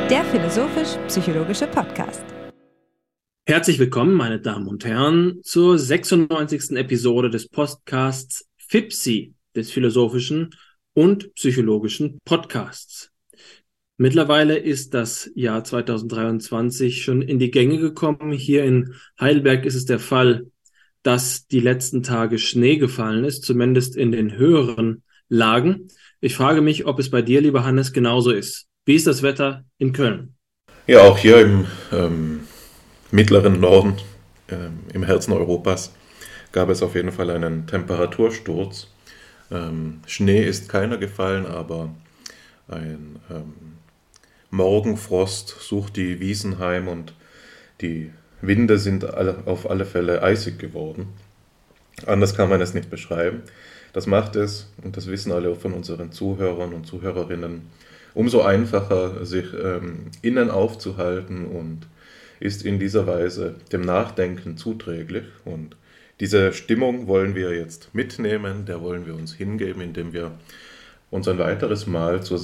Der philosophisch-psychologische Podcast. Herzlich willkommen, meine Damen und Herren, zur 96. Episode des Podcasts FIPSI, des philosophischen und psychologischen Podcasts. Mittlerweile ist das Jahr 2023 schon in die Gänge gekommen. Hier in Heidelberg ist es der Fall, dass die letzten Tage Schnee gefallen ist, zumindest in den höheren Lagen. Ich frage mich, ob es bei dir, lieber Hannes, genauso ist. Wie ist das Wetter in Köln? Ja, auch hier im mittleren Norden, im Herzen Europas, gab es auf jeden Fall einen Temperatursturz. Schnee ist keiner gefallen, aber ein Morgenfrost sucht die Wiesen heim und die Winde sind auf alle Fälle eisig geworden. Anders kann man es nicht beschreiben. Das macht es, und das wissen alle von unseren Zuhörern und Zuhörerinnen, umso einfacher, sich innen aufzuhalten und ist in dieser Weise dem Nachdenken zuträglich. Und diese Stimmung wollen wir jetzt mitnehmen, der wollen wir uns hingeben, indem wir uns ein weiteres Mal zum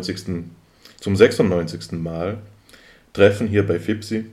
96. Mal treffen hier bei FIPSI.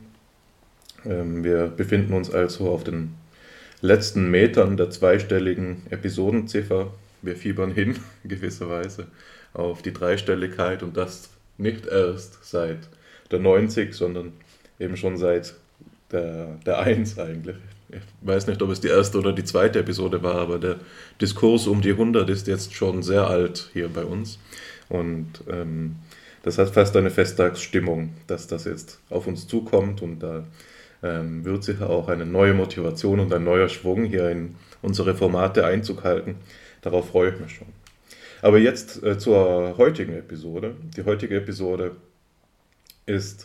Wir befinden uns also auf den letzten Metern der zweistelligen Episodenziffer. Wir fiebern hin, gewisserweise, auf die Dreistelligkeit und das nicht erst seit der 90, sondern eben schon seit der 1 eigentlich. Ich weiß nicht, ob es die erste oder die zweite Episode war, aber der Diskurs um die 100 ist jetzt schon sehr alt hier bei uns und das hat fast eine Festtagsstimmung, dass das jetzt auf uns zukommt und da wird sicher auch eine neue Motivation und ein neuer Schwung hier in unsere Formate Einzug halten. Darauf freue ich mich schon. Aber jetzt zur heutigen Episode. Die heutige Episode ist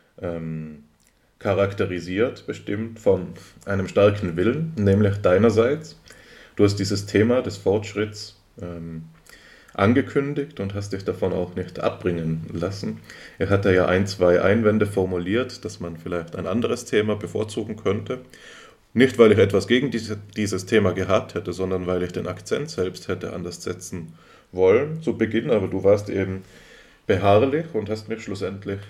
charakterisiert, bestimmt von einem starken Willen, nämlich deinerseits. Du hast dieses Thema des Fortschritts angekündigt und hast dich davon auch nicht abbringen lassen. Er hat ja ein, zwei Einwände formuliert, dass man vielleicht ein anderes Thema bevorzugen könnte. Nicht, weil ich etwas gegen dieses Thema gehabt hätte, sondern weil ich den Akzent selbst hätte anders setzen wollen zu Beginn, aber du warst eben beharrlich und hast mich schlussendlich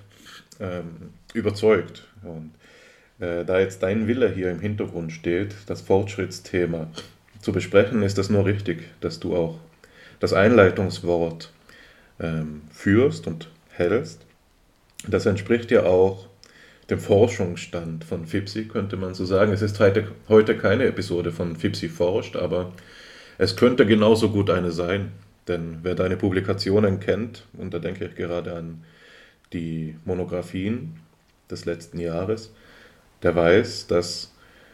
überzeugt. Und da jetzt dein Wille hier im Hintergrund steht, das Fortschrittsthema zu besprechen, ist es nur richtig, dass du auch das Einleitungswort führst und hältst. Das entspricht ja auch dem Forschungsstand von FIPSI, könnte man so sagen. Es ist heute keine Episode von FIPSI forscht, aber es könnte genauso gut eine sein. Denn wer deine Publikationen kennt, und da denke ich gerade an die Monographien des letzten Jahres, der weiß, dass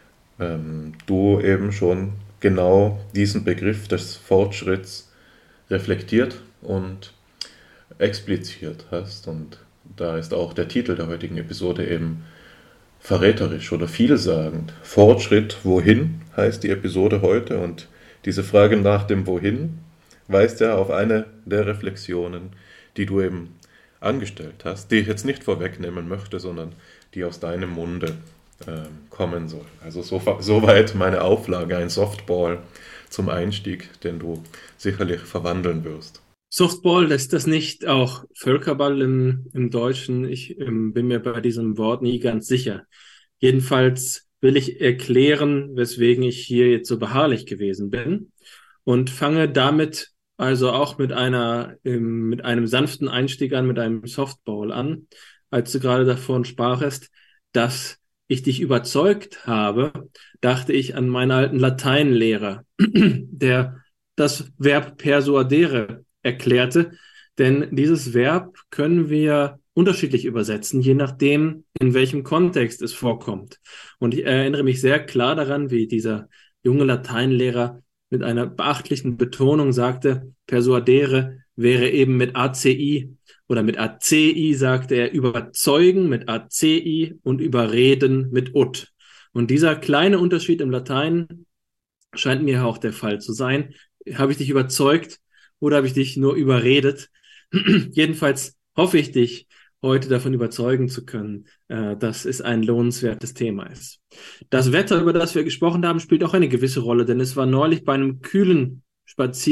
du eben schon genau diesen Begriff des Fortschritts reflektiert und expliziert hast. Und da ist auch der Titel der heutigen Episode eben verräterisch oder vielsagend. Fortschritt, wohin, heißt die Episode heute. Und diese Frage nach dem Wohin weist ja auf eine der Reflexionen, die du eben angestellt hast, die ich jetzt nicht vorwegnehmen möchte, sondern die aus deinem Munde kommen soll. Also soweit meine Auflage, ein Softball zum Einstieg, den du sicherlich verwandeln wirst. Softball, ist das nicht auch Völkerball im Deutschen? Ich bin mir bei diesem Wort nie ganz sicher. Jedenfalls will ich erklären, weswegen ich hier jetzt so beharrlich gewesen bin und fange damit also auch mit einem sanften Einstieg an, mit einem Softball an, als du gerade davon sprachest, dass ich dich überzeugt habe, dachte ich an meinen alten Lateinlehrer, der das Verb persuadere erklärte, denn dieses Verb können wir unterschiedlich übersetzen, je nachdem, in welchem Kontext es vorkommt. Und ich erinnere mich sehr klar daran, wie dieser junge Lateinlehrer mit einer beachtlichen Betonung sagte, persuadere wäre eben mit ACI oder mit ACI, sagte er, überzeugen mit ACI und überreden mit ut. Und dieser kleine Unterschied im Latein scheint mir auch der Fall zu sein. Habe ich dich überzeugt oder habe ich dich nur überredet? Jedenfalls hoffe ich dich heute davon überzeugen zu können, dass es ein lohnenswertes Thema ist. Das Wetter, über das wir gesprochen haben, spielt auch eine gewisse Rolle, denn es war neulich bei einem kühlen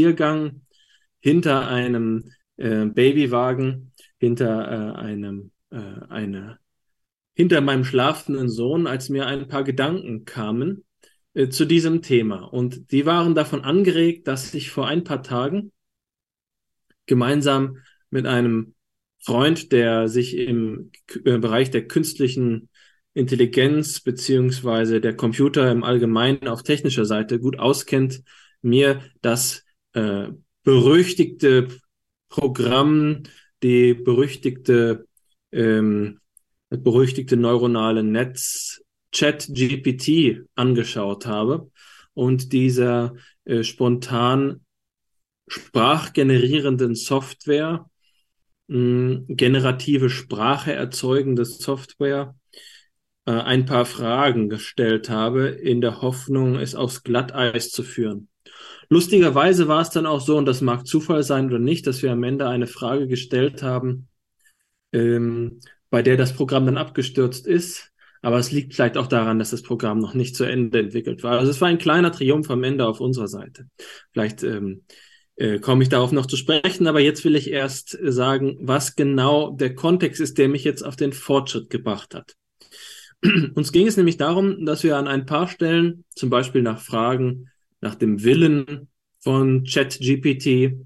Spaziergang hinter einem Babywagen, hinter einem hinter meinem schlafenden Sohn, als mir ein paar Gedanken kamen zu diesem Thema. Und die waren davon angeregt, dass ich vor ein paar Tagen gemeinsam mit einem Freund, der sich im Bereich der künstlichen Intelligenz beziehungsweise der Computer im Allgemeinen auf technischer Seite gut auskennt, mir das berüchtigte Programm, das berüchtigte neuronale Netz ChatGPT angeschaut habe und dieser spontan sprachgenerierenden Software, generative Sprache erzeugende Software, ein paar Fragen gestellt habe, in der Hoffnung, es aufs Glatteis zu führen. Lustigerweise war es dann auch so, und das mag Zufall sein oder nicht, dass wir am Ende eine Frage gestellt haben, bei der das Programm dann abgestürzt ist. Aber es liegt vielleicht auch daran, dass das Programm noch nicht zu Ende entwickelt war. Also es war ein kleiner Triumph am Ende auf unserer Seite. Vielleicht komme ich darauf noch zu sprechen, aber jetzt will ich erst sagen, was genau der Kontext ist, der mich jetzt auf den Fortschritt gebracht hat. Uns ging es nämlich darum, dass wir an ein paar Stellen, zum Beispiel nach Fragen nach dem Willen von ChatGPT,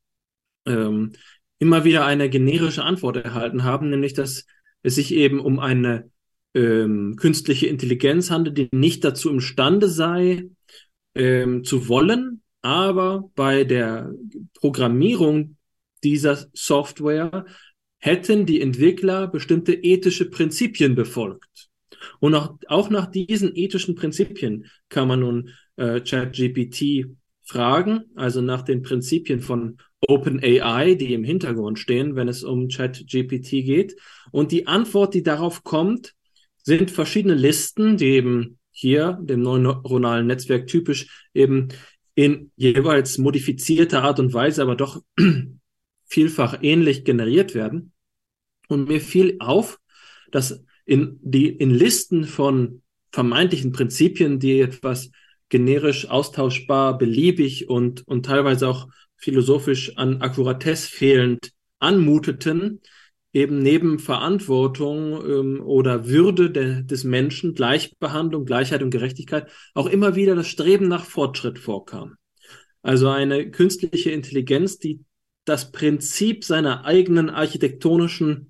immer wieder eine generische Antwort erhalten haben, nämlich dass es sich eben um eine künstliche Intelligenz handelt, die nicht dazu imstande sei, zu wollen, aber bei der Programmierung dieser Software hätten die Entwickler bestimmte ethische Prinzipien befolgt. Und auch nach diesen ethischen Prinzipien kann man nun ChatGPT fragen, also nach den Prinzipien von OpenAI, die im Hintergrund stehen, wenn es um ChatGPT geht. Und die Antwort, die darauf kommt, sind verschiedene Listen, die eben hier, dem neuronalen Netzwerk typisch, eben in jeweils modifizierter Art und Weise, aber doch vielfach ähnlich generiert werden. Und mir fiel auf, dass in Listen von vermeintlichen Prinzipien, die etwas generisch austauschbar, beliebig und teilweise auch philosophisch an Akkuratesse fehlend anmuteten, eben neben Verantwortung oder Würde des Menschen, Gleichbehandlung, Gleichheit und Gerechtigkeit auch immer wieder das Streben nach Fortschritt vorkam. Also eine künstliche Intelligenz, die das Prinzip seiner eigenen architektonischen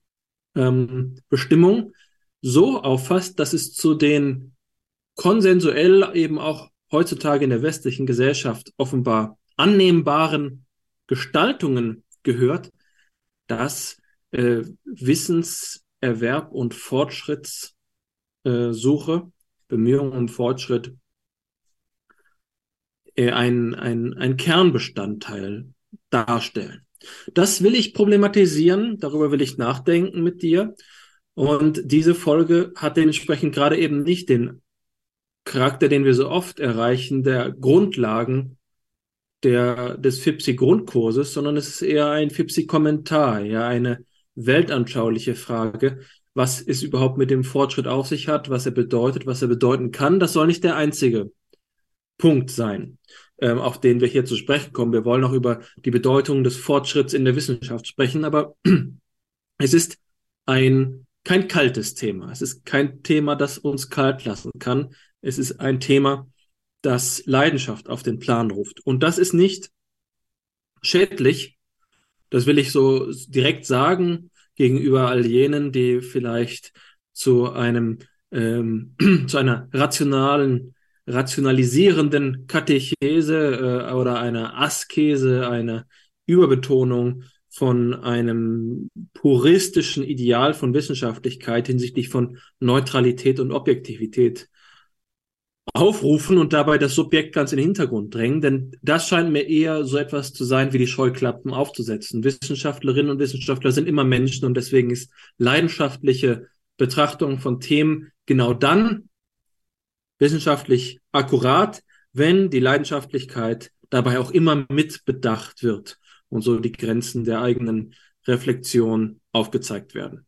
Bestimmung so auffasst, dass es zu den konsensuell eben auch heutzutage in der westlichen Gesellschaft offenbar annehmbaren Gestaltungen gehört, dass Wissenserwerb und Fortschrittssuche, Bemühungen um Fortschritt ein Kernbestandteil darstellen. Das will ich problematisieren, darüber will ich nachdenken mit dir. Und diese Folge hat dementsprechend gerade eben nicht den Charakter, den wir so oft erreichen, der Grundlagen des FIPSI-Grundkurses, sondern es ist eher ein FIPSI-Kommentar, ja, eine weltanschauliche Frage, was es überhaupt mit dem Fortschritt auf sich hat, was er bedeutet, was er bedeuten kann. Das soll nicht der einzige Punkt sein, auf den wir hier zu sprechen kommen. Wir wollen auch über die Bedeutung des Fortschritts in der Wissenschaft sprechen, aber es ist kein kaltes Thema. Es ist kein Thema, das uns kalt lassen kann. Es ist ein Thema, das Leidenschaft auf den Plan ruft. Und das ist nicht schädlich, das will ich so direkt sagen, gegenüber all jenen, die vielleicht zu einer rationalisierenden Katechese oder einer Askese, einer Überbetonung von einem puristischen Ideal von Wissenschaftlichkeit hinsichtlich von Neutralität und Objektivität aufrufen und dabei das Subjekt ganz in den Hintergrund drängen, denn das scheint mir eher so etwas zu sein, wie die Scheuklappen aufzusetzen. Wissenschaftlerinnen und Wissenschaftler sind immer Menschen und deswegen ist leidenschaftliche Betrachtung von Themen genau dann wissenschaftlich akkurat, wenn die Leidenschaftlichkeit dabei auch immer mitbedacht wird und so die Grenzen der eigenen Reflexion aufgezeigt werden.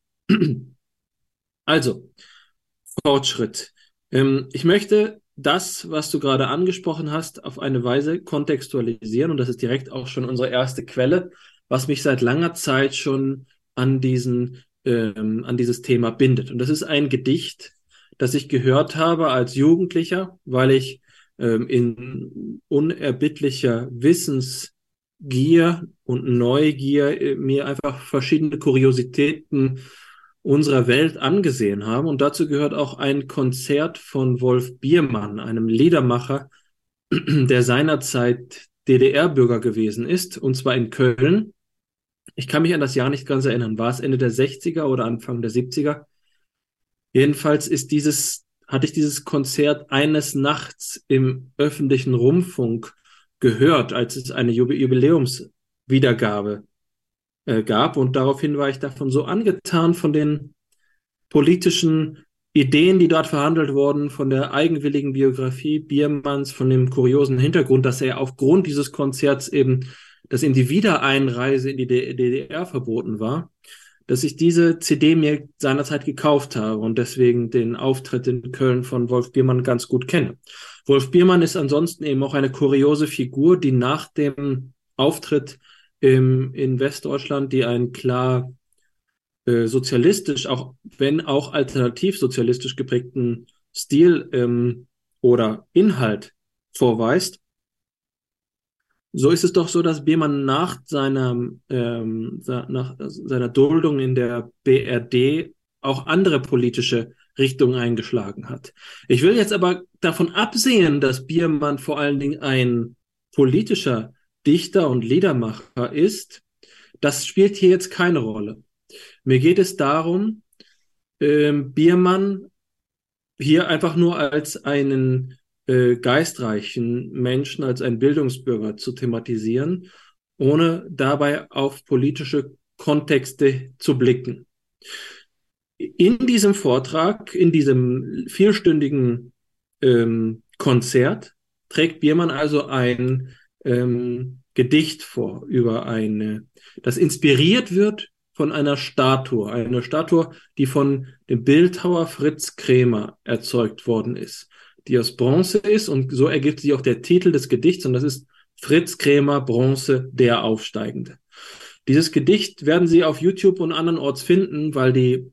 Also, Fortschritt. Ich möchte das, was du gerade angesprochen hast, auf eine Weise kontextualisieren und das ist direkt auch schon unsere erste Quelle, was mich seit langer Zeit schon an diesen an dieses Thema bindet. Und das ist ein Gedicht, das ich gehört habe als Jugendlicher, weil ich in unerbittlicher Wissensgier und Neugier mir einfach verschiedene Kuriositäten unserer Welt angesehen habe. Und dazu gehört auch ein Konzert von Wolf Biermann, einem Liedermacher, der seinerzeit DDR-Bürger gewesen ist, und zwar in Köln. Ich kann mich an das Jahr nicht ganz erinnern. War es Ende der 60er oder Anfang der 70er? Jedenfalls hatte ich dieses Konzert eines Nachts im öffentlichen Rundfunk gehört, als es eine Jubiläumswiedergabe gab. Und daraufhin war ich davon so angetan, von den politischen Ideen, die dort verhandelt wurden, von der eigenwilligen Biografie Biermanns, von dem kuriosen Hintergrund, dass er aufgrund dieses Konzerts dass ihm die Wiedereinreise in die DDR verboten war, dass ich diese CD mir seinerzeit gekauft habe und deswegen den Auftritt in Köln von Wolf Biermann ganz gut kenne. Wolf Biermann ist ansonsten auch eine kuriose Figur, die nach dem Auftritt in Westdeutschland, die einen klar sozialistisch, auch wenn auch alternativ sozialistisch geprägten Stil oder Inhalt vorweist. So ist es doch so, dass Biermann nach seiner Duldung in der BRD auch andere politische Richtungen eingeschlagen hat. Ich will jetzt aber davon absehen, dass Biermann vor allen Dingen ein politischer Dichter und Liedermacher ist. Das spielt hier jetzt keine Rolle. Mir geht es darum, Biermann hier einfach nur als einen geistreichen Menschen, als einen Bildungsbürger zu thematisieren, ohne dabei auf politische Kontexte zu blicken. In diesem Vortrag, in diesem vierstündigen Konzert, trägt Biermann also ein Gedicht vor das inspiriert wird von einer Statue, die von dem Bildhauer Fritz Kremer erzeugt worden ist, die aus Bronze ist, und so ergibt sich auch der Titel des Gedichts, und das ist Fritz Kremer, Bronze, der Aufsteigende. Dieses Gedicht werden Sie auf YouTube und andernorts finden, weil die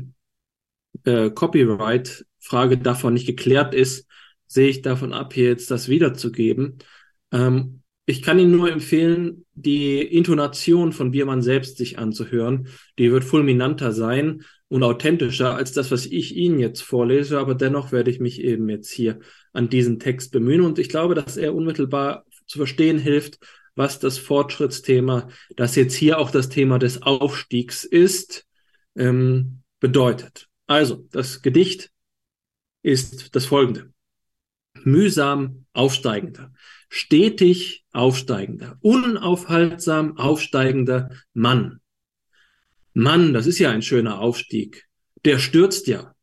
Copyright-Frage davon nicht geklärt ist, sehe ich davon ab, hier jetzt das wiederzugeben. Ich kann Ihnen nur empfehlen, die Intonation von Biermann selbst sich anzuhören. Die wird fulminanter sein und authentischer als das, was ich Ihnen jetzt vorlese, aber dennoch werde ich mich eben jetzt hier an diesen Text bemühen, und ich glaube, dass er unmittelbar zu verstehen hilft, was das Fortschrittsthema, das jetzt hier auch das Thema des Aufstiegs ist, bedeutet. Also, das Gedicht ist das folgende: Mühsam aufsteigender, stetig aufsteigender, unaufhaltsam aufsteigender Mann. Mann, das ist ja ein schöner Aufstieg. Der stürzt ja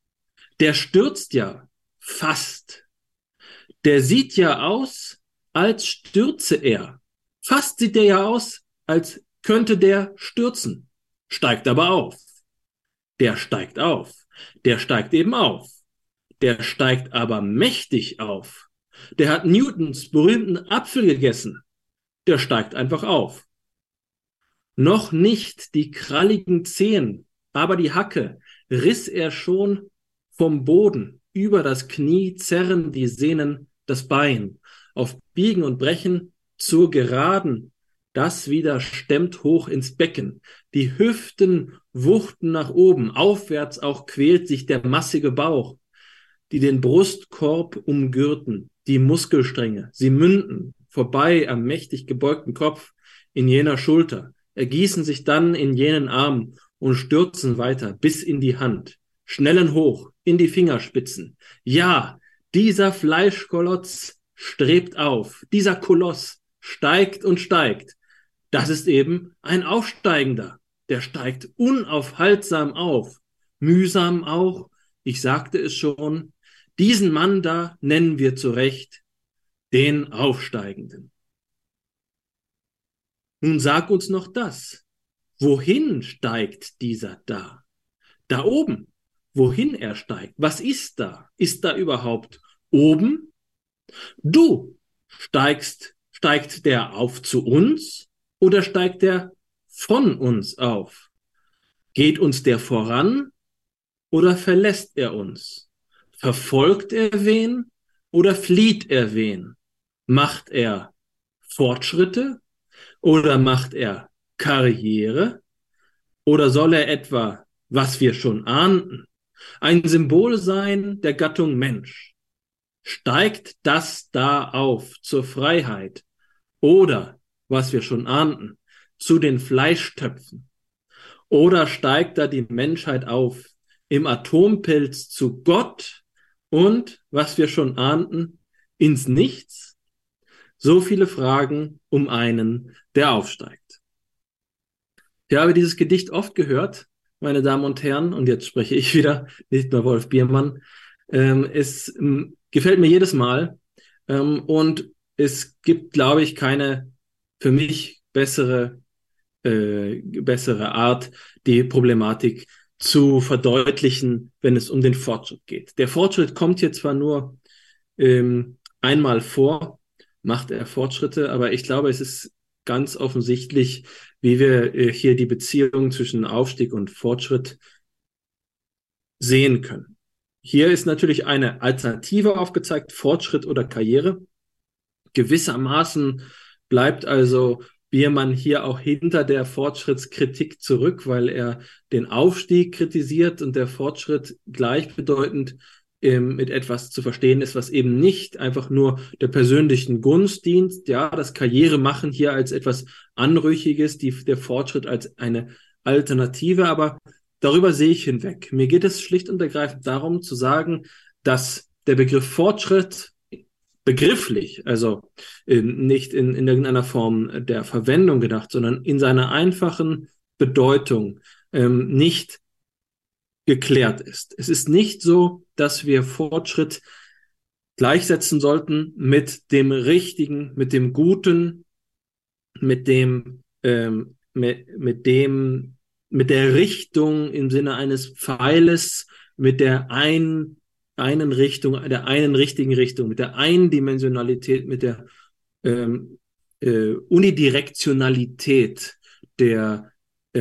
fast. Der sieht ja aus, als stürze er. Fast sieht der ja aus, als könnte der stürzen. Steigt aber auf. Der steigt auf. Der steigt eben auf. Der steigt aber mächtig auf. Der hat Newtons berühmten Apfel gegessen. Der steigt einfach auf. Noch nicht die kralligen Zehen, aber die Hacke riss er schon vom Boden. Über das Knie zerren die Sehnen das Bein. Auf Biegen und Brechen zur Geraden. Das wieder stemmt hoch ins Becken. Die Hüften wuchten nach oben. Aufwärts auch quält sich der massige Bauch, die den Brustkorb umgürten. Die Muskelstränge, sie münden vorbei am mächtig gebeugten Kopf in jener Schulter, ergießen sich dann in jenen Arm und stürzen weiter bis in die Hand, schnellen hoch in die Fingerspitzen. Ja, dieser Fleischkolotz strebt auf, dieser Koloss steigt und steigt. Das ist eben ein Aufsteigender, der steigt unaufhaltsam auf, mühsam auch, ich sagte es schon, diesen Mann da nennen wir zu Recht den Aufsteigenden. Nun sag uns noch das. Wohin steigt dieser da? Da oben. Wohin er steigt? Was ist da? Ist da überhaupt oben? Du steigt der auf zu uns oder steigt der von uns auf? Geht uns der voran oder verlässt er uns? Verfolgt er wen oder flieht er wen? Macht er Fortschritte oder macht er Karriere? Oder soll er etwa, was wir schon ahnten, ein Symbol sein der Gattung Mensch? Steigt das da auf zur Freiheit? Oder, was wir schon ahnten, zu den Fleischtöpfen? Oder steigt da die Menschheit auf im Atompilz zu Gott und, was wir schon ahnten, ins Nichts? So viele Fragen um einen, der aufsteigt. Ich habe dieses Gedicht oft gehört, meine Damen und Herren, und jetzt spreche ich wieder, nicht mehr Wolf Biermann. Es gefällt mir jedes Mal und es gibt, glaube ich, keine für mich bessere Art, die Problematik zu verdeutlichen, wenn es um den Fortschritt geht. Der Fortschritt kommt hier zwar nur einmal vor, macht er Fortschritte, aber ich glaube, es ist ganz offensichtlich, wie wir hier die Beziehung zwischen Aufstieg und Fortschritt sehen können. Hier ist natürlich eine Alternative aufgezeigt, Fortschritt oder Karriere. Gewissermaßen bleibt also Biermann hier auch hinter der Fortschrittskritik zurück, weil er den Aufstieg kritisiert und der Fortschritt gleichbedeutend mit etwas zu verstehen ist, was eben nicht einfach nur der persönlichen Gunst dient, ja, das Karrieremachen hier als etwas Anrüchiges, der Fortschritt als eine Alternative, aber darüber sehe ich hinweg. Mir geht es schlicht und ergreifend darum zu sagen, dass der Begriff Fortschritt begrifflich, also nicht in irgendeiner Form der Verwendung gedacht, sondern in seiner einfachen Bedeutung nicht geklärt ist. Es ist nicht so, dass wir Fortschritt gleichsetzen sollten mit dem Richtigen, mit dem Guten, mit der Richtung im Sinne eines Pfeiles, mit der einen Richtung, der einen richtigen Richtung, mit der Eindimensionalität, mit der Unidirektionalität der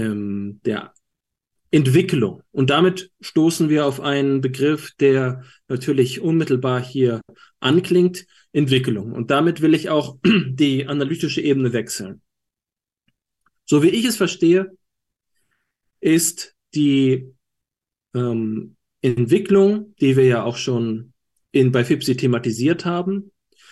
Entwicklung. Und damit stoßen wir auf einen Begriff, der natürlich unmittelbar hier anklingt, Entwicklung. Und damit will ich auch die analytische Ebene wechseln. So wie ich es verstehe, ist die Entwicklung, die wir ja auch schon bei FIPSI thematisiert haben,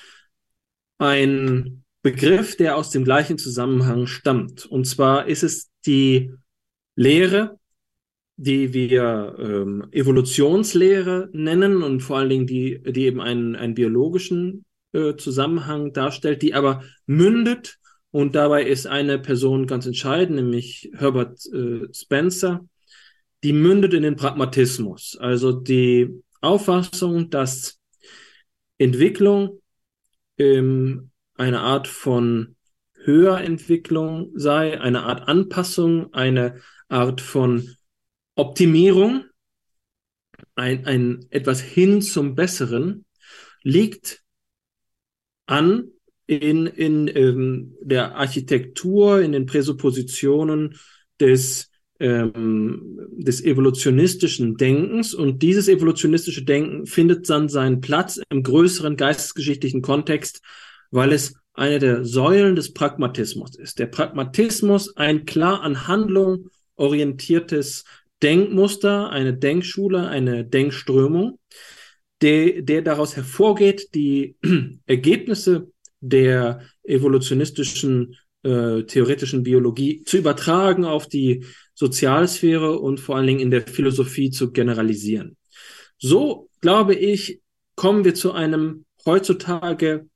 ein Begriff, der aus dem gleichen Zusammenhang stammt. Und zwar ist es die Lehre, die wir Evolutionslehre nennen und vor allen Dingen die eben einen biologischen Zusammenhang darstellt, die aber mündet, und dabei ist eine Person ganz entscheidend, nämlich Herbert Spencer, die mündet in den Pragmatismus, also die Auffassung, dass Entwicklung eine Art von Höherentwicklung sei, eine Art Anpassung, eine Art von Optimierung, ein etwas hin zum Besseren, liegt an in der Architektur, in den Präsuppositionen des evolutionistischen Denkens, und dieses evolutionistische Denken findet dann seinen Platz im größeren geistesgeschichtlichen Kontext, weil es eine der Säulen des Pragmatismus ist. Der Pragmatismus, ein klar an Handlung orientiertes Denkmuster, eine Denkschule, eine Denkströmung, der daraus hervorgeht, die Ergebnisse der evolutionistischen theoretischen Biologie zu übertragen auf die Sozialsphäre und vor allen Dingen in der Philosophie zu generalisieren. So, glaube ich, kommen wir zu einem heutzutage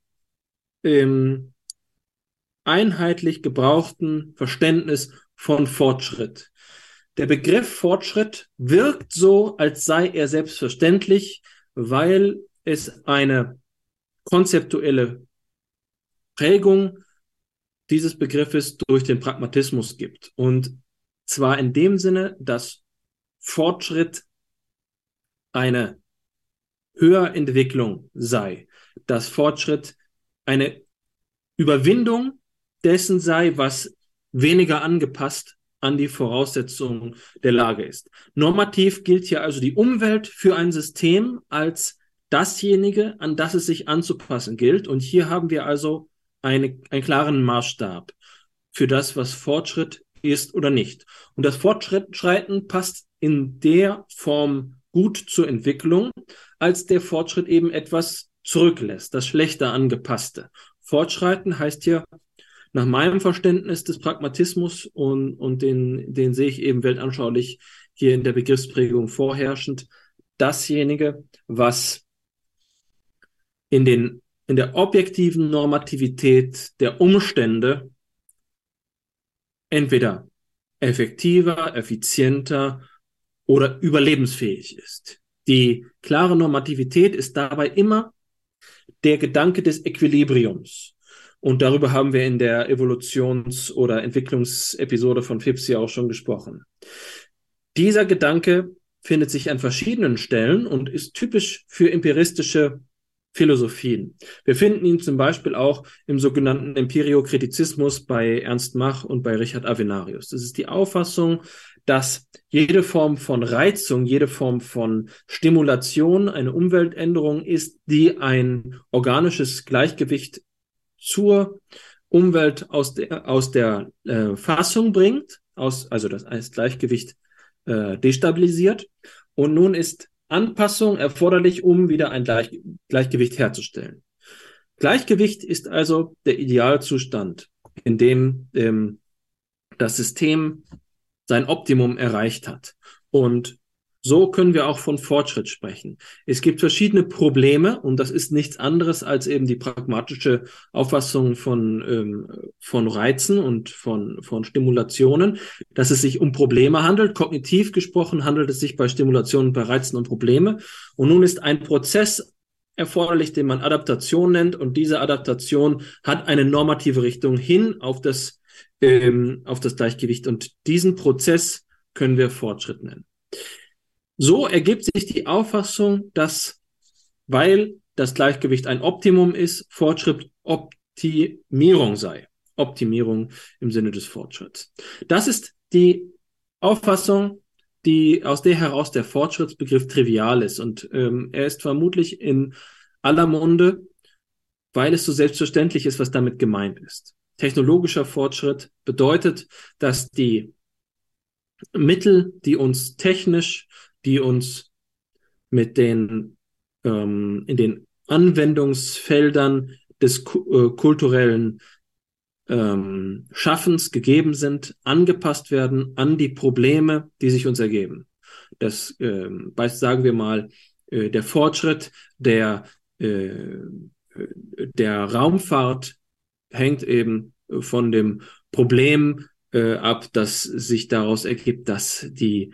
einheitlich gebrauchten Verständnis von Fortschritt. Der Begriff Fortschritt wirkt so, als sei er selbstverständlich, weil es eine konzeptuelle Prägung dieses Begriffes durch den Pragmatismus gibt. Und zwar in dem Sinne, dass Fortschritt eine Höherentwicklung sei, dass Fortschritt eine Überwindung dessen sei, was weniger angepasst an die Voraussetzungen der Lage ist. Normativ gilt hier also die Umwelt für ein System als dasjenige, an das es sich anzupassen gilt. Und hier haben wir also einen klaren Maßstab für das, was Fortschritt ist oder nicht. Und das Fortschreiten passt in der Form gut zur Entwicklung, als der Fortschritt eben etwas zurücklässt, das schlechter angepasste. Fortschreiten heißt hier nach meinem Verständnis des Pragmatismus und den sehe ich eben weltanschaulich hier in der Begriffsprägung vorherrschend, dasjenige, was in der objektiven Normativität der Umstände entweder effektiver, effizienter oder überlebensfähig ist. Die klare Normativität ist dabei immer der Gedanke des Equilibriums. Und darüber haben wir in der Evolutions- oder Entwicklungsepisode von FIPS ja auch schon gesprochen. Dieser Gedanke findet sich an verschiedenen Stellen und ist typisch für empiristische Philosophien. Wir finden ihn zum Beispiel auch im sogenannten Empiriokritizismus bei Ernst Mach und bei Richard Avenarius. Das ist die Auffassung, dass jede Form von Reizung, jede Form von Stimulation eine Umweltänderung ist, die ein organisches Gleichgewicht zur Umwelt aus der Fassung bringt, also das Gleichgewicht destabilisiert. Und nun ist Anpassung erforderlich, um wieder ein Gleichgewicht herzustellen. Gleichgewicht ist also der Idealzustand, in dem das System sein Optimum erreicht hat. Und so können wir auch von Fortschritt sprechen. Es gibt verschiedene Probleme und das ist nichts anderes als eben die pragmatische Auffassung von Reizen und von Stimulationen, dass es sich um Probleme handelt. Kognitiv gesprochen handelt es sich bei Stimulationen, bei Reizen um Probleme. Und nun ist ein Prozess erforderlich, den man Adaptation nennt, und diese Adaptation hat eine normative Richtung hin auf das Gleichgewicht, und diesen Prozess können wir Fortschritt nennen. So ergibt sich die Auffassung, dass, weil das Gleichgewicht ein Optimum ist, Fortschritt Optimierung sei. Optimierung im Sinne des Fortschritts. Das ist die Auffassung, aus der heraus der Fortschrittsbegriff trivial ist. Und er ist vermutlich in aller Munde, weil es so selbstverständlich ist, was damit gemeint ist. Technologischer Fortschritt bedeutet, dass die Mittel, die uns in den Anwendungsfeldern des kulturellen Schaffens gegeben sind, angepasst werden an die Probleme, die sich uns ergeben. Das sagen wir mal, der Fortschritt der Raumfahrt hängt eben von dem Problem ab, das sich daraus ergibt, dass die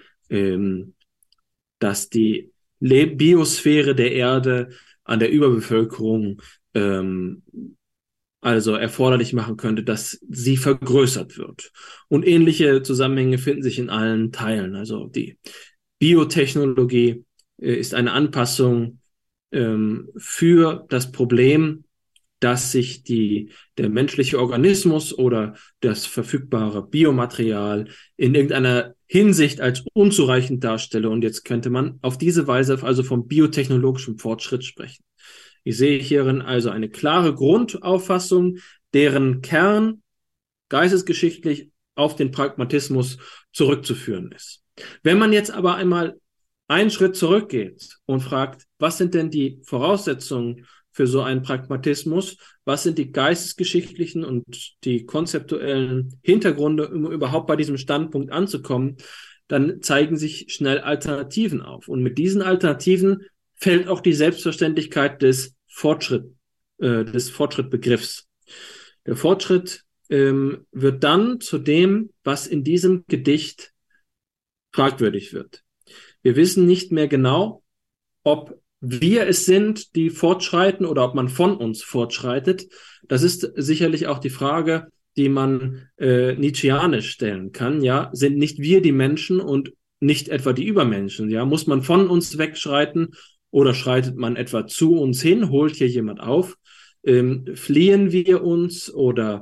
Biosphäre der Erde an der Überbevölkerung also erforderlich machen könnte, dass sie vergrößert wird. Und ähnliche Zusammenhänge finden sich in allen Teilen. Also die Biotechnologie ist eine Anpassung für das Problem, dass sich der menschliche Organismus oder das verfügbare Biomaterial in irgendeiner Hinsicht als unzureichend darstelle. Und jetzt könnte man auf diese Weise also vom biotechnologischen Fortschritt sprechen. Ich sehe hierin also eine klare Grundauffassung, deren Kern geistesgeschichtlich auf den Pragmatismus zurückzuführen ist. Wenn man jetzt aber einmal einen Schritt zurückgeht und fragt, was sind denn die Voraussetzungen für so einen Pragmatismus? Was sind die geistesgeschichtlichen und die konzeptuellen Hintergründe, um überhaupt bei diesem Standpunkt anzukommen? Dann zeigen sich schnell Alternativen auf. Und mit diesen Alternativen fällt auch die Selbstverständlichkeit des Fortschrittbegriffs. Der Fortschritt wird dann zu dem, was in diesem Gedicht fragwürdig wird. Wir wissen nicht mehr genau, ob wir es sind, die fortschreiten, oder ob man von uns fortschreitet. Das ist sicherlich auch die Frage, die man nietzscheanisch stellen kann. Ja, sind nicht wir die Menschen und nicht etwa die Übermenschen? Ja, muss man von uns wegschreiten oder schreitet man etwa zu uns hin? Holt hier jemand auf? Fliehen wir uns oder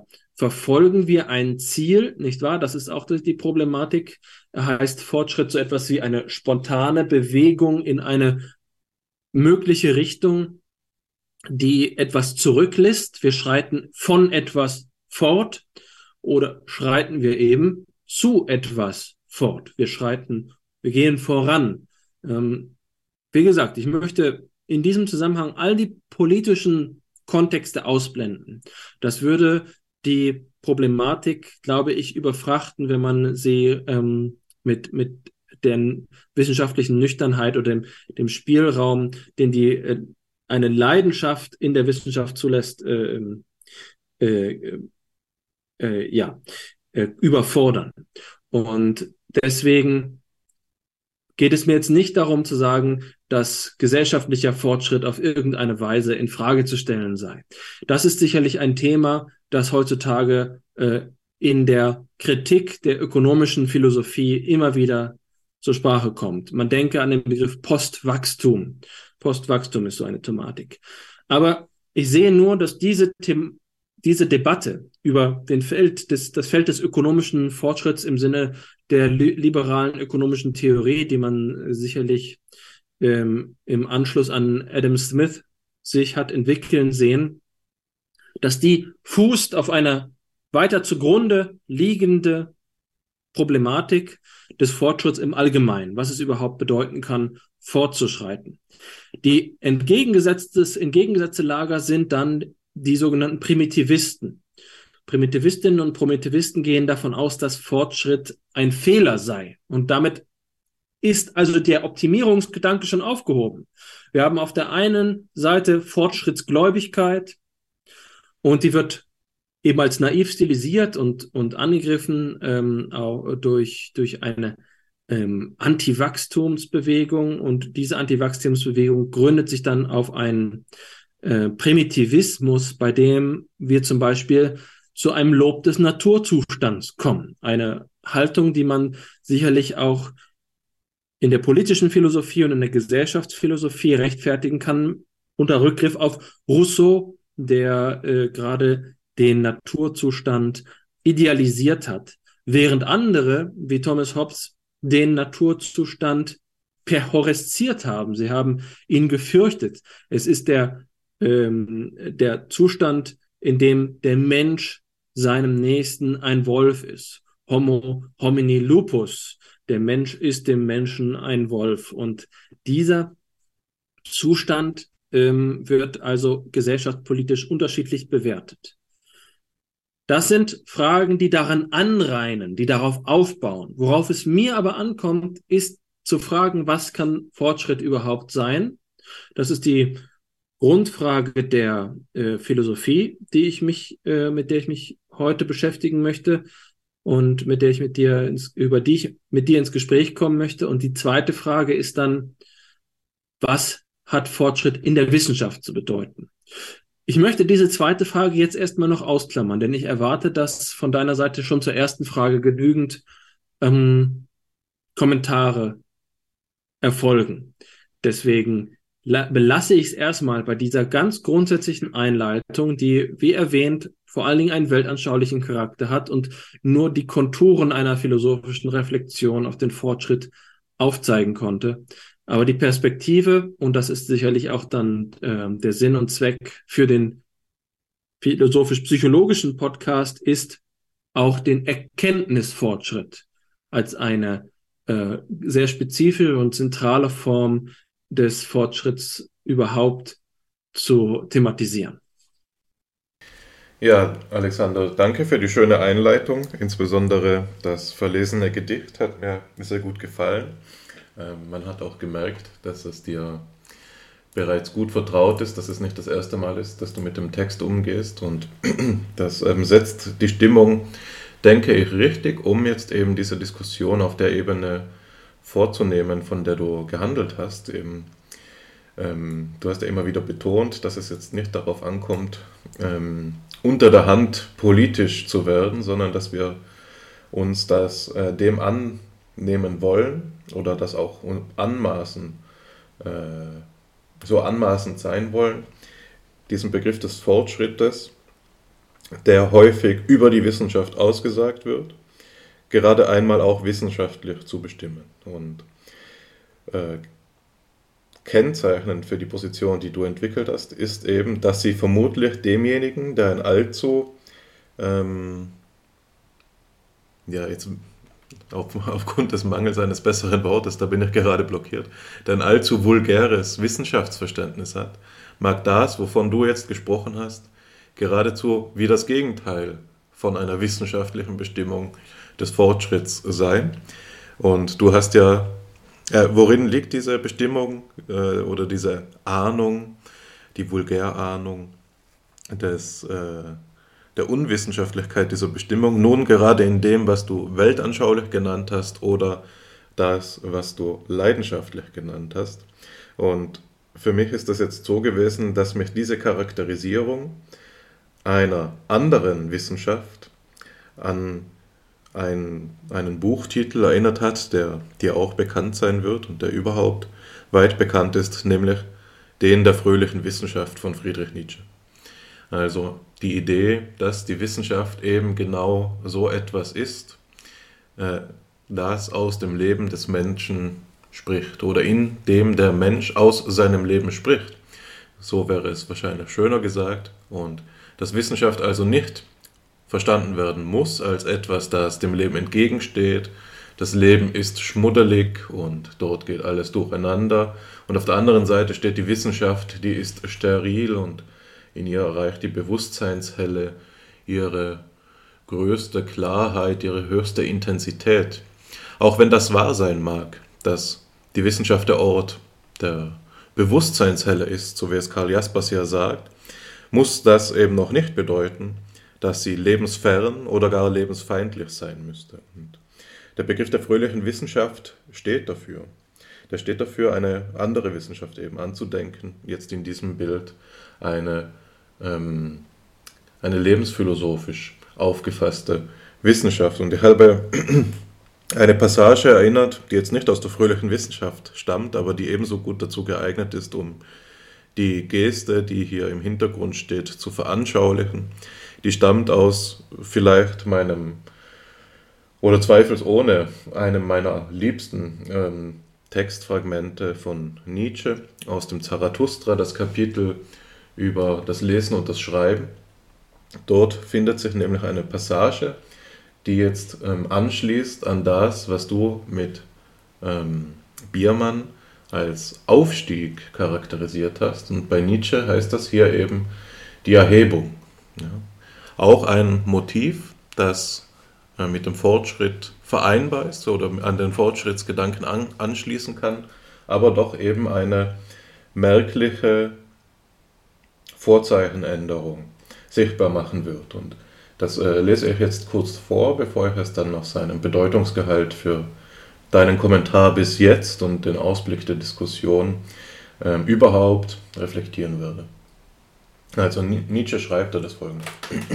verfolgen wir ein Ziel, nicht wahr? Das ist auch die Problematik. Heißt Fortschritt so etwas wie eine spontane Bewegung in eine mögliche Richtung, die etwas zurücklässt. Wir schreiten von etwas fort oder schreiten wir eben zu etwas fort. Wir gehen voran. Wie gesagt, ich möchte in diesem Zusammenhang all die politischen Kontexte ausblenden. Das würde die Problematik, glaube ich, überfrachten, wenn man sie mit der wissenschaftlichen Nüchternheit oder dem Spielraum, den eine Leidenschaft in der Wissenschaft zulässt, überfordern. Und deswegen geht es mir jetzt nicht darum zu sagen, dass gesellschaftlicher Fortschritt auf irgendeine Weise in Frage zu stellen sei. Das ist sicherlich ein Thema, das heutzutage in der Kritik der ökonomischen Philosophie immer wieder zur Sprache kommt. Man denke an den Begriff Postwachstum. Postwachstum ist so eine Thematik. Aber ich sehe nur, dass diese Debatte über das Feld des ökonomischen Fortschritts im Sinne der liberalen ökonomischen Theorie, die man sicherlich im Anschluss an Adam Smith sich hat entwickeln sehen, dass die fußt auf einer weiter zugrunde liegende Problematik des Fortschritts im Allgemeinen, was es überhaupt bedeuten kann, fortzuschreiten. Die entgegengesetzte Lager sind dann die sogenannten Primitivisten. Primitivistinnen und Primitivisten gehen davon aus, dass Fortschritt ein Fehler sei. Und damit ist also der Optimierungsgedanke schon aufgehoben. Wir haben auf der einen Seite Fortschrittsgläubigkeit und die wird eben als naiv stilisiert und angegriffen auch durch eine Anti-Wachstumsbewegung. Und diese Anti-Wachstumsbewegung gründet sich dann auf einen Primitivismus, bei dem wir zum Beispiel zu einem Lob des Naturzustands kommen. Eine Haltung, die man sicherlich auch in der politischen Philosophie und in der Gesellschaftsphilosophie rechtfertigen kann, unter Rückgriff auf Rousseau, der gerade den Naturzustand idealisiert hat, während andere, wie Thomas Hobbes, den Naturzustand perhorresziert haben. Sie haben ihn gefürchtet. Es ist der Zustand, in dem der Mensch seinem Nächsten ein Wolf ist. Homo homini lupus. Der Mensch ist dem Menschen ein Wolf. Und dieser Zustand wird also gesellschaftspolitisch unterschiedlich bewertet. Das sind Fragen, die daran anreihen, die darauf aufbauen. Worauf es mir aber ankommt, ist zu fragen, was kann Fortschritt überhaupt sein? Das ist die Grundfrage der Philosophie, mit der ich mich heute beschäftigen möchte und mit der ich mit dir ins Gespräch kommen möchte. Und die zweite Frage ist dann, was hat Fortschritt in der Wissenschaft zu bedeuten? Ich möchte diese zweite Frage jetzt erstmal noch ausklammern, denn ich erwarte, dass von deiner Seite schon zur ersten Frage genügend Kommentare erfolgen. Deswegen belasse ich es erstmal bei dieser ganz grundsätzlichen Einleitung, die, wie erwähnt, vor allen Dingen einen weltanschaulichen Charakter hat und nur die Konturen einer philosophischen Reflexion auf den Fortschritt aufzeigen konnte. Aber die Perspektive, und das ist sicherlich auch dann der Sinn und Zweck für den philosophisch-psychologischen Podcast, ist auch den Erkenntnisfortschritt als eine sehr spezifische und zentrale Form des Fortschritts überhaupt zu thematisieren. Ja, Alexander, danke für die schöne Einleitung. Insbesondere das verlesene Gedicht hat mir sehr gut gefallen. Man hat auch gemerkt, dass es dir bereits gut vertraut ist, dass es nicht das erste Mal ist, dass du mit dem Text umgehst. Und das setzt die Stimmung, denke ich, richtig, um jetzt eben diese Diskussion auf der Ebene vorzunehmen, von der du gehandelt hast. Eben, du hast ja immer wieder betont, dass es jetzt nicht darauf ankommt, unter der Hand politisch zu werden, sondern dass wir uns dem annehmen wollen oder das auch so anmaßend sein wollen, diesen Begriff des Fortschrittes der häufig über die Wissenschaft ausgesagt wird, gerade einmal auch wissenschaftlich zu bestimmen. Und kennzeichnend für die Position, die du entwickelt hast, ist eben, dass sie vermutlich demjenigen, der ein allzu, jetzt aufgrund des Mangels eines besseren Wortes, da bin ich gerade blockiert, der ein allzu vulgäres Wissenschaftsverständnis hat, mag das, wovon du jetzt gesprochen hast, geradezu wie das Gegenteil von einer wissenschaftlichen Bestimmung des Fortschritts sein. Und du hast ja, worin liegt diese Bestimmung oder diese Ahnung, die Vulgärahnung der Unwissenschaftlichkeit dieser Bestimmung? Nun gerade in dem, was du weltanschaulich genannt hast oder das, was du leidenschaftlich genannt hast. Und für mich ist das jetzt so gewesen, dass mich diese Charakterisierung einer anderen Wissenschaft an einen Buchtitel erinnert hat, der dir auch bekannt sein wird und der überhaupt weit bekannt ist, nämlich den der fröhlichen Wissenschaft von Friedrich Nietzsche. Also die Idee, dass die Wissenschaft eben genau so etwas ist, das aus dem Leben des Menschen spricht oder in dem der Mensch aus seinem Leben spricht. So wäre es wahrscheinlich schöner gesagt. Und dass Wissenschaft also nicht verstanden werden muss als etwas, das dem Leben entgegensteht. Das Leben ist schmuddelig und dort geht alles durcheinander. Und auf der anderen Seite steht die Wissenschaft, die ist steril und in ihr erreicht die Bewusstseinshelle ihre größte Klarheit, ihre höchste Intensität. Auch wenn das wahr sein mag, dass die Wissenschaft der Ort der Bewusstseinshelle ist, so wie es Karl Jaspers ja sagt, muss das eben noch nicht bedeuten, dass sie lebensfern oder gar lebensfeindlich sein müsste. Und der Begriff der fröhlichen Wissenschaft steht dafür. Der steht dafür, eine andere Wissenschaft eben anzudenken, jetzt in diesem Bild eine lebensphilosophisch aufgefasste Wissenschaft. Und ich habe eine Passage erinnert, die jetzt nicht aus der fröhlichen Wissenschaft stammt, aber die ebenso gut dazu geeignet ist, um die Geste, die hier im Hintergrund steht, zu veranschaulichen. Die stammt aus vielleicht meinem, oder zweifelsohne einem meiner liebsten Textfragmente von Nietzsche, aus dem Zarathustra, das Kapitel über das Lesen und das Schreiben. Dort findet sich nämlich eine Passage, die jetzt anschließt an das, was du mit Biermann als Aufstieg charakterisiert hast. Und bei Nietzsche heißt das hier eben die Erhebung. Ja. Auch ein Motiv, das mit dem Fortschritt vereinbar ist oder an den Fortschrittsgedanken anschließen kann, aber doch eben eine merkliche Vorzeichenänderung sichtbar machen wird. Und das lese ich jetzt kurz vor, bevor ich es dann noch seinen Bedeutungsgehalt für deinen Kommentar bis jetzt und den Ausblick der Diskussion überhaupt reflektieren würde. Also Nietzsche schreibt da das Folgende.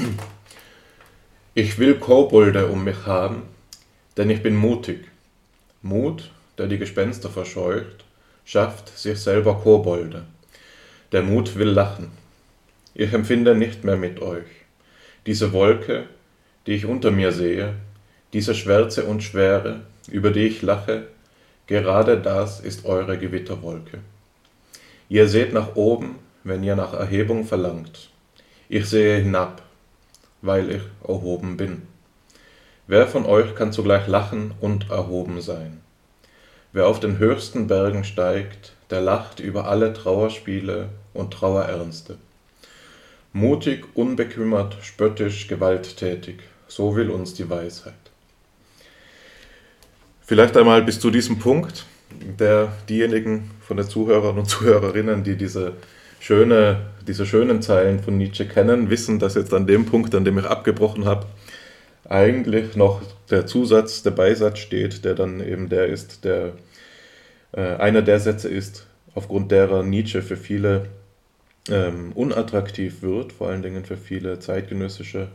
Ich will Kobolde um mich haben, denn ich bin mutig. Mut, der die Gespenster verscheucht, schafft sich selber Kobolde. Der Mut will lachen. Ich empfinde nicht mehr mit euch. Diese Wolke, die ich unter mir sehe, diese Schwärze und Schwere, über die ich lache, gerade das ist eure Gewitterwolke. Ihr seht nach oben, wenn ihr nach Erhebung verlangt. Ich sehe hinab, weil ich erhoben bin. Wer von euch kann zugleich lachen und erhoben sein? Wer auf den höchsten Bergen steigt, der lacht über alle Trauerspiele und Trauerernste. Mutig, unbekümmert, spöttisch, gewalttätig, so will uns die Weisheit. Vielleicht einmal bis zu diesem Punkt, diejenigen von den Zuhörern und Zuhörerinnen, die diese schönen Zeilen von Nietzsche kennen, wissen, dass jetzt an dem Punkt, an dem ich abgebrochen habe, eigentlich noch der Beisatz steht, der dann eben der ist, der einer der Sätze ist, aufgrund derer Nietzsche für viele unattraktiv wird, vor allen Dingen für viele zeitgenössische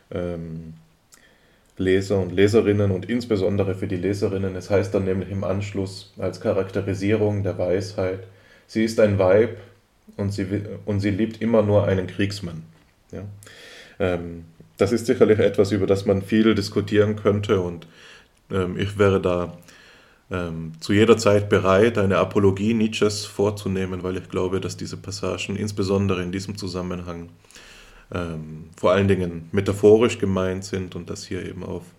Leser und Leserinnen und insbesondere für die Leserinnen. Es heißt dann nämlich im Anschluss als Charakterisierung der Weisheit, sie ist ein Weib und sie liebt immer nur einen Kriegsmann. Ja? Das ist sicherlich etwas, über das man viel diskutieren könnte, und ich wäre da zu jeder Zeit bereit, eine Apologie Nietzsches vorzunehmen, weil ich glaube, dass diese Passagen insbesondere in diesem Zusammenhang vor allen Dingen metaphorisch gemeint sind und dass hier eben auf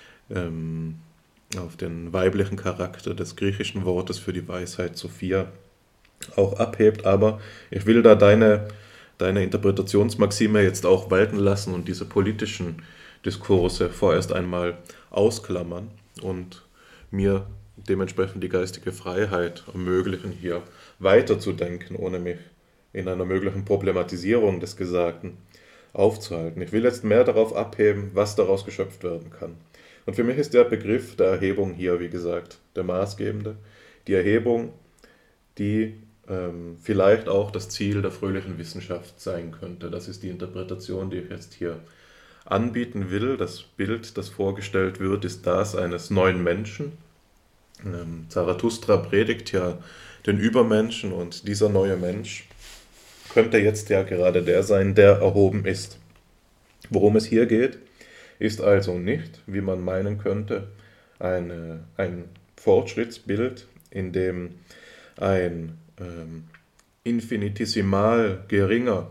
den weiblichen Charakter des griechischen Wortes für die Weisheit Sophia auch abhebt. Aber ich will da deine Interpretationsmaxime jetzt auch walten lassen und diese politischen Diskurse vorerst einmal ausklammern und mir dementsprechend die geistige Freiheit ermöglichen, hier weiterzudenken, ohne mich in einer möglichen Problematisierung des Gesagten aufzuhalten. Ich will jetzt mehr darauf abheben, was daraus geschöpft werden kann. Und für mich ist der Begriff der Erhebung hier, wie gesagt, der maßgebende. Die Erhebung, die vielleicht auch das Ziel der fröhlichen Wissenschaft sein könnte. Das ist die Interpretation, die ich jetzt hier anbieten will. Das Bild, das vorgestellt wird, ist das eines neuen Menschen. Zarathustra predigt ja den Übermenschen, und dieser neue Mensch könnte jetzt ja gerade der sein, der erhoben ist. Worum es hier geht, ist also nicht, wie man meinen könnte, ein Fortschrittsbild, in dem ein infinitesimal geringer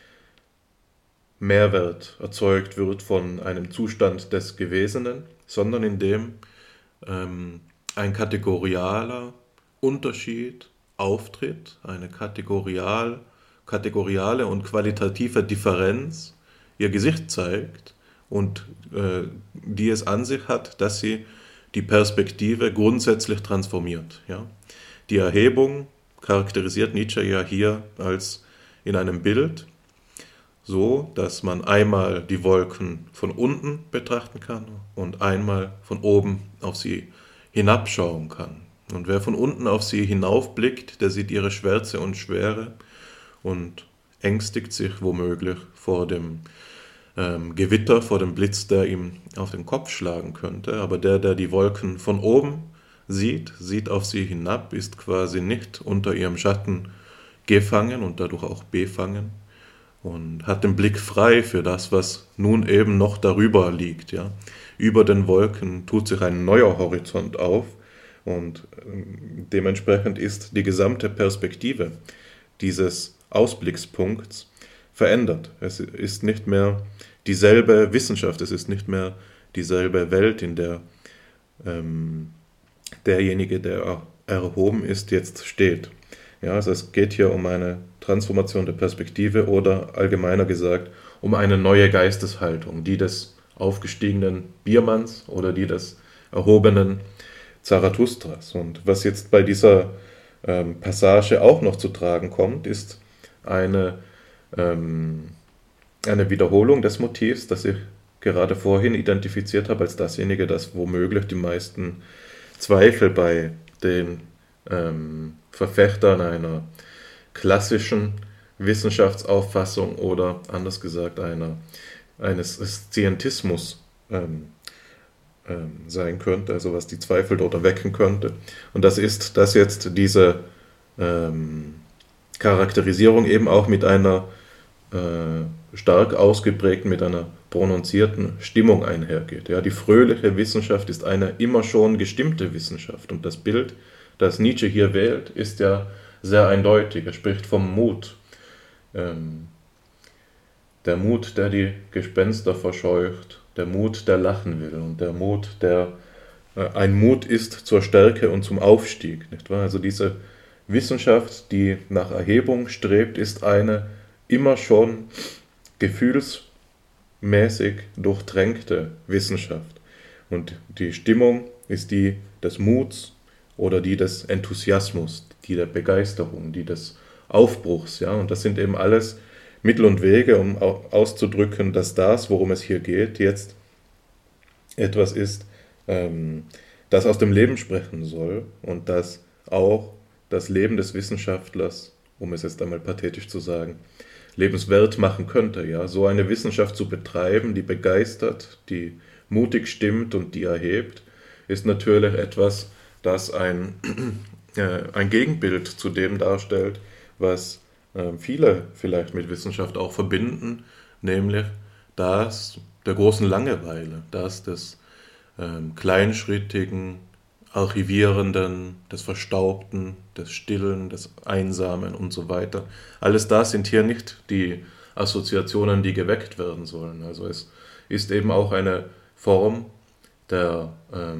Mehrwert erzeugt wird von einem Zustand des Gewesenen, sondern in dem ein kategorialer Unterschied auftritt, eine kategoriale und qualitative Differenz ihr Gesicht zeigt und die es an sich hat, dass sie die Perspektive grundsätzlich transformiert. Ja? Die Erhebung charakterisiert Nietzsche ja hier als in einem Bild, so dass man einmal die Wolken von unten betrachten kann und einmal von oben auf sie hinabschauen kann. Und wer von unten auf sie hinaufblickt, der sieht ihre Schwärze und Schwere und ängstigt sich womöglich vor dem Gewitter, vor dem Blitz, der ihm auf den Kopf schlagen könnte. Aber der die Wolken von oben sieht auf sie hinab, ist quasi nicht unter ihrem Schatten gefangen und dadurch auch befangen und hat den Blick frei für das, was nun eben noch darüber liegt. Ja. Über den Wolken tut sich ein neuer Horizont auf, und dementsprechend ist die gesamte Perspektive dieses Ausblickspunkts verändert. Es ist nicht mehr dieselbe Wissenschaft, es ist nicht mehr dieselbe Welt, in der derjenige, der erhoben ist, jetzt steht. Ja, also es geht hier um eine Transformation der Perspektive oder allgemeiner gesagt um eine neue Geisteshaltung, die des aufgestiegenen Biermanns oder die des erhobenen Zarathustras. Und was jetzt bei dieser Passage auch noch zu tragen kommt, ist eine Wiederholung des Motivs, das ich gerade vorhin identifiziert habe als dasjenige, das womöglich die meisten Zweifel bei den Verfechtern einer klassischen Wissenschaftsauffassung oder anders gesagt eines Scientismus sein könnte, also was die Zweifel dort erwecken könnte. Und das ist, dass jetzt diese Charakterisierung eben auch mit einer stark ausgeprägten, mit einer prononzierten Stimmung einhergeht. Ja, die fröhliche Wissenschaft ist eine immer schon gestimmte Wissenschaft, und das Bild, das Nietzsche hier wählt, ist ja sehr eindeutig. Er spricht vom Mut. Der Mut, der die Gespenster verscheucht, der Mut, der lachen will, und der Mut, der ein Mut ist zur Stärke und zum Aufstieg. Nicht wahr? Also diese Wissenschaft, die nach Erhebung strebt, ist eine immer schon gefühlsmäßig durchtränkte Wissenschaft. Und die Stimmung ist die des Muts oder die des Enthusiasmus, die der Begeisterung, die des Aufbruchs. Ja? Und das sind eben alles Mittel und Wege, um auszudrücken, dass das, worum es hier geht, jetzt etwas ist, das aus dem Leben sprechen soll und das auch das Leben des Wissenschaftlers, um es jetzt einmal pathetisch zu sagen, lebenswert machen könnte. Ja? So eine Wissenschaft zu betreiben, die begeistert, die mutig stimmt und die erhebt, ist natürlich etwas, das ein Gegenbild zu dem darstellt, was viele vielleicht mit Wissenschaft auch verbinden, nämlich das der großen Langeweile, das des kleinschrittigen, archivierenden, des Verstaubten, des Stillen, des Einsamen und so weiter. Alles das sind hier nicht die Assoziationen, die geweckt werden sollen. Also es ist eben auch eine Form der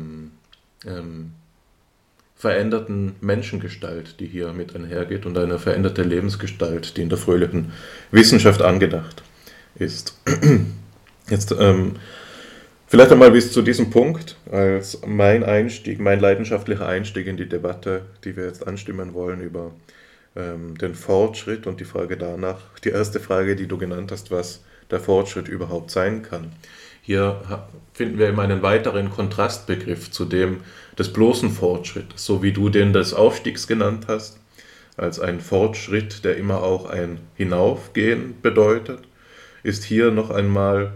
veränderten Menschengestalt, die hier mit einhergeht und eine veränderte Lebensgestalt, die in der fröhlichen Wissenschaft angedacht ist. Jetzt vielleicht einmal bis zu diesem Punkt als mein Einstieg, mein leidenschaftlicher Einstieg in die Debatte, die wir jetzt anstimmen wollen über den Fortschritt und die Frage danach, die erste Frage, die du genannt hast, was der Fortschritt überhaupt sein kann. Hier finden wir eben einen weiteren Kontrastbegriff zu dem des bloßen Fortschritts, so wie du den des Aufstiegs genannt hast, als ein Fortschritt, der immer auch ein Hinaufgehen bedeutet, ist hier noch einmal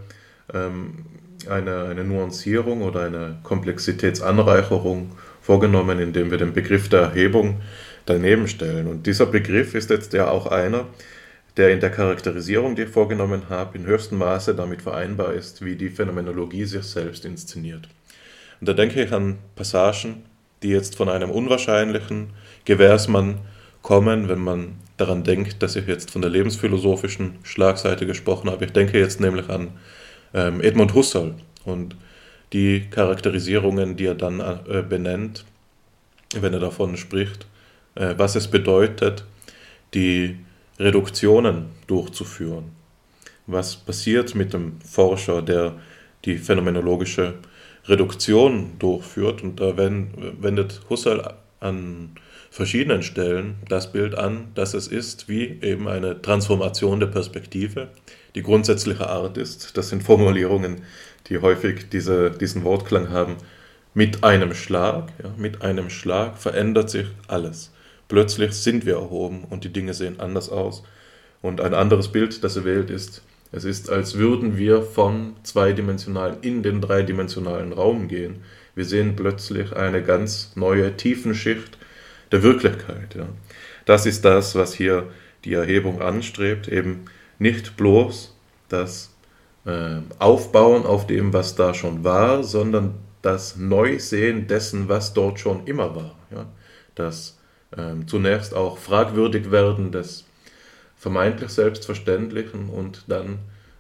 eine Nuancierung oder eine Komplexitätsanreicherung vorgenommen, indem wir den Begriff der Erhebung daneben stellen. Und dieser Begriff ist jetzt ja auch einer, der in der Charakterisierung, die ich vorgenommen habe, in höchstem Maße damit vereinbar ist, wie die Phänomenologie sich selbst inszeniert. Und da denke ich an Passagen, die jetzt von einem unwahrscheinlichen Gewährsmann kommen, wenn man daran denkt, dass ich jetzt von der lebensphilosophischen Schlagseite gesprochen habe. Ich denke jetzt nämlich an Edmund Husserl und die Charakterisierungen, die er dann benennt, wenn er davon spricht, was es bedeutet, die Reduktionen durchzuführen. Was passiert mit dem Forscher, der die phänomenologische Reduktion durchführt? Und da wendet Husserl an verschiedenen Stellen das Bild an, dass es ist wie eben eine Transformation der Perspektive, die grundsätzliche Art ist. Das sind Formulierungen, die häufig diesen Wortklang haben. Mit einem Schlag verändert sich alles. Plötzlich sind wir erhoben und die Dinge sehen anders aus. Und ein anderes Bild, das er wählt, ist, es ist, als würden wir von zweidimensionalen in den dreidimensionalen Raum gehen. Wir sehen plötzlich eine ganz neue Tiefenschicht der Wirklichkeit. Ja. Das ist das, was hier die Erhebung anstrebt, eben nicht bloß das Aufbauen auf dem, was da schon war, sondern das Neusehen dessen, was dort schon immer war. Ja. Das zunächst auch fragwürdig werden des vermeintlich Selbstverständlichen und dann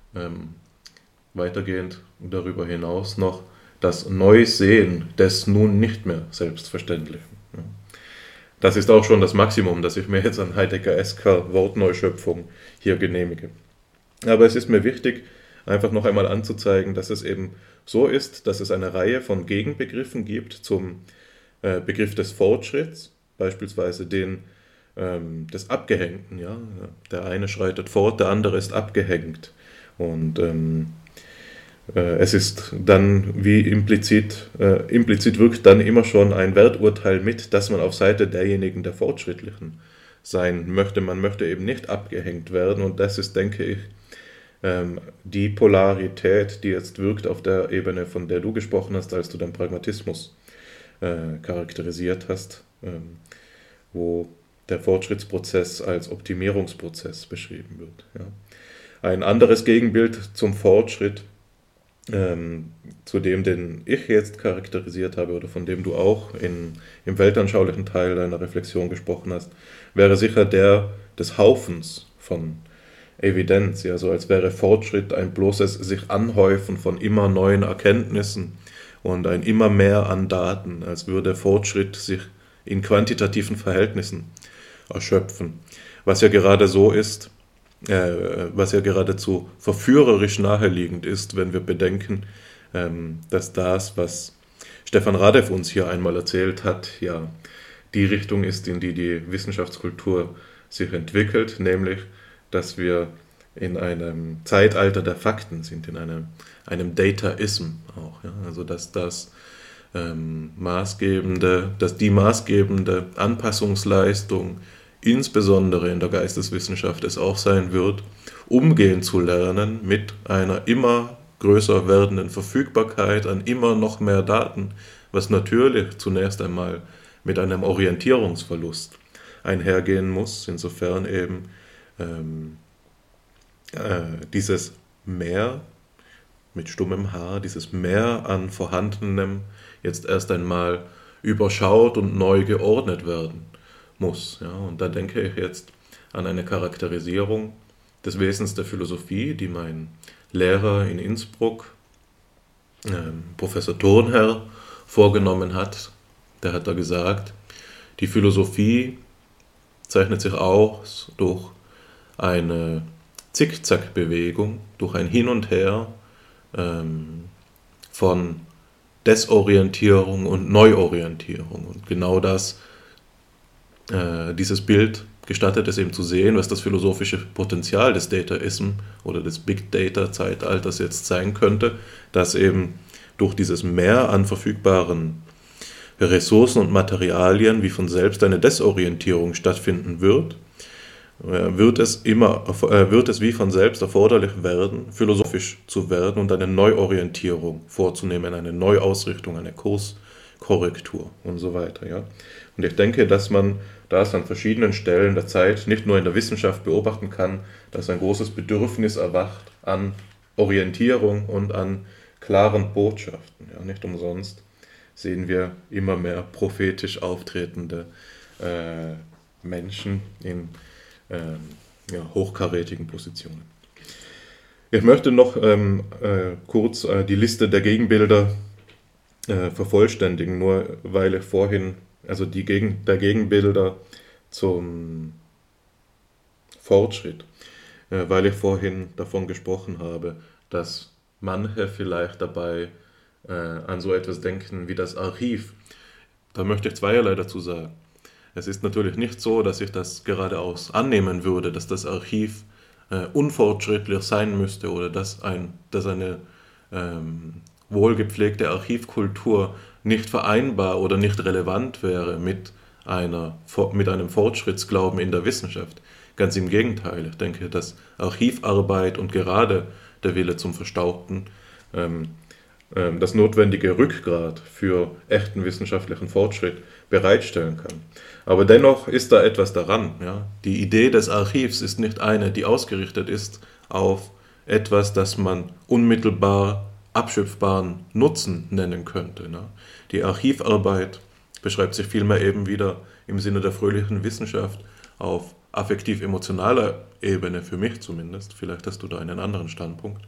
weitergehend darüber hinaus noch das Neusehen des nun nicht mehr Selbstverständlichen. Ja. Das ist auch schon das Maximum, das ich mir jetzt an Heidegger-esker Wortneuschöpfung hier genehmige. Aber es ist mir wichtig, einfach noch einmal anzuzeigen, dass es eben so ist, dass es eine Reihe von Gegenbegriffen gibt zum Begriff des Fortschritts, beispielsweise den des Abgehängten. Ja? Der eine schreitet fort, der andere ist abgehängt. Und es ist dann wie implizit wirkt dann immer schon ein Werturteil mit, dass man auf Seite derjenigen der Fortschrittlichen sein möchte. Man möchte eben nicht abgehängt werden und das ist, denke ich, die Polarität, die jetzt wirkt auf der Ebene, von der du gesprochen hast, als du den Pragmatismus charakterisiert hast, wo der Fortschrittsprozess als Optimierungsprozess beschrieben wird. Ja. Ein anderes Gegenbild zum Fortschritt, zu dem, den ich jetzt charakterisiert habe oder von dem du auch im weltanschaulichen Teil deiner Reflexion gesprochen hast, wäre sicher der des Haufens von Evidenz, ja, so als wäre Fortschritt ein bloßes sich Anhäufen von immer neuen Erkenntnissen und ein immer mehr an Daten, als würde Fortschritt sich in quantitativen Verhältnissen erschöpfen, was ja gerade so ist, was ja geradezu verführerisch naheliegend ist, wenn wir bedenken, dass das, was Stefan Radev uns hier einmal erzählt hat, ja die Richtung ist, in die die Wissenschaftskultur sich entwickelt, nämlich, dass wir in einem Zeitalter der Fakten sind, in einem Dataism auch. Ja? Also dass die maßgebende Anpassungsleistung insbesondere in der Geisteswissenschaft es auch sein wird, umgehen zu lernen mit einer immer größer werdenden Verfügbarkeit an immer noch mehr Daten, was natürlich zunächst einmal mit einem Orientierungsverlust einhergehen muss, insofern eben dieses Mehr mit stummem H, dieses Mehr an Vorhandenem jetzt erst einmal überschaut und neu geordnet werden muss. Ja, und da denke ich jetzt an eine Charakterisierung des Wesens der Philosophie, die mein Lehrer in Innsbruck, Professor Thurnherr, vorgenommen hat. Der hat da gesagt, die Philosophie zeichnet sich aus durch eine Zickzackbewegung, durch ein Hin und Her von Desorientierung und Neuorientierung. Und genau das, dieses Bild gestattet es eben zu sehen, was das philosophische Potenzial des Dataism oder des Big Data-Zeitalters jetzt sein könnte, dass eben durch dieses Mehr an verfügbaren Ressourcen und Materialien wie von selbst eine Desorientierung stattfinden wird, wird es wie von selbst erforderlich werden, philosophisch zu werden und eine Neuorientierung vorzunehmen, eine Neuausrichtung, eine Kurskorrektur und so weiter. Ja? Und ich denke, dass man das an verschiedenen Stellen der Zeit nicht nur in der Wissenschaft beobachten kann, dass ein großes Bedürfnis erwacht an Orientierung und an klaren Botschaften. Ja? Nicht umsonst sehen wir immer mehr prophetisch auftretende Menschen in hochkarätigen Positionen. Ich möchte noch kurz die Liste der Gegenbilder vervollständigen, nur weil ich vorhin, also der Gegenbilder zum Fortschritt, weil ich vorhin davon gesprochen habe, dass manche vielleicht dabei an so etwas denken wie das Archiv. Da möchte ich zweierlei dazu sagen. Es ist natürlich nicht so, dass ich das geradeaus annehmen würde, dass das Archiv unfortschrittlich sein müsste oder dass eine wohlgepflegte Archivkultur nicht vereinbar oder nicht relevant wäre mit einem Fortschrittsglauben in der Wissenschaft. Ganz im Gegenteil. Ich denke, dass Archivarbeit und gerade der Wille zum Verstaubten das notwendige Rückgrat für echten wissenschaftlichen Fortschritt bereitstellen kann. Aber dennoch ist da etwas daran. Ja? Die Idee des Archivs ist nicht eine, die ausgerichtet ist auf etwas, das man unmittelbar abschöpfbaren Nutzen nennen könnte. Ne? Die Archivarbeit beschreibt sich vielmehr eben wieder im Sinne der fröhlichen Wissenschaft auf affektiv-emotionaler Ebene, für mich zumindest. Vielleicht hast du da einen anderen Standpunkt.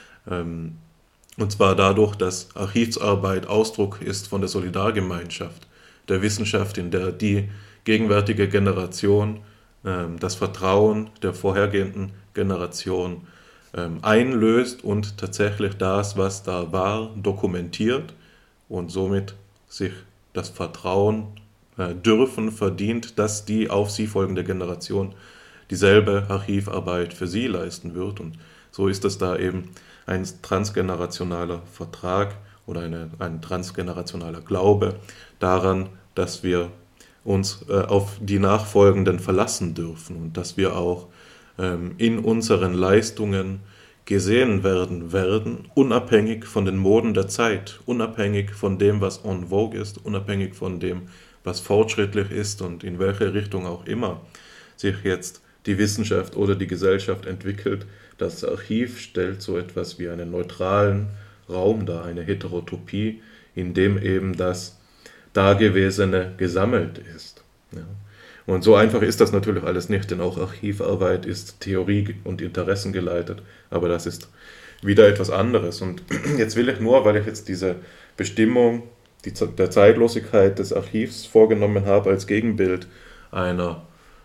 Und zwar dadurch, dass Archivsarbeit Ausdruck ist von der Solidargemeinschaft der Wissenschaft, in der die gegenwärtige Generation das Vertrauen der vorhergehenden Generation einlöst und tatsächlich das, was da war, dokumentiert und somit sich das Vertrauen dürfen verdient, dass die auf sie folgende Generation dieselbe Archivarbeit für sie leisten wird. Und so ist es da eben ein transgenerationaler Vertrag oder ein transgenerationaler Glaube daran, dass wir uns auf die Nachfolgenden verlassen dürfen und dass wir auch in unseren Leistungen gesehen werden, unabhängig von den Moden der Zeit, unabhängig von dem, was en vogue ist, unabhängig von dem, was fortschrittlich ist und in welche Richtung auch immer sich jetzt die Wissenschaft oder die Gesellschaft entwickelt. Das Archiv stellt so etwas wie einen neutralen Raum dar, eine Heterotopie, in dem eben das Dagewesene gesammelt ist. Ja. Und so einfach ist das natürlich alles nicht, denn auch Archivarbeit ist Theorie und Interessen geleitet, aber das ist wieder etwas anderes. Und jetzt will ich nur, weil ich jetzt diese Bestimmung der Zeitlosigkeit des Archivs vorgenommen habe, als Gegenbild einer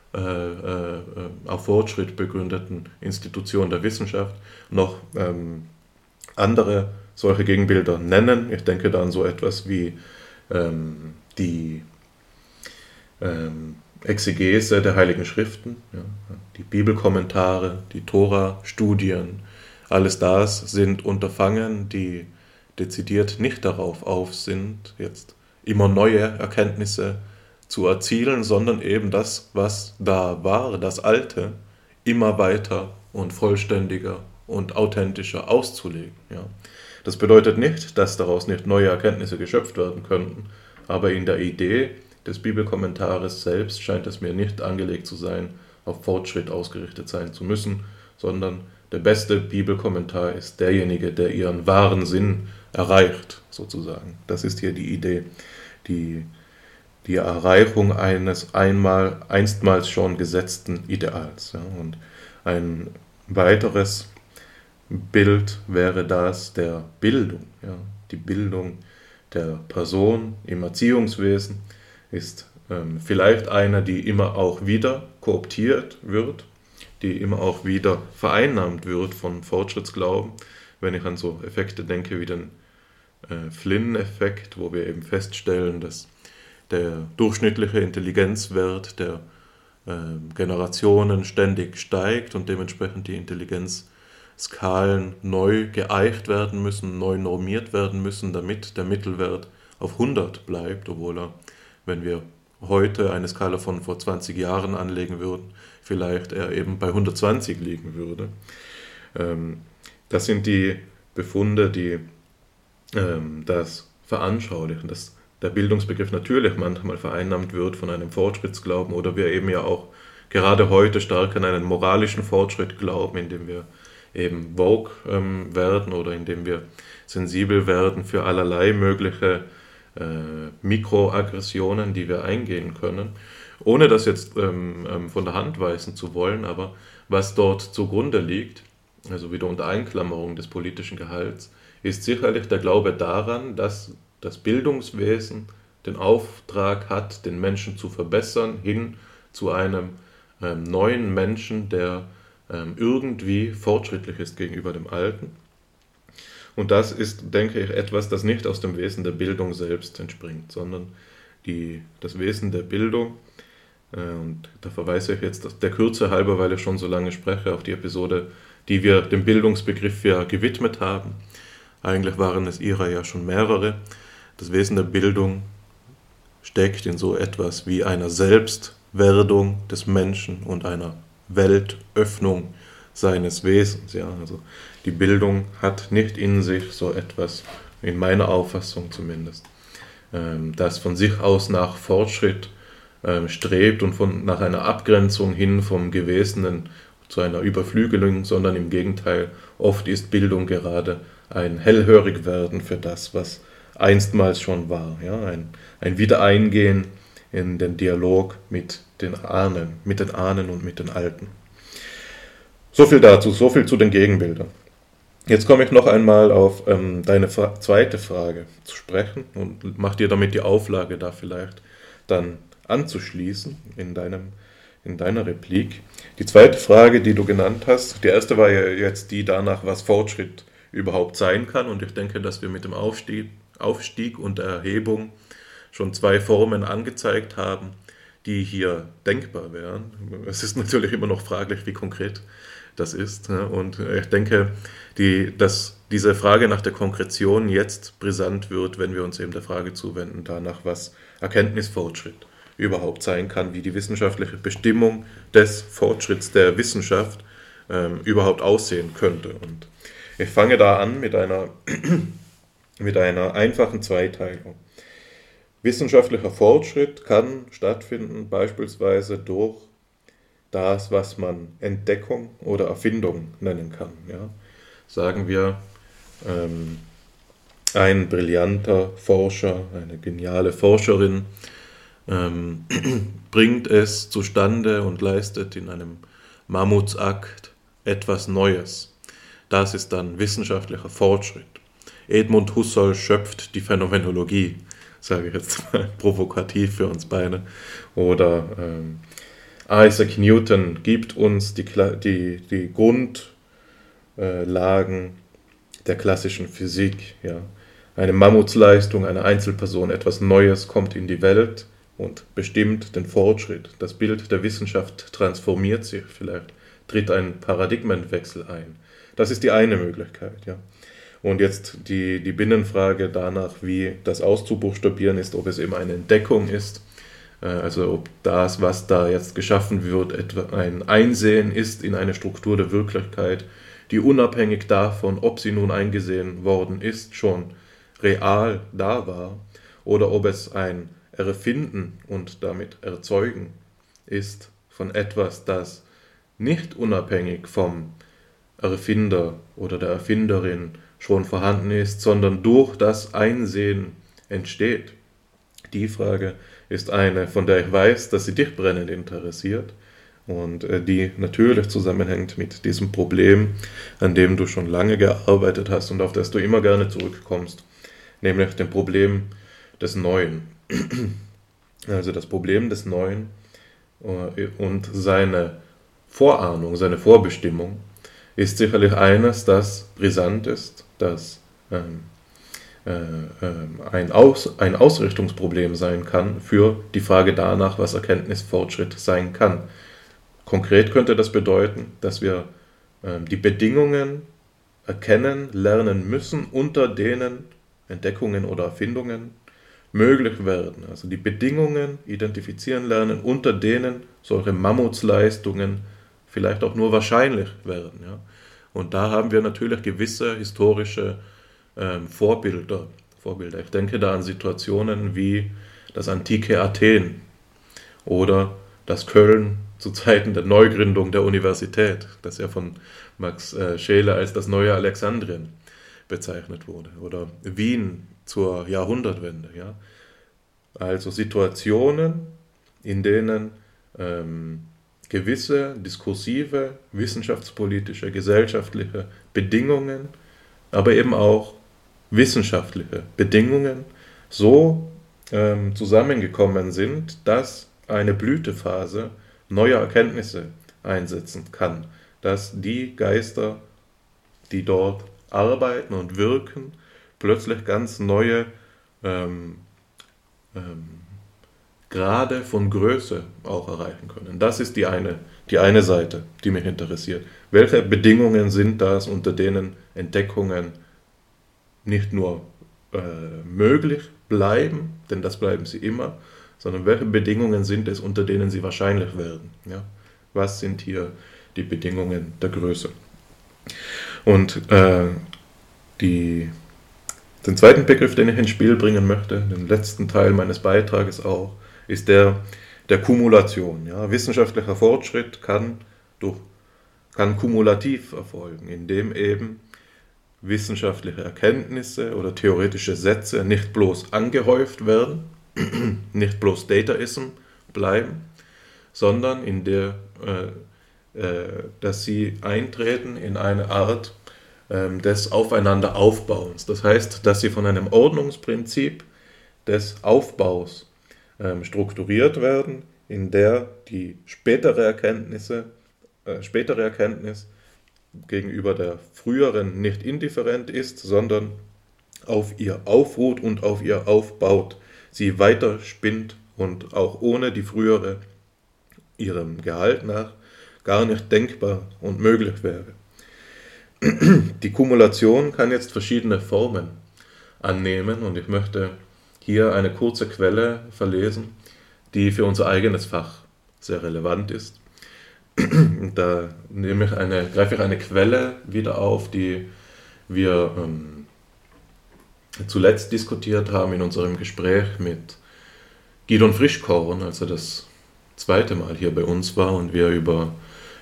auf Fortschritt begründeten Institution der Wissenschaft, noch andere solche Gegenbilder nennen. Ich denke da an so etwas wie die Exegese der Heiligen Schriften, ja, die Bibelkommentare, die Tora-Studien, alles das sind Unterfangen, die dezidiert nicht darauf auf sind, jetzt immer neue Erkenntnisse zu erzielen, sondern eben das, was da war, das Alte, immer weiter und vollständiger und authentischer auszulegen. Ja. Das bedeutet nicht, dass daraus nicht neue Erkenntnisse geschöpft werden könnten, aber in der Idee des Bibelkommentares selbst scheint es mir nicht angelegt zu sein, auf Fortschritt ausgerichtet sein zu müssen, sondern der beste Bibelkommentar ist derjenige, der ihren wahren Sinn erreicht, sozusagen. Das ist hier die Idee, die Erreichung eines einstmals schon gesetzten Ideals. Ja. Und ein weiteres Bild wäre das der Bildung. Ja. Die Bildung der Person im Erziehungswesen ist vielleicht eine, die immer auch wieder kooptiert wird, die immer auch wieder vereinnahmt wird von Fortschrittsglauben. Wenn ich an so Effekte denke wie den Flynn-Effekt, wo wir eben feststellen, dass der durchschnittliche Intelligenzwert der Generationen ständig steigt und dementsprechend die Intelligenzskalen neu geeicht werden müssen, neu normiert werden müssen, damit der Mittelwert auf 100 bleibt, obwohl er, wenn wir heute eine Skala von vor 20 Jahren anlegen würden, vielleicht er eben bei 120 liegen würde. Das sind die Befunde, die das veranschaulichen, dass der Bildungsbegriff natürlich manchmal vereinnahmt wird von einem Fortschrittsglauben oder wir eben ja auch gerade heute stark an einen moralischen Fortschritt glauben, indem wir eben woke werden oder indem wir sensibel werden für allerlei mögliche Mikroaggressionen, die wir eingehen können, ohne das jetzt von der Hand weisen zu wollen, aber was dort zugrunde liegt, also wieder unter Einklammerung des politischen Gehalts, ist sicherlich der Glaube daran, dass das Bildungswesen den Auftrag hat, den Menschen zu verbessern, hin zu einem neuen Menschen, der irgendwie fortschrittlich ist gegenüber dem Alten. Und das ist, denke ich, etwas, das nicht aus dem Wesen der Bildung selbst entspringt, sondern das Wesen der Bildung, und da verweise ich jetzt der Kürze halber, weil ich schon so lange spreche, auf die Episode, die wir dem Bildungsbegriff ja gewidmet haben. Eigentlich waren es ihrer ja schon mehrere. Das Wesen der Bildung steckt in so etwas wie einer Selbstwerdung des Menschen und einer Weltöffnung seines Wesens. Ja, also die Bildung hat nicht in sich so etwas, in meiner Auffassung zumindest, das von sich aus nach Fortschritt strebt und nach einer Abgrenzung hin vom Gewesenen zu einer Überflügelung, sondern im Gegenteil, oft ist Bildung gerade ein Hellhörigwerden für das, was einstmals schon war. Ja? Ein Wiedereingehen in den Dialog mit den Ahnen und mit den Alten. So viel dazu, so viel zu den Gegenbildern. Jetzt komme ich noch einmal auf deine zweite Frage zu sprechen und mache dir damit die Auflage, da vielleicht dann anzuschließen in deiner Replik. Die zweite Frage, die du genannt hast, die erste war ja jetzt die danach, was Fortschritt überhaupt sein kann, und ich denke, dass wir mit dem Aufstieg und der Erhebung schon zwei Formen angezeigt haben, die hier denkbar wären. Es ist natürlich immer noch fraglich, wie konkret das ist, und ich denke, dass diese Frage nach der Konkretion jetzt brisant wird, wenn wir uns eben der Frage zuwenden danach, was Erkenntnisfortschritt überhaupt sein kann, wie die wissenschaftliche Bestimmung des Fortschritts der Wissenschaft überhaupt aussehen könnte. Und ich fange da an mit einer einfachen Zweiteilung. Wissenschaftlicher Fortschritt kann stattfinden beispielsweise durch das, was man Entdeckung oder Erfindung nennen kann. Ja? Sagen wir, ein brillanter Forscher, eine geniale Forscherin bringt es zustande und leistet in einem Mammutsakt etwas Neues. Das ist dann wissenschaftlicher Fortschritt. Edmund Husserl schöpft die Phänomenologie, sage ich jetzt mal provokativ für uns beide. Oder Isaac Newton gibt uns die Grundlagen der klassischen Physik. Ja. Eine Mammutsleistung, eine Einzelperson, etwas Neues kommt in die Welt und bestimmt den Fortschritt. Das Bild der Wissenschaft transformiert sich, vielleicht tritt ein Paradigmenwechsel ein. Das ist die eine Möglichkeit. Ja. Und jetzt die Binnenfrage danach, wie das auszubuchstabieren ist, ob es eben eine Entdeckung ist, also ob das, was da jetzt geschaffen wird, etwa ein Einsehen ist in eine Struktur der Wirklichkeit, die unabhängig davon, ob sie nun eingesehen worden ist, schon real da war, oder ob es ein Erfinden und damit Erzeugen ist von etwas, das nicht unabhängig vom Erfinder oder der Erfinderin schon vorhanden ist, sondern durch das Einsehen entsteht. Die Frage ist eine, von der ich weiß, dass sie dich brennend interessiert und die natürlich zusammenhängt mit diesem Problem, an dem du schon lange gearbeitet hast und auf das du immer gerne zurückkommst, nämlich dem Problem des Neuen. Also das Problem des Neuen und seine Vorahnung, seine Vorbestimmung ist sicherlich eines, das brisant ist, das ein Ausrichtungsproblem sein kann für die Frage danach, was Erkenntnisfortschritt sein kann. Konkret könnte das bedeuten, dass wir die Bedingungen erkennen, lernen müssen, unter denen Entdeckungen oder Erfindungen möglich werden. Also die Bedingungen identifizieren lernen, unter denen solche Mammutsleistungen vielleicht auch nur wahrscheinlich werden. Ja? Und da haben wir natürlich gewisse historische Vorbilder. Ich denke da an Situationen wie das antike Athen oder das Köln zu Zeiten der Neugründung der Universität, das ja von Max Scheler als das neue Alexandrien bezeichnet wurde, oder Wien zur Jahrhundertwende. Ja? Also Situationen, in denen gewisse diskursive, wissenschaftspolitische, gesellschaftliche Bedingungen, aber eben auch wissenschaftliche Bedingungen so zusammengekommen sind, dass eine Blütephase neuer Erkenntnisse einsetzen kann, dass die Geister, die dort arbeiten und wirken, plötzlich ganz neue Grade von Größe auch erreichen können. Das ist die eine Seite, die mich interessiert. Welche Bedingungen sind das, unter denen Entdeckungen nicht nur möglich bleiben, denn das bleiben sie immer, sondern welche Bedingungen sind es, unter denen sie wahrscheinlich werden? Ja? Was sind hier die Bedingungen der Größe? Und den zweiten Begriff, den ich ins Spiel bringen möchte, den letzten Teil meines Beitrages auch, ist der Kumulation. Ja? Wissenschaftlicher Fortschritt kann kumulativ erfolgen, indem eben wissenschaftliche Erkenntnisse oder theoretische Sätze nicht bloß angehäuft werden, nicht bloß Dataism bleiben, sondern dass sie eintreten in eine Art des Aufeinanderaufbauens. Das heißt, dass sie von einem Ordnungsprinzip des Aufbaus strukturiert werden, in der die spätere Erkenntnis gegenüber der früheren nicht indifferent ist, sondern auf ihr aufruht und auf ihr aufbaut, sie weiterspinnt und auch ohne die frühere ihrem Gehalt nach gar nicht denkbar und möglich wäre. Die Kumulation kann jetzt verschiedene Formen annehmen und ich möchte hier eine kurze Quelle verlesen, die für unser eigenes Fach sehr relevant ist. Da greife ich eine Quelle wieder auf, die wir zuletzt diskutiert haben in unserem Gespräch mit Gidon Frischkorn, als er das zweite Mal hier bei uns war und wir über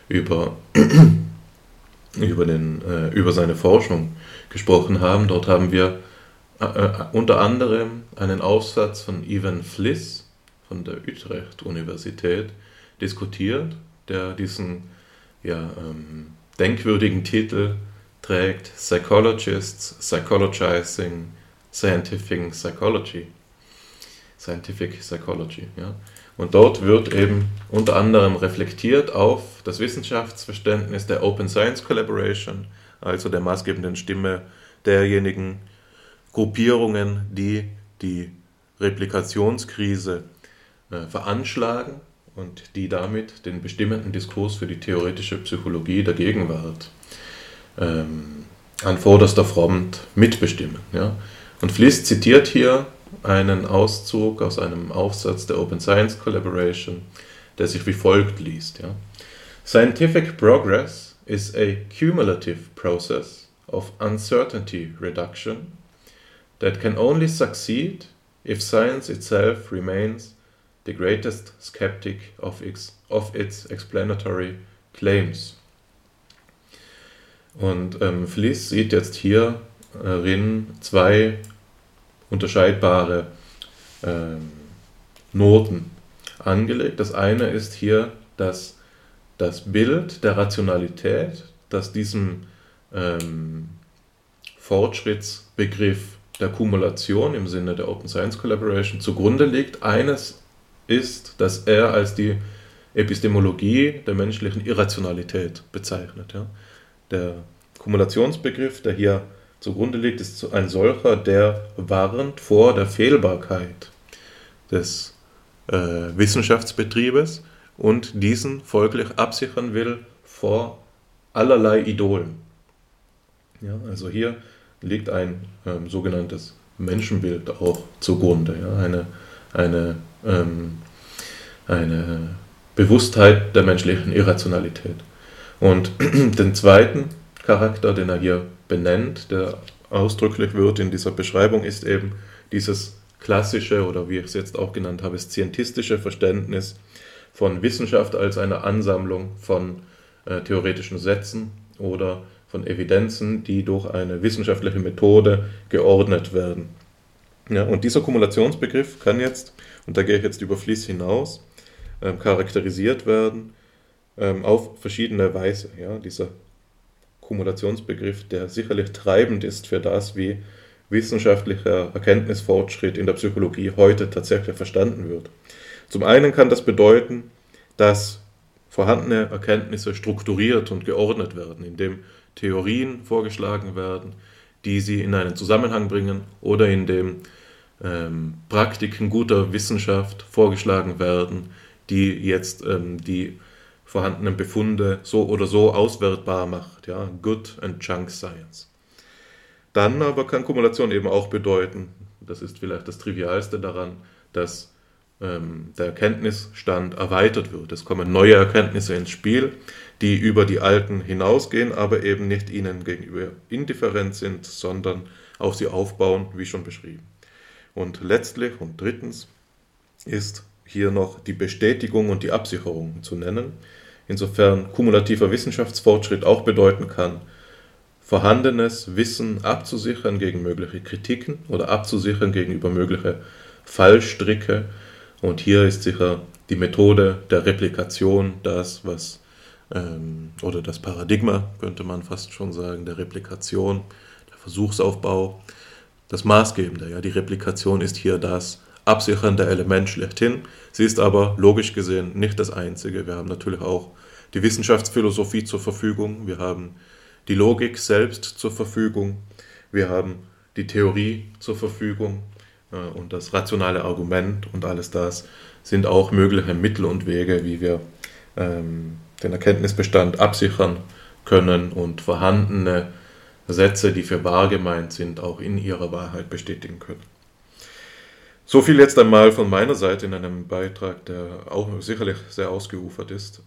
seine Forschung gesprochen haben. Dort haben wir unter anderem einen Aufsatz von Ivan Fliss von der Utrecht-Universität diskutiert, der diesen denkwürdigen Titel trägt: Psychologists Psychologizing Scientific Psychology. Ja. Und dort wird eben unter anderem reflektiert auf das Wissenschaftsverständnis der Open Science Collaboration, also der maßgebenden Stimme derjenigen Gruppierungen, die die Replikationskrise veranschlagen und die damit den bestimmenden Diskurs für die theoretische Psychologie der Gegenwart an vorderster Front mitbestimmen. Ja? Und Fliss zitiert hier einen Auszug aus einem Aufsatz der Open Science Collaboration, der sich wie folgt liest. Ja? Scientific progress is a cumulative process of uncertainty reduction that can only succeed if science itself remains the greatest skeptic of its explanatory claims. Und Fliess sieht jetzt hierin zwei unterscheidbare Noten angelegt. Das eine ist hier das Bild der Rationalität, das diesem Fortschrittsbegriff der Kumulation im Sinne der Open Science Collaboration zugrunde liegt. Eines ist, dass er als die Epistemologie der menschlichen Irrationalität bezeichnet. Ja. Der Kumulationsbegriff, der hier zugrunde liegt, ist ein solcher, der warnt vor der Fehlbarkeit des Wissenschaftsbetriebes und diesen folglich absichern will vor allerlei Idolen. Ja, also hier liegt ein sogenanntes Menschenbild auch zugrunde, ja, eine Bewusstheit der menschlichen Irrationalität. Und den zweiten Charakter, den er hier benennt, der ausdrücklich wird in dieser Beschreibung, ist eben dieses klassische oder wie ich es jetzt auch genannt habe, scientistische Verständnis von Wissenschaft als eine Ansammlung von theoretischen Sätzen oder von Evidenzen, die durch eine wissenschaftliche Methode geordnet werden. Ja, und dieser Kumulationsbegriff kann jetzt, und da gehe ich jetzt über Fliess hinaus, charakterisiert werden auf verschiedene Weise. Ja, dieser Kumulationsbegriff, der sicherlich treibend ist für das, wie wissenschaftlicher Erkenntnisfortschritt in der Psychologie heute tatsächlich verstanden wird. Zum einen kann das bedeuten, dass vorhandene Erkenntnisse strukturiert und geordnet werden, indem Theorien vorgeschlagen werden, die sie in einen Zusammenhang bringen oder indem Praktiken guter Wissenschaft vorgeschlagen werden, die jetzt die vorhandenen Befunde so oder so auswertbar macht. Ja? Good and Junk Science. Dann aber kann Kumulation eben auch bedeuten, das ist vielleicht das Trivialste daran, dass der Erkenntnisstand erweitert wird. Es kommen neue Erkenntnisse ins Spiel, die über die alten hinausgehen, aber eben nicht ihnen gegenüber indifferent sind, sondern auf sie aufbauen, wie schon beschrieben. Und letztlich und drittens ist hier noch die Bestätigung und die Absicherung zu nennen, insofern kumulativer Wissenschaftsfortschritt auch bedeuten kann, vorhandenes Wissen abzusichern gegen mögliche Kritiken oder abzusichern gegenüber mögliche Fallstricke. Und hier ist sicher die Methode der Replikation das, oder das Paradigma, könnte man fast schon sagen, der Replikation, der Versuchsaufbau, das Maßgebende. Ja, die Replikation ist hier das absichernde Element schlechthin. Sie ist aber logisch gesehen nicht das einzige. Wir haben natürlich auch die Wissenschaftsphilosophie zur Verfügung, wir haben die Logik selbst zur Verfügung, wir haben die Theorie zur Verfügung und das rationale Argument und alles das sind auch mögliche Mittel und Wege, wie wir den Erkenntnisbestand absichern können und vorhandene Sätze, die für wahr gemeint sind, auch in ihrer Wahrheit bestätigen können. So viel jetzt einmal von meiner Seite in einem Beitrag, der auch sicherlich sehr ausgeufert ist.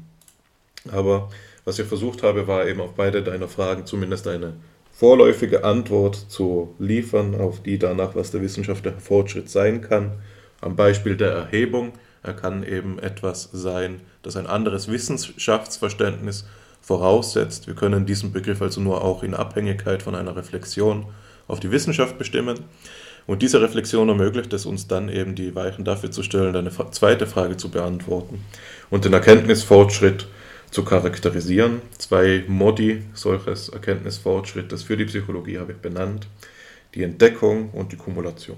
Aber was ich versucht habe, war eben auf beide deiner Fragen zumindest eine vorläufige Antwort zu liefern, auf die danach, was der wissenschaftliche Fortschritt sein kann. Am Beispiel der Erhebung, er kann eben etwas sein, das ein anderes Wissenschaftsverständnis voraussetzt. Wir können diesen Begriff also nur auch in Abhängigkeit von einer Reflexion auf die Wissenschaft bestimmen. Und diese Reflexion ermöglicht es uns dann eben, die Weichen dafür zu stellen, eine zweite Frage zu beantworten und den Erkenntnisfortschritt zu charakterisieren. 2 Modi solches Erkenntnisfortschrittes für die Psychologie habe ich benannt: die Entdeckung und die Kumulation.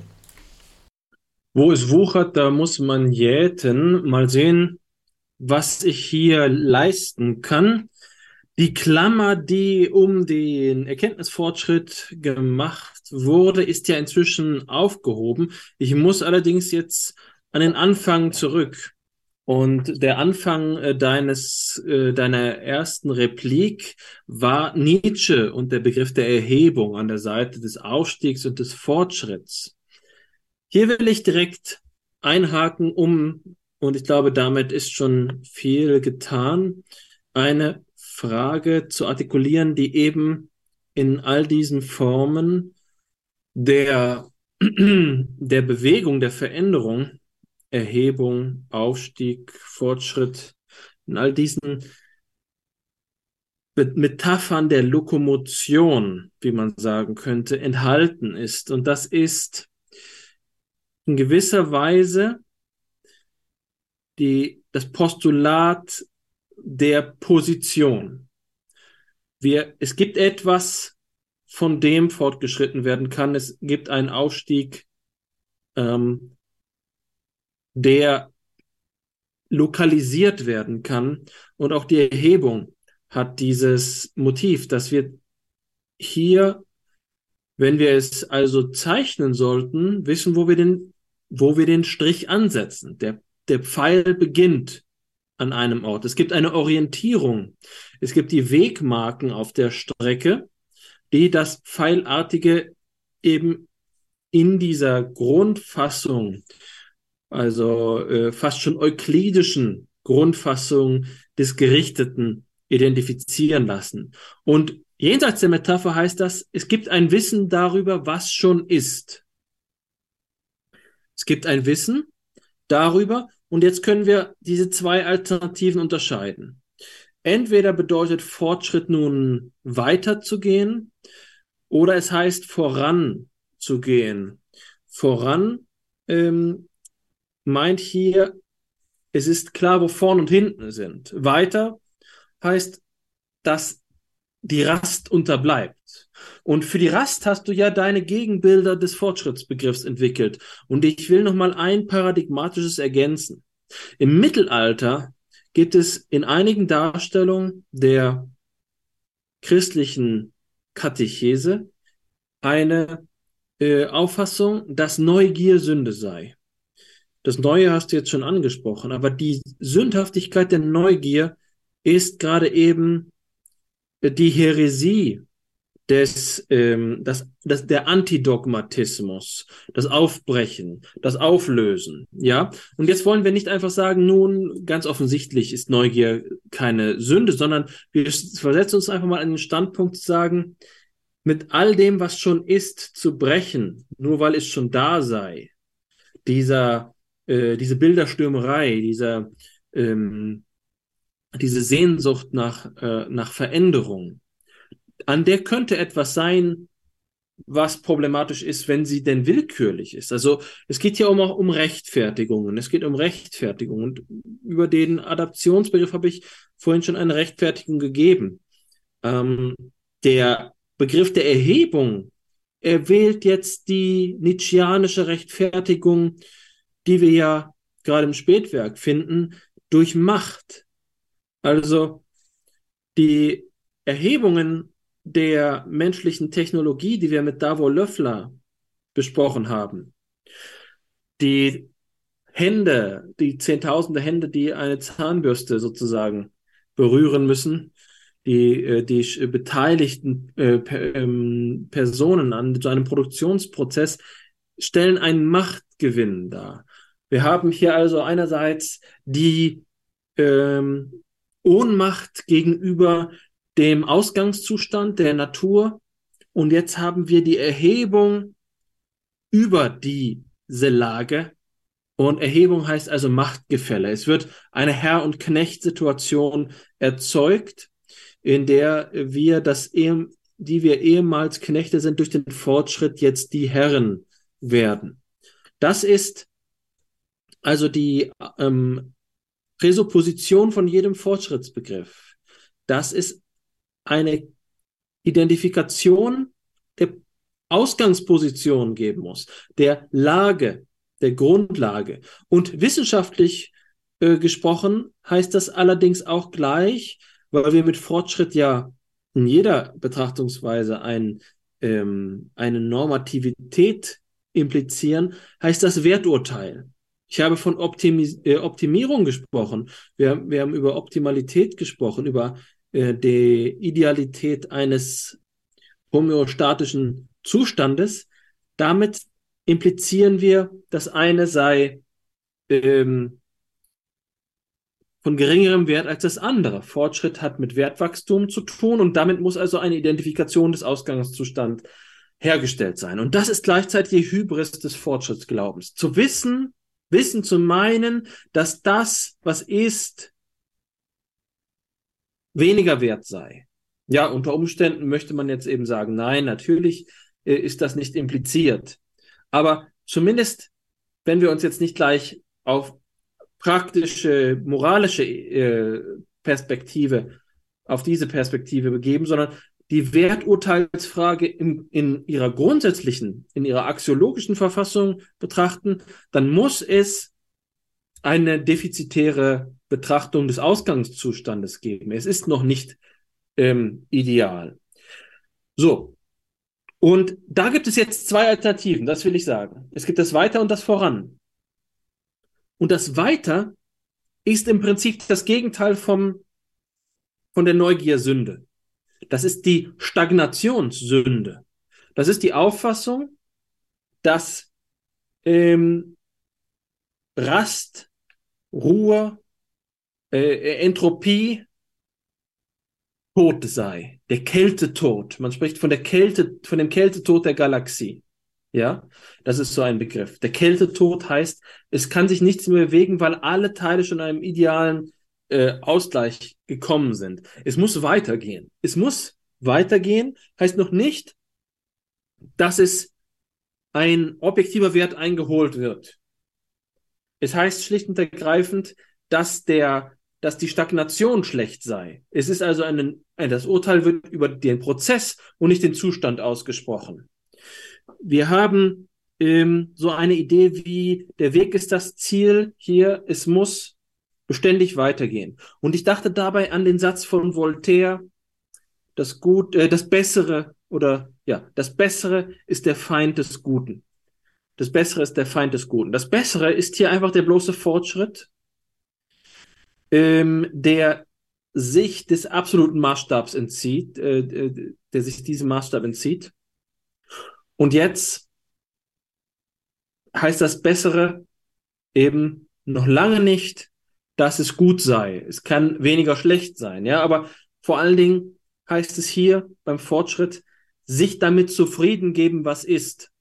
Wo es wuchert, da muss man jäten. Mal sehen, was ich hier leisten kann. Die Klammer, die um den Erkenntnisfortschritt gemacht wurde, ist ja inzwischen aufgehoben. Ich muss allerdings jetzt an den Anfang zurück. Und der Anfang deiner ersten Replik war Nietzsche und der Begriff der Erhebung an der Seite des Aufstiegs und des Fortschritts. Hier will ich direkt einhaken, und ich glaube, damit ist schon viel getan, eine Frage zu artikulieren, die eben in all diesen Formen der Bewegung, der Veränderung, Erhebung, Aufstieg, Fortschritt, in all diesen Metaphern der Lokomotion, wie man sagen könnte, enthalten ist. Und das ist in gewisser Weise das Postulat der Position. Es gibt etwas, von dem fortgeschritten werden kann. Es gibt einen Aufstieg, der lokalisiert werden kann. Und auch die Erhebung hat dieses Motiv, dass wir hier, wenn wir es also zeichnen sollten, wissen, wo wir den Strich ansetzen. Der Pfeil beginnt an einem Ort. Es gibt eine Orientierung. Es gibt die Wegmarken auf der Strecke, die das Pfeilartige eben in dieser Grundfassung, also fast schon euklidischen Grundfassung des Gerichteten identifizieren lassen. Und jenseits der Metapher heißt das, es gibt ein Wissen darüber, was schon ist. Es gibt ein Wissen darüber, und jetzt können wir diese zwei Alternativen unterscheiden. Entweder bedeutet Fortschritt nun weiterzugehen, oder es heißt voranzugehen. Voran meint hier, es ist klar, wo vorn und hinten sind. Weiter heißt, dass die Rast unterbleibt. Und für die Rast hast du ja deine Gegenbilder des Fortschrittsbegriffs entwickelt. Und ich will nochmal ein paradigmatisches ergänzen. Im Mittelalter gibt es in einigen Darstellungen der christlichen Katechese eine Auffassung, dass Neugier Sünde sei. Das Neue hast du jetzt schon angesprochen, aber die Sündhaftigkeit der Neugier ist gerade eben die Häresie der Antidogmatismus, das Aufbrechen, das Auflösen, ja. Und jetzt wollen wir nicht einfach sagen, nun, ganz offensichtlich ist Neugier keine Sünde, sondern wir versetzen uns einfach mal an den Standpunkt zu sagen, mit all dem, was schon ist, zu brechen, nur weil es schon da sei, diese Bilderstürmerei, diese Sehnsucht nach Veränderung, an der könnte etwas sein, was problematisch ist, wenn sie denn willkürlich ist. Also es geht hier auch um Rechtfertigungen. Es geht um Rechtfertigung. Und über den Adaptionsbegriff habe ich vorhin schon eine Rechtfertigung gegeben. Der Begriff der Erhebung, er wählt jetzt die nietzscheanische Rechtfertigung, die wir ja gerade im Spätwerk finden, durch Macht. Also die Erhebungen der menschlichen Technologie, die wir mit Davor Löffler besprochen haben, die Hände, die zehntausende Hände, die eine Zahnbürste sozusagen berühren müssen, die beteiligten Personen an so einem Produktionsprozess stellen einen Machtgewinn dar. Wir haben hier also einerseits die Ohnmacht gegenüber dem Ausgangszustand der Natur, und jetzt haben wir die Erhebung über diese Lage, und Erhebung heißt also Machtgefälle. Es wird eine Herr- und Knecht-Situation erzeugt, in der die wir ehemals Knechte sind, durch den Fortschritt jetzt die Herren werden. Das ist also die Präsupposition von jedem Fortschrittsbegriff. Das ist eine Identifikation der Ausgangsposition geben muss, der Lage, der Grundlage. Und wissenschaftlich gesprochen heißt das allerdings auch gleich, weil wir mit Fortschritt ja in jeder Betrachtungsweise eine Normativität implizieren, heißt das Werturteil. Ich habe von Optimierung gesprochen. Wir haben über Optimalität gesprochen, über die Idealität eines homöostatischen Zustandes. Damit implizieren wir, das eine sei von geringerem Wert als das andere. Fortschritt hat mit Wertwachstum zu tun, und damit muss also eine Identifikation des Ausgangszustands hergestellt sein. Und das ist gleichzeitig die Hybris des Fortschrittsglaubens. Zu wissen zu meinen, dass das, was ist, weniger wert sei. Ja, unter Umständen möchte man jetzt eben sagen, nein, natürlich ist das nicht impliziert. Aber zumindest, wenn wir uns jetzt nicht gleich auf praktische, moralische Perspektive, auf diese Perspektive begeben, sondern die Werturteilsfrage in ihrer grundsätzlichen, in ihrer axiologischen Verfassung betrachten, dann muss es eine defizitäre Betrachtung des Ausgangszustandes geben. Es ist noch nicht ideal. So, und da gibt es jetzt zwei Alternativen, das will ich sagen. Es gibt das Weiter und das Voran. Und das Weiter ist im Prinzip das Gegenteil von der Neugiersünde. Das ist die Stagnationssünde. Das ist die Auffassung, dass Rast, Ruhe, Entropie Tod sei, der Kältetod. Man spricht von der Kälte, von dem Kältetod der Galaxie. Ja, das ist so ein Begriff. Der Kältetod heißt, es kann sich nichts mehr bewegen, weil alle Teile schon einem idealen Ausgleich gekommen sind. Es muss weitergehen. Es muss weitergehen, heißt noch nicht, dass es ein objektiver Wert eingeholt wird. Es heißt schlicht und ergreifend, dass die Stagnation schlecht sei. Es ist also das Urteil wird über den Prozess und nicht den Zustand ausgesprochen. Wir haben so eine Idee wie, der Weg ist das Ziel hier, es muss beständig weitergehen. Und ich dachte dabei an den Satz von Voltaire, das Bessere ist der Feind des Guten. Das Bessere ist der Feind des Guten. Das Bessere ist hier einfach der bloße Fortschritt, der sich des absoluten Maßstabs entzieht, der sich diesem Maßstab entzieht. Und jetzt heißt das Bessere eben noch lange nicht, dass es gut sei. Es kann weniger schlecht sein, ja, aber vor allen Dingen heißt es hier beim Fortschritt, sich damit zufrieden geben, was ist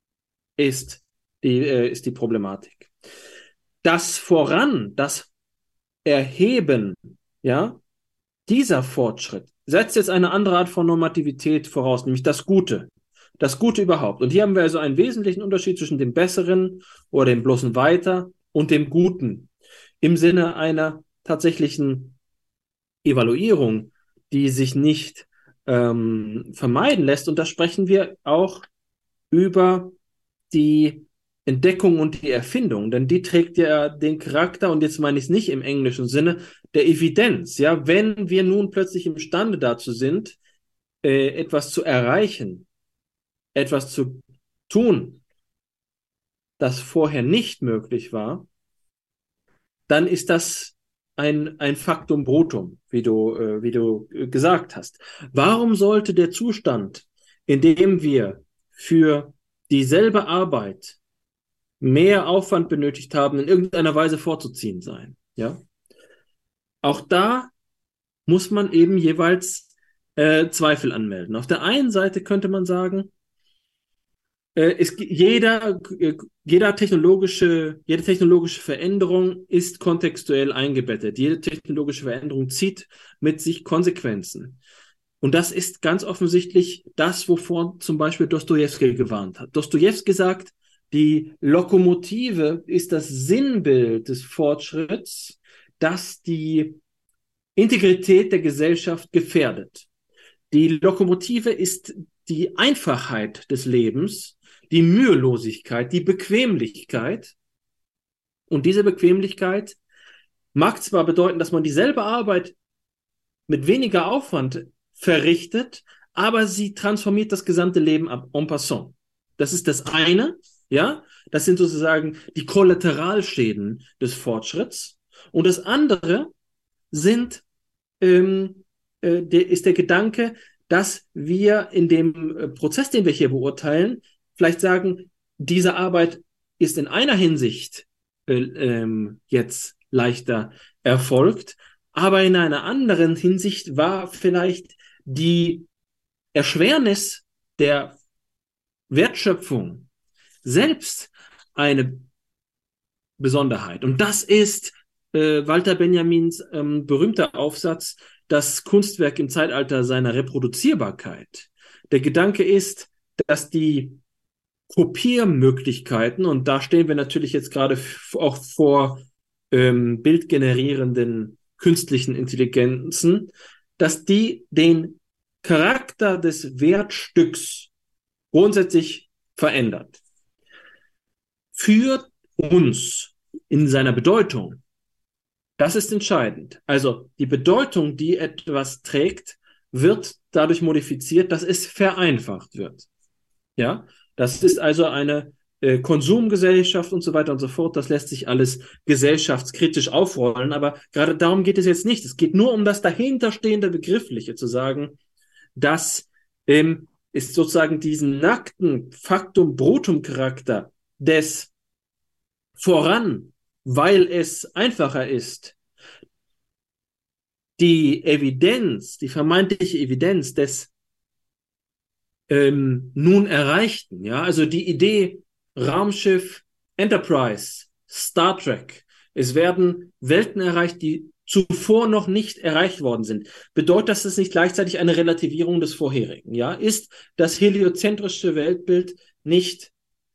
die Problematik. Das Voran, das Erheben, ja, dieser Fortschritt setzt jetzt eine andere Art von Normativität voraus, nämlich das Gute überhaupt. Und hier haben wir also einen wesentlichen Unterschied zwischen dem Besseren oder dem bloßen Weiter und dem Guten im Sinne einer tatsächlichen Evaluierung, die sich nicht vermeiden lässt. Und da sprechen wir auch über die Entdeckung und die Erfindung, denn die trägt ja den Charakter, und jetzt meine ich es nicht im englischen Sinne, der Evidenz. Ja, wenn wir nun plötzlich imstande dazu sind, etwas zu erreichen, etwas zu tun, das vorher nicht möglich war, dann ist das ein Factum Brutum, wie du gesagt hast. Warum sollte der Zustand, in dem wir für dieselbe Arbeit mehr Aufwand benötigt haben, in irgendeiner Weise vorzuziehen sein? Ja? Auch da muss man eben jeweils Zweifel anmelden. Auf der einen Seite könnte man sagen, jede technologische Veränderung ist kontextuell eingebettet. Jede technologische Veränderung zieht mit sich Konsequenzen. Und das ist ganz offensichtlich das, wovor zum Beispiel Dostojewski gewarnt hat. Dostojewski sagt, die Lokomotive ist das Sinnbild des Fortschritts, das die Integrität der Gesellschaft gefährdet. Die Lokomotive ist die Einfachheit des Lebens, die Mühelosigkeit, die Bequemlichkeit. Und diese Bequemlichkeit mag zwar bedeuten, dass man dieselbe Arbeit mit weniger Aufwand verrichtet, aber sie transformiert das gesamte Leben en passant. Das ist das eine, ja, das sind sozusagen die Kollateralschäden des Fortschritts. Und das andere ist der Gedanke, dass wir in dem Prozess, den wir hier beurteilen, vielleicht sagen, diese Arbeit ist in einer Hinsicht jetzt leichter erfolgt, aber in einer anderen Hinsicht war vielleicht die Erschwernis der Wertschöpfung selbst eine Besonderheit. Und das ist Walter Benjamins berühmter Aufsatz, das Kunstwerk im Zeitalter seiner Reproduzierbarkeit. Der Gedanke ist, dass die Kopiermöglichkeiten, und da stehen wir natürlich jetzt gerade auch vor bildgenerierenden künstlichen Intelligenzen, dass die den Charakter des Wertstücks grundsätzlich verändert. Für uns in seiner Bedeutung, das ist entscheidend. Also die Bedeutung, die etwas trägt, wird dadurch modifiziert, dass es vereinfacht wird. Ja, das ist also eine Konsumgesellschaft und so weiter und so fort. Das lässt sich alles gesellschaftskritisch aufrollen, aber gerade darum geht es jetzt nicht. Es geht nur um das dahinterstehende Begriffliche, zu sagen, dass ist sozusagen diesen nackten Factum-Brutum-Charakter des Voran, weil es einfacher ist, die Evidenz, die vermeintliche Evidenz des nun Erreichten, ja, also die Idee Raumschiff Enterprise, Star Trek, es werden Welten erreicht, die zuvor noch nicht erreicht worden sind. Bedeutet das nicht gleichzeitig eine Relativierung des Vorherigen? Ja, ist das heliozentrische Weltbild nicht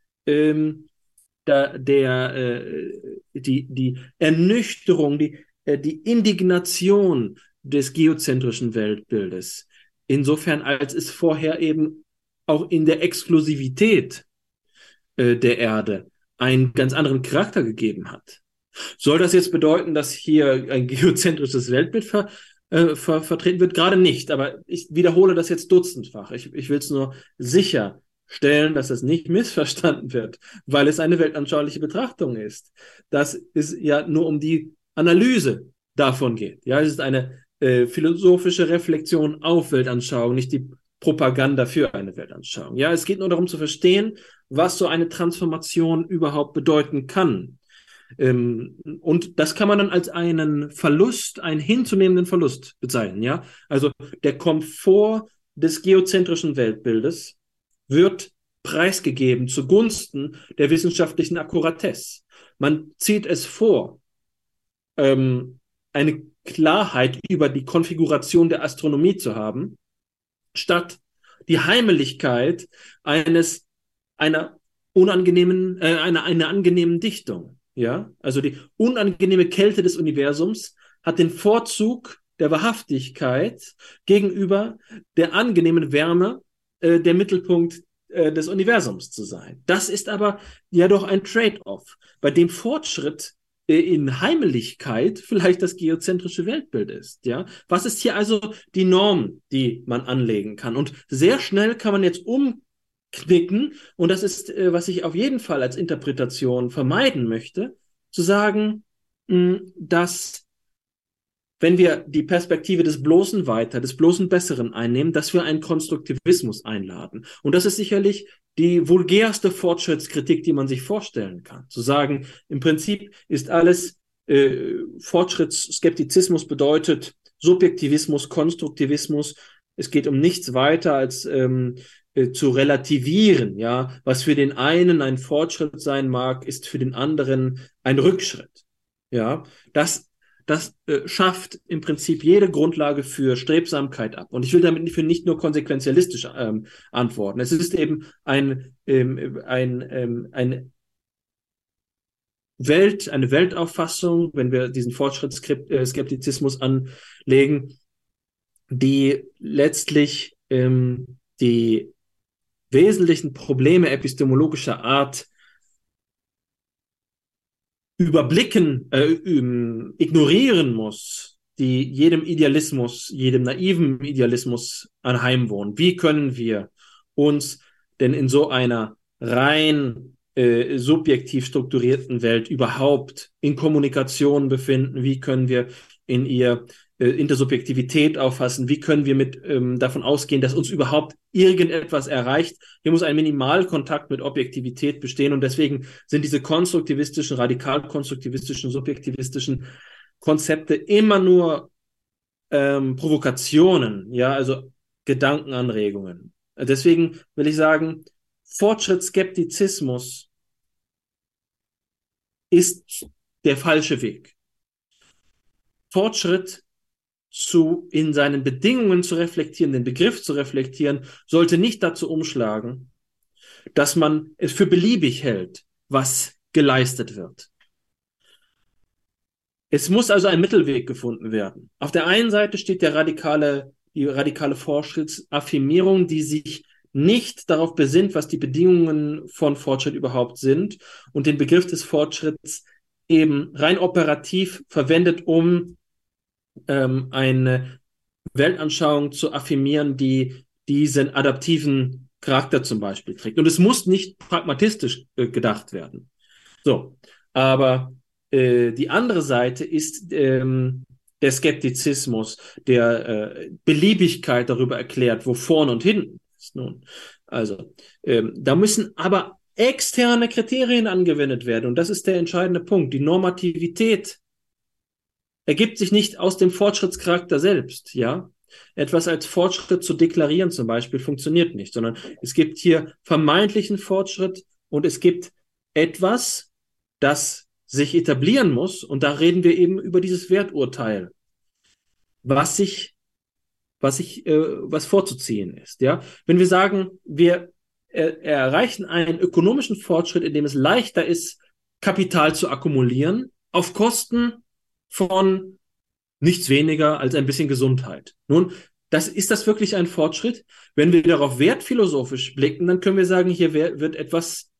die Ernüchterung, die Indignation des geozentrischen Weltbildes, insofern als es vorher eben auch in der Exklusivität der Erde einen ganz anderen Charakter gegeben hat. Soll das jetzt bedeuten, dass hier ein geozentrisches Weltbild vertreten wird? Gerade nicht, aber ich wiederhole das jetzt dutzendfach. Ich will es nur sicherstellen, dass es nicht missverstanden wird, weil es eine weltanschauliche Betrachtung ist. Dass es ja nur um die Analyse davon geht. Ja, es ist eine philosophische Reflexion auf Weltanschauung, nicht die Propaganda für eine Weltanschauung. Ja, es geht nur darum zu verstehen, was so eine Transformation überhaupt bedeuten kann. Und das kann man dann als einen Verlust, einen hinzunehmenden Verlust bezeichnen. Ja, also der Komfort des geozentrischen Weltbildes wird preisgegeben zugunsten der wissenschaftlichen Akkuratesse. Man zieht es vor, eine Klarheit über die Konfiguration der Astronomie zu haben, statt die Heimeligkeit einer angenehmen Dichtung. Ja, also die unangenehme Kälte des Universums hat den Vorzug der Wahrhaftigkeit gegenüber der angenehmen Wärme, der Mittelpunkt des Universums zu sein. Das ist aber ja doch ein Trade-off, bei dem Fortschritt in Heimeligkeit vielleicht das geozentrische Weltbild ist. Ja, was ist hier also die Norm, die man anlegen kann? Und sehr schnell kann man jetzt umknicken, und das ist, was ich auf jeden Fall als Interpretation vermeiden möchte, zu sagen, dass wenn wir die Perspektive des bloßen Weiter, des bloßen Besseren einnehmen, dass wir einen Konstruktivismus einladen. Und das ist sicherlich die vulgärste Fortschrittskritik, die man sich vorstellen kann. Zu sagen, im Prinzip ist alles Fortschrittsskeptizismus bedeutet Subjektivismus, Konstruktivismus. Es geht um nichts weiter als zu relativieren. Ja, was für den einen ein Fortschritt sein mag, ist für den anderen ein Rückschritt. Ja, das schafft im Prinzip jede Grundlage für Strebsamkeit ab. Und ich will damit nicht nur konsequenzialistisch antworten. Es ist eben eine Weltauffassung, wenn wir diesen Fortschrittsskeptizismus anlegen, die letztlich die wesentlichen Probleme epistemologischer Art ignorieren muss, die jedem naiven Idealismus anheimwohnen. Wie können wir uns denn in so einer rein subjektiv strukturierten Welt überhaupt in Kommunikation befinden? Wie können wir in ihr Intersubjektivität auffassen? Wie können wir davon ausgehen, dass uns überhaupt irgendetwas erreicht? Hier muss ein Minimalkontakt mit Objektivität bestehen, und deswegen sind diese konstruktivistischen, radikal-konstruktivistischen, subjektivistischen Konzepte immer nur Provokationen, ja, also Gedankenanregungen. Deswegen will ich sagen, Fortschrittsskeptizismus ist der falsche Weg. Fortschritt in seinen Bedingungen zu reflektieren, den Begriff zu reflektieren, sollte nicht dazu umschlagen, dass man es für beliebig hält, was geleistet wird. Es muss also ein Mittelweg gefunden werden. Auf der einen Seite steht die radikale Fortschrittsaffirmierung, die sich nicht darauf besinnt, was die Bedingungen von Fortschritt überhaupt sind und den Begriff des Fortschritts eben rein operativ verwendet, um eine Weltanschauung zu affirmieren, die diesen adaptiven Charakter zum Beispiel trägt. Und es muss nicht pragmatistisch gedacht werden. So, aber die andere Seite ist der Skeptizismus, der Beliebigkeit darüber erklärt, wo vorn und hinten ist. Nun, also da müssen aber externe Kriterien angewendet werden. Und das ist der entscheidende Punkt. Die Normativität ergibt sich nicht aus dem Fortschrittscharakter selbst, ja. Etwas als Fortschritt zu deklarieren zum Beispiel funktioniert nicht, sondern es gibt hier vermeintlichen Fortschritt und es gibt etwas, das sich etablieren muss, und da reden wir eben über dieses Werturteil, was vorzuziehen ist, ja. Wenn wir sagen, wir erreichen einen ökonomischen Fortschritt, in dem es leichter ist, Kapital zu akkumulieren, auf Kosten von nichts weniger als ein bisschen Gesundheit. Nun, ist das wirklich ein Fortschritt? Wenn wir darauf wertphilosophisch blicken, dann können wir sagen, hier wird etwas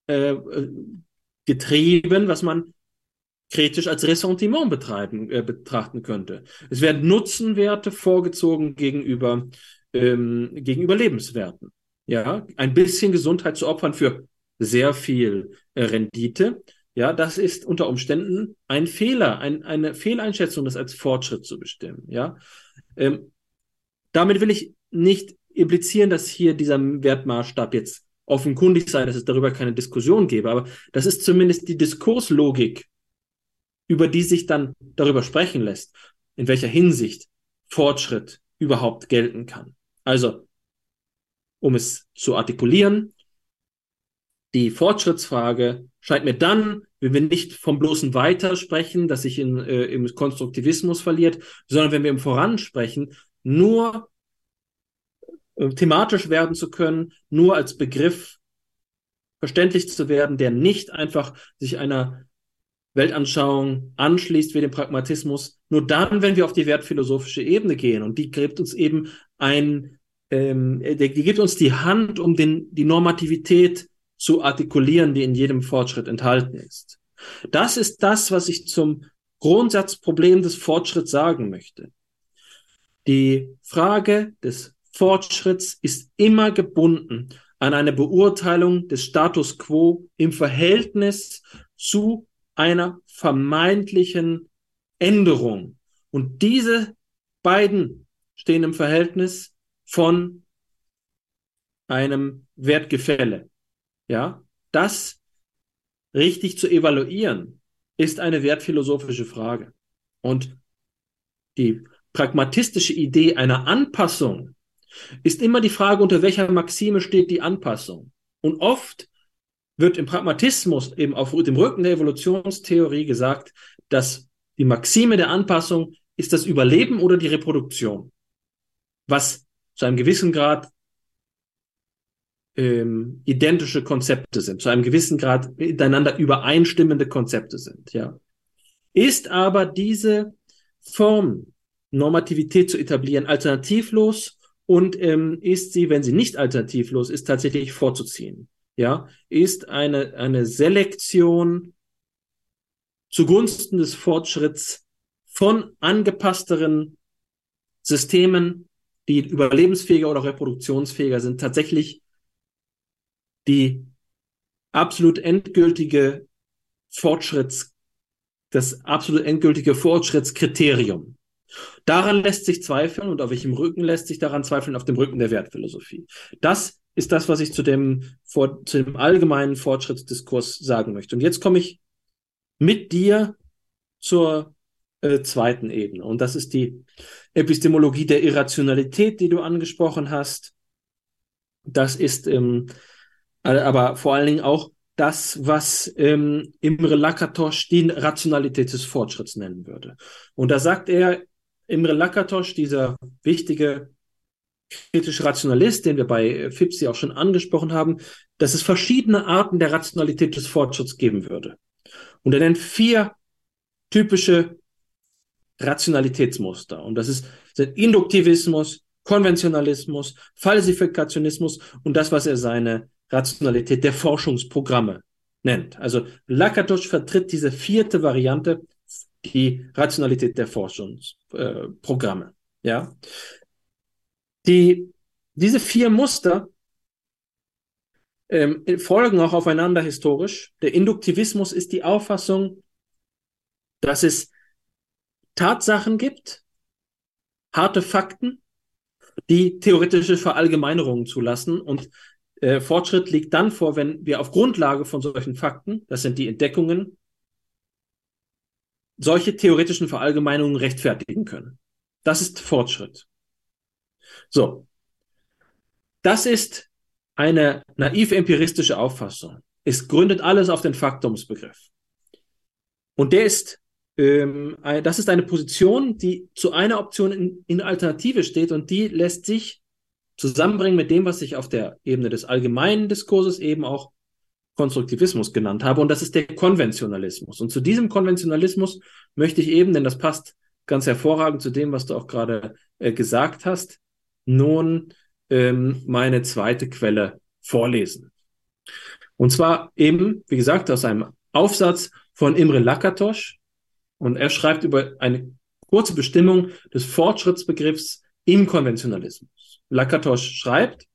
getrieben, was man kritisch als Ressentiment betrachten könnte. Es werden Nutzenwerte vorgezogen gegenüber Lebenswerten. Ja, ein bisschen Gesundheit zu opfern für sehr viel Rendite. Ja, das ist unter Umständen ein Fehler, eine Fehleinschätzung, das als Fortschritt zu bestimmen. Ja, damit will ich nicht implizieren, dass hier dieser Wertmaßstab jetzt offenkundig sei, dass es darüber keine Diskussion gäbe, aber das ist zumindest die Diskurslogik, über die sich dann darüber sprechen lässt, in welcher Hinsicht Fortschritt überhaupt gelten kann. Also, um es zu artikulieren, die Fortschrittsfrage scheint mir dann, wenn wir nicht vom bloßen Weiter sprechen, das sich im Konstruktivismus verliert, sondern wenn wir im Voran sprechen, nur thematisch werden zu können, nur als Begriff verständlich zu werden, der nicht einfach sich einer Weltanschauung anschließt wie dem Pragmatismus, nur dann, wenn wir auf die wertphilosophische Ebene gehen, und die gibt uns eben die gibt uns die Hand, um die Normativität zu artikulieren, die in jedem Fortschritt enthalten ist. Das ist das, was ich zum Grundsatzproblem des Fortschritts sagen möchte. Die Frage des Fortschritts ist immer gebunden an eine Beurteilung des Status quo im Verhältnis zu einer vermeintlichen Änderung. Und diese beiden stehen im Verhältnis von einem Wertgefälle. Ja, das richtig zu evaluieren, ist eine wertphilosophische Frage. Und die pragmatistische Idee einer Anpassung ist immer die Frage, unter welcher Maxime steht die Anpassung. Und oft wird im Pragmatismus eben auf dem Rücken der Evolutionstheorie gesagt, dass die Maxime der Anpassung ist das Überleben oder die Reproduktion, was zu einem gewissen Grad identische Konzepte sind, zu einem gewissen Grad miteinander übereinstimmende Konzepte sind. Ja. Ist aber diese Form, Normativität zu etablieren, alternativlos, und ist sie, wenn sie nicht alternativlos ist, tatsächlich vorzuziehen. Ja, ist eine Selektion zugunsten des Fortschritts von angepassteren Systemen, die überlebensfähiger oder reproduktionsfähiger sind, tatsächlich das absolut endgültige Fortschrittskriterium. Daran lässt sich zweifeln, und auf welchem Rücken lässt sich daran zweifeln? Auf dem Rücken der Wertphilosophie. Das ist das, was ich zu dem allgemeinen Fortschrittsdiskurs sagen möchte. Und jetzt komme ich mit dir zur zweiten Ebene. Und das ist die Epistemologie der Irrationalität, die du angesprochen hast. Das ist aber vor allen Dingen auch das, was Imre Lakatos die Rationalität des Fortschritts nennen würde. Und da sagt er, Imre Lakatos, dieser wichtige kritische Rationalist, den wir bei Fipsi auch schon angesprochen haben, dass es verschiedene Arten der Rationalität des Fortschritts geben würde. Und er nennt 4 typische Rationalitätsmuster. Und das sind Induktivismus, Konventionalismus, Falsifikationismus und das, was er seine Rationalität der Forschungsprogramme nennt. Also Lakatos vertritt diese 4. Variante, die Rationalität der Forschungsprogramme. Ja. Diese 4 Muster folgen auch aufeinander historisch. Der Induktivismus ist die Auffassung, dass es Tatsachen gibt, harte Fakten, die theoretische Verallgemeinerungen zulassen. Und Fortschritt liegt dann vor, wenn wir auf Grundlage von solchen Fakten, das sind die Entdeckungen, solche theoretischen Verallgemeinerungen rechtfertigen können. Das ist Fortschritt. So, das ist eine naiv-empiristische Auffassung. Es gründet alles auf den Faktumsbegriff. Und das ist eine Position, die zu einer Option in Alternative steht und die lässt sich zusammenbringen mit dem, was ich auf der Ebene des allgemeinen Diskurses eben auch Konstruktivismus genannt habe. Und das ist der Konventionalismus. Und zu diesem Konventionalismus möchte ich eben, denn das passt ganz hervorragend zu dem, was du auch gerade gesagt hast, nun meine zweite Quelle vorlesen. Und zwar eben, wie gesagt, aus einem Aufsatz von Imre Lakatos. Und er schreibt über eine kurze Bestimmung des Fortschrittsbegriffs im Konventionalismus. Lakatos schreibt,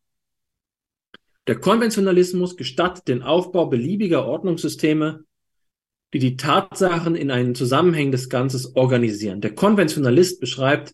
der Konventionalismus gestattet den Aufbau beliebiger Ordnungssysteme, die die Tatsachen in ein zusammenhängendes Ganzes organisieren. Der Konventionalist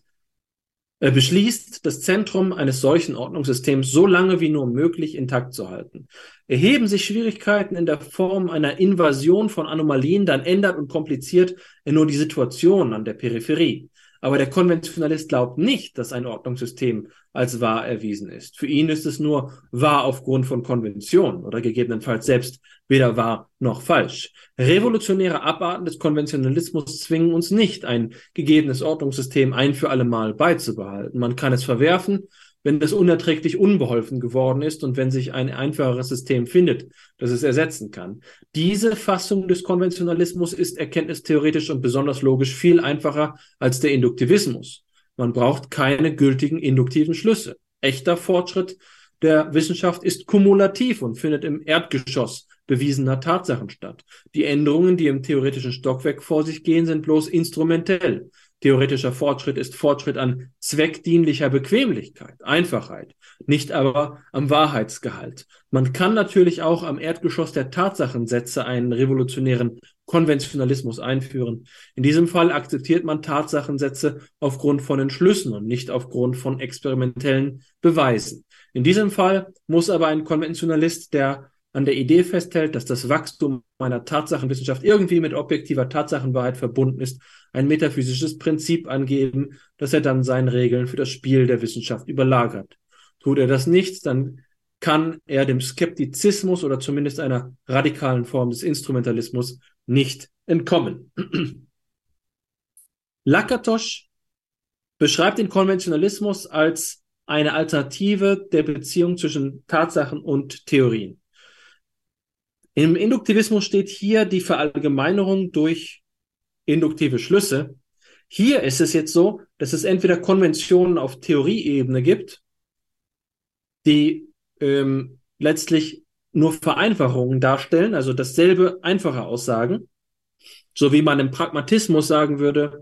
beschließt, das Zentrum eines solchen Ordnungssystems so lange wie nur möglich intakt zu halten. Erheben sich Schwierigkeiten in der Form einer Invasion von Anomalien, dann ändert und kompliziert er nur die Situation an der Peripherie. Aber der Konventionalist glaubt nicht, dass ein Ordnungssystem als wahr erwiesen ist. Für ihn ist es nur wahr aufgrund von Konventionen oder gegebenenfalls selbst weder wahr noch falsch. Revolutionäre Abarten des Konventionalismus zwingen uns nicht, ein gegebenes Ordnungssystem ein für alle Mal beizubehalten. Man kann es verwerfen, wenn es unerträglich unbeholfen geworden ist und wenn sich ein einfacheres System findet, das es ersetzen kann. Diese Fassung des Konventionalismus ist erkenntnistheoretisch und besonders logisch viel einfacher als der Induktivismus. Man braucht keine gültigen induktiven Schlüsse. Echter Fortschritt der Wissenschaft ist kumulativ und findet im Erdgeschoss bewiesener Tatsachen statt. Die Änderungen, die im theoretischen Stockwerk vor sich gehen, sind bloß instrumentell. Theoretischer Fortschritt ist Fortschritt an zweckdienlicher Bequemlichkeit, Einfachheit, nicht aber am Wahrheitsgehalt. Man kann natürlich auch am Erdgeschoss der Tatsachensätze einen revolutionären Konventionalismus einführen. In diesem Fall akzeptiert man Tatsachensätze aufgrund von Entschlüssen und nicht aufgrund von experimentellen Beweisen. In diesem Fall muss aber ein Konventionalist, der an der Idee festhält, dass das Wachstum einer Tatsachenwissenschaft irgendwie mit objektiver Tatsachenwahrheit verbunden ist, ein metaphysisches Prinzip angeben, das er dann seinen Regeln für das Spiel der Wissenschaft überlagert. Tut er das nicht, dann kann er dem Skeptizismus oder zumindest einer radikalen Form des Instrumentalismus nicht entkommen. Lakatos beschreibt den Konventionalismus als eine Alternative der Beziehung zwischen Tatsachen und Theorien. Im Induktivismus steht hier die Verallgemeinerung durch induktive Schlüsse. Hier ist es jetzt so, dass es entweder Konventionen auf Theorieebene gibt, die letztlich nur Vereinfachungen darstellen, also dasselbe einfache Aussagen, so wie man im Pragmatismus sagen würde,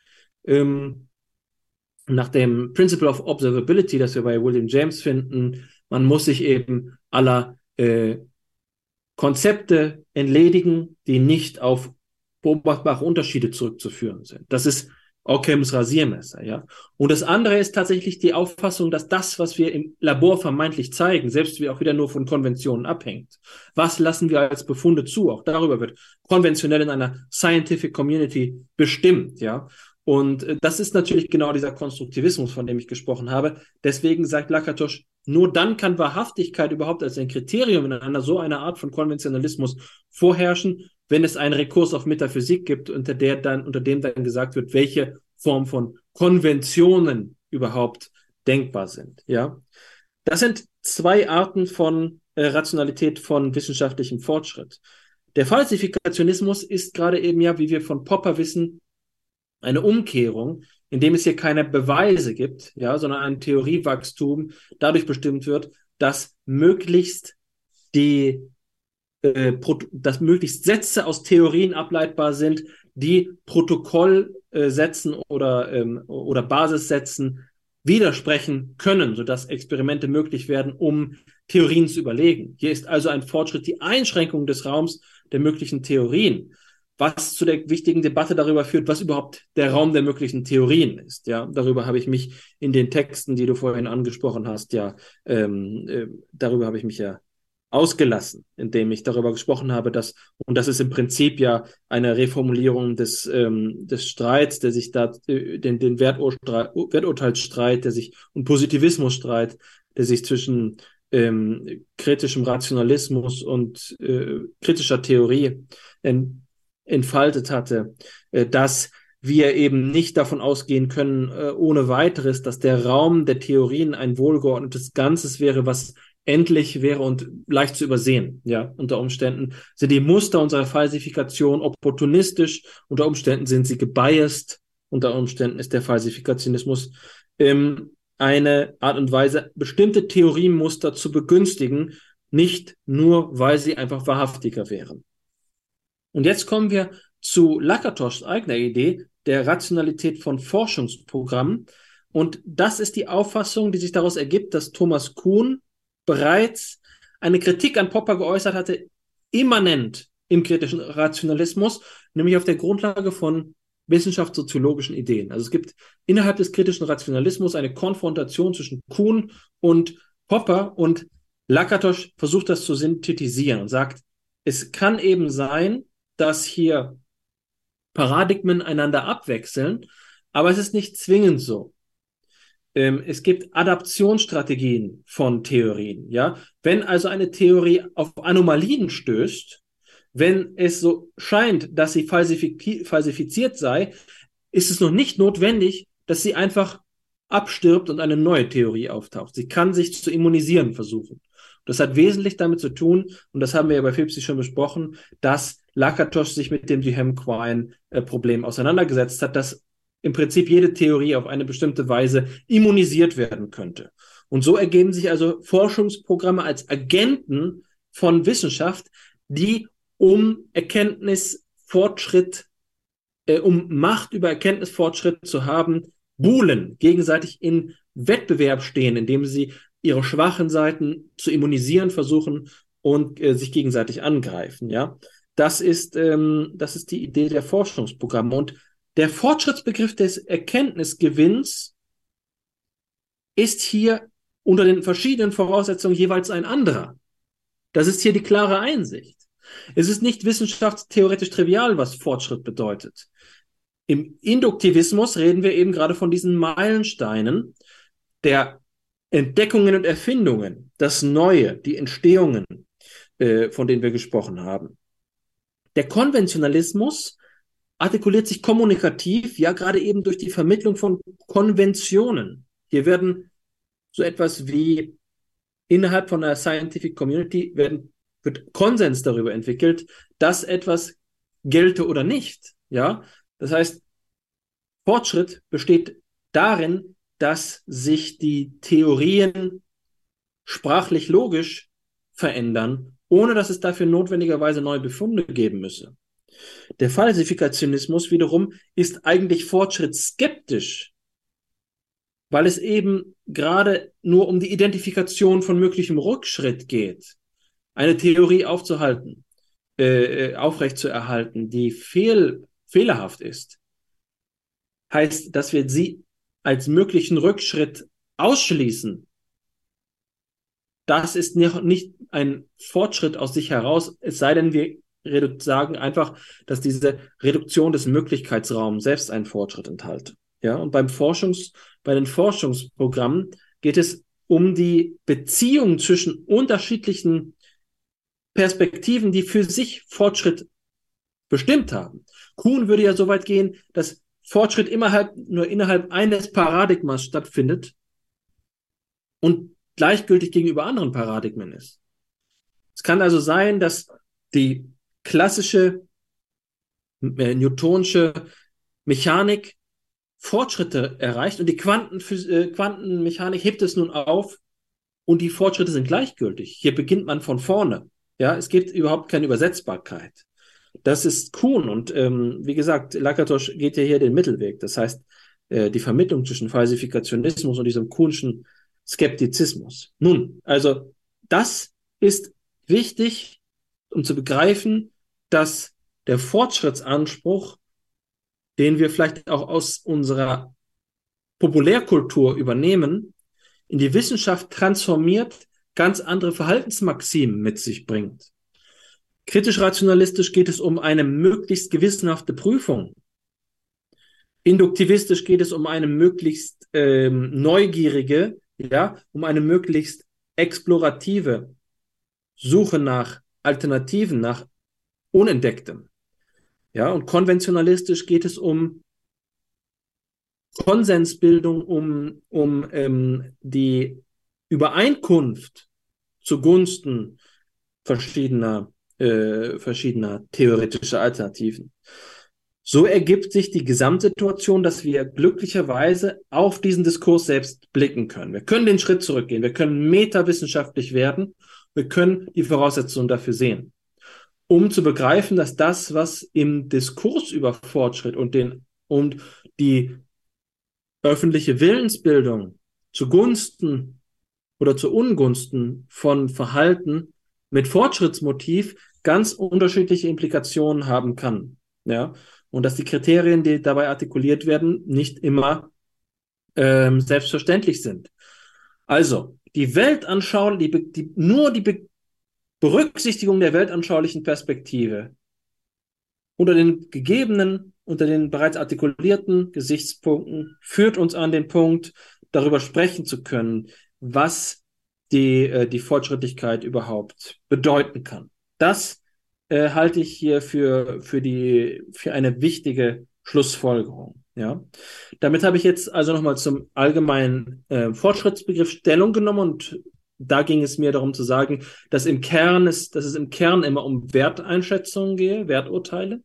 nach dem Principle of Observability, das wir bei William James finden, man muss sich eben aller Konzepte entledigen, die nicht auf beobachtbare Unterschiede zurückzuführen sind. Das ist Ockhams Rasiermesser, ja. Und das andere ist tatsächlich die Auffassung, dass das, was wir im Labor vermeintlich zeigen, selbst wie auch wieder nur von Konventionen abhängt. Was lassen wir als Befunde zu? Auch darüber wird konventionell in einer Scientific Community bestimmt, ja. Und das ist natürlich genau dieser Konstruktivismus, von dem ich gesprochen habe. Deswegen sagt Lakatos, nur dann kann Wahrhaftigkeit überhaupt als ein Kriterium in einer so einer Art von Konventionalismus vorherrschen, wenn es einen Rekurs auf Metaphysik gibt, unter dem dann gesagt wird, welche Form von Konventionen überhaupt denkbar sind. Ja, das sind zwei Arten von Rationalität von wissenschaftlichem Fortschritt. Der Falsifikationismus ist gerade eben ja, wie wir von Popper wissen, eine Umkehrung, indem es hier keine Beweise gibt, ja, sondern ein Theoriewachstum dadurch bestimmt wird, dass möglichst Sätze aus Theorien ableitbar sind, die Protokollsätzen oder Basissätzen widersprechen können, sodass Experimente möglich werden, um Theorien zu überlegen. Hier ist also ein Fortschritt die Einschränkung des Raums der möglichen Theorien, was zu der wichtigen Debatte darüber führt, was überhaupt der Raum der möglichen Theorien ist. Ja, darüber habe ich mich in den Texten, die du vorhin angesprochen hast, darüber habe ich mich ja ausgelassen, indem ich darüber gesprochen habe, und das ist im Prinzip ja eine Reformulierung des Streits, der sich da, den Werturteilsstreit, und Positivismusstreit, der sich zwischen kritischem Rationalismus und kritischer Theorie entfaltet hatte, dass wir eben nicht davon ausgehen können, ohne weiteres, dass der Raum der Theorien ein wohlgeordnetes Ganzes wäre, was endlich wäre und leicht zu übersehen. Ja, unter Umständen sind die Muster unserer Falsifikation opportunistisch, unter Umständen sind sie gebiased, unter Umständen ist der Falsifikationismus eine Art und Weise, bestimmte Theoriemuster zu begünstigen, nicht nur, weil sie einfach wahrhaftiger wären. Und jetzt kommen wir zu Lakatoschs eigener Idee der Rationalität von Forschungsprogrammen. Und das ist die Auffassung, die sich daraus ergibt, dass Thomas Kuhn bereits eine Kritik an Popper geäußert hatte, immanent im kritischen Rationalismus, nämlich auf der Grundlage von wissenschaftssoziologischen Ideen. Also es gibt innerhalb des kritischen Rationalismus eine Konfrontation zwischen Kuhn und Popper, und Lakatosch versucht das zu synthetisieren und sagt, es kann eben sein, dass hier Paradigmen einander abwechseln, aber es ist nicht zwingend so. Es gibt Adaptionsstrategien von Theorien. Ja? Wenn also eine Theorie auf Anomalien stößt, wenn es so scheint, dass sie falsifiziert sei, ist es noch nicht notwendig, dass sie einfach abstirbt und eine neue Theorie auftaucht. Sie kann sich zu immunisieren versuchen. Das hat wesentlich damit zu tun, und das haben wir ja bei Phipps schon besprochen, dass Lakatosch sich mit dem Duhem-Quine-Problem auseinandergesetzt hat, dass im Prinzip jede Theorie auf eine bestimmte Weise immunisiert werden könnte. Und so ergeben sich also Forschungsprogramme als Agenten von Wissenschaft, die um Macht über Erkenntnisfortschritt zu haben, buhlen, gegenseitig in Wettbewerb stehen, indem sie ihre schwachen Seiten zu immunisieren versuchen und sich gegenseitig angreifen. Ja, das ist die Idee der Forschungsprogramme. Und der Fortschrittsbegriff des Erkenntnisgewinns ist hier unter den verschiedenen Voraussetzungen jeweils ein anderer. Das ist hier die klare Einsicht. Es ist nicht wissenschaftstheoretisch trivial, was Fortschritt bedeutet. Im Induktivismus reden wir eben gerade von diesen Meilensteinen der Entdeckungen und Erfindungen, das Neue, die Entstehungen, von denen wir gesprochen haben. Der Konventionalismus artikuliert sich kommunikativ, ja gerade eben durch die Vermittlung von Konventionen. Hier werden so etwas wie innerhalb von einer Scientific Community wird Konsens darüber entwickelt, dass etwas gelte oder nicht. Ja, das heißt, Fortschritt besteht darin, dass sich die Theorien sprachlich logisch verändern, ohne dass es dafür notwendigerweise neue Befunde geben müsse. Der Falsifikationismus wiederum ist eigentlich fortschrittsskeptisch, weil es eben gerade nur um die Identifikation von möglichem Rückschritt geht. Eine Theorie aufrechtzuerhalten, die fehlerhaft ist, heißt, dass wir sie als möglichen Rückschritt ausschließen. Das ist nicht ein Fortschritt aus sich heraus, es sei denn, wir sagen einfach, dass diese Reduktion des Möglichkeitsraums selbst einen Fortschritt enthält. Ja, und bei den Forschungsprogrammen geht es um die Beziehung zwischen unterschiedlichen Perspektiven, die für sich Fortschritt bestimmt haben. Kuhn würde ja so weit gehen, dass Fortschritt nur innerhalb eines Paradigmas stattfindet und gleichgültig gegenüber anderen Paradigmen ist. Es kann also sein, dass die klassische newtonische Mechanik Fortschritte erreicht und die Quantenmechanik hebt es nun auf und die Fortschritte sind gleichgültig. Hier beginnt man von vorne. Ja, es gibt überhaupt keine Übersetzbarkeit. Das ist Kuhn und wie gesagt, Lakatos geht ja hier den Mittelweg. Das heißt, die Vermittlung zwischen Falsifikationismus und diesem Kuhnschen Skeptizismus. Nun, also das ist wichtig, um zu begreifen, dass der Fortschrittsanspruch, den wir vielleicht auch aus unserer Populärkultur übernehmen, in die Wissenschaft transformiert, ganz andere Verhaltensmaximen mit sich bringt. Kritisch-rationalistisch geht es um eine möglichst gewissenhafte Prüfung. Induktivistisch geht es um eine möglichst neugierige, ja, um eine möglichst explorative Suche nach Alternativen, nach Unentdecktem. Ja, und konventionalistisch geht es um Konsensbildung, um die Übereinkunft zugunsten verschiedener theoretischer Alternativen. So ergibt sich die Gesamtsituation, dass wir glücklicherweise auf diesen Diskurs selbst blicken können. Wir können den Schritt zurückgehen, wir können metawissenschaftlich werden, wir können die Voraussetzungen dafür sehen, um zu begreifen, dass das, was im Diskurs über Fortschritt und die öffentliche Willensbildung zugunsten oder zu Ungunsten von Verhalten mit Fortschrittsmotiv ganz unterschiedliche Implikationen haben kann. Ja? Und dass die Kriterien, die dabei artikuliert werden, nicht immer selbstverständlich sind. Also, die Berücksichtigung der weltanschaulichen Perspektive unter den bereits artikulierten Gesichtspunkten führt uns an den Punkt, darüber sprechen zu können, was die Fortschrittlichkeit überhaupt bedeuten kann. Das halte ich hier für eine wichtige Schlussfolgerung. Ja? Damit habe ich jetzt also nochmal zum allgemeinen Fortschrittsbegriff Stellung genommen und da ging es mir darum zu sagen, dass es im Kern immer um Werteinschätzungen gehe, Werturteile.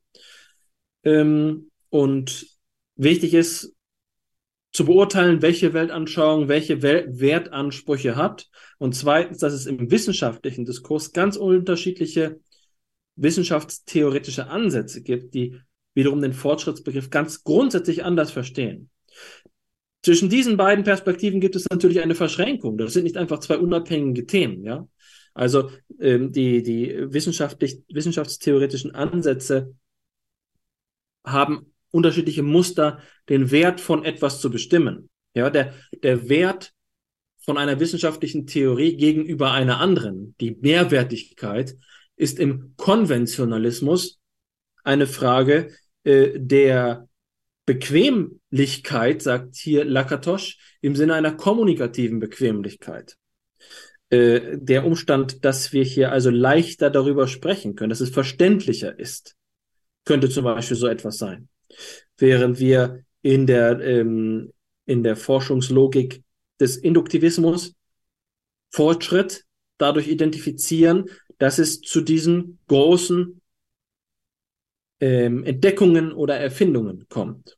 Und wichtig ist zu beurteilen, welche Weltanschauung welche Wertansprüche hat. Und zweitens, dass es im wissenschaftlichen Diskurs ganz unterschiedliche wissenschaftstheoretische Ansätze gibt, die wiederum den Fortschrittsbegriff ganz grundsätzlich anders verstehen. Zwischen diesen beiden Perspektiven gibt es natürlich eine Verschränkung. Das sind nicht einfach zwei unabhängige Themen, ja. Also die wissenschaftstheoretischen Ansätze haben unterschiedliche Muster, den Wert von etwas zu bestimmen. Ja, der Wert von einer wissenschaftlichen Theorie gegenüber einer anderen, die Mehrwertigkeit, ist im Konventionalismus eine Frage der Bequemlichkeit, sagt hier Lakatos, im Sinne einer kommunikativen Bequemlichkeit. Der Umstand, dass wir hier also leichter darüber sprechen können, dass es verständlicher ist, könnte zum Beispiel so etwas sein. Während wir in der Forschungslogik des Induktivismus Fortschritt dadurch identifizieren, dass es zu diesen großen Entdeckungen oder Erfindungen kommt.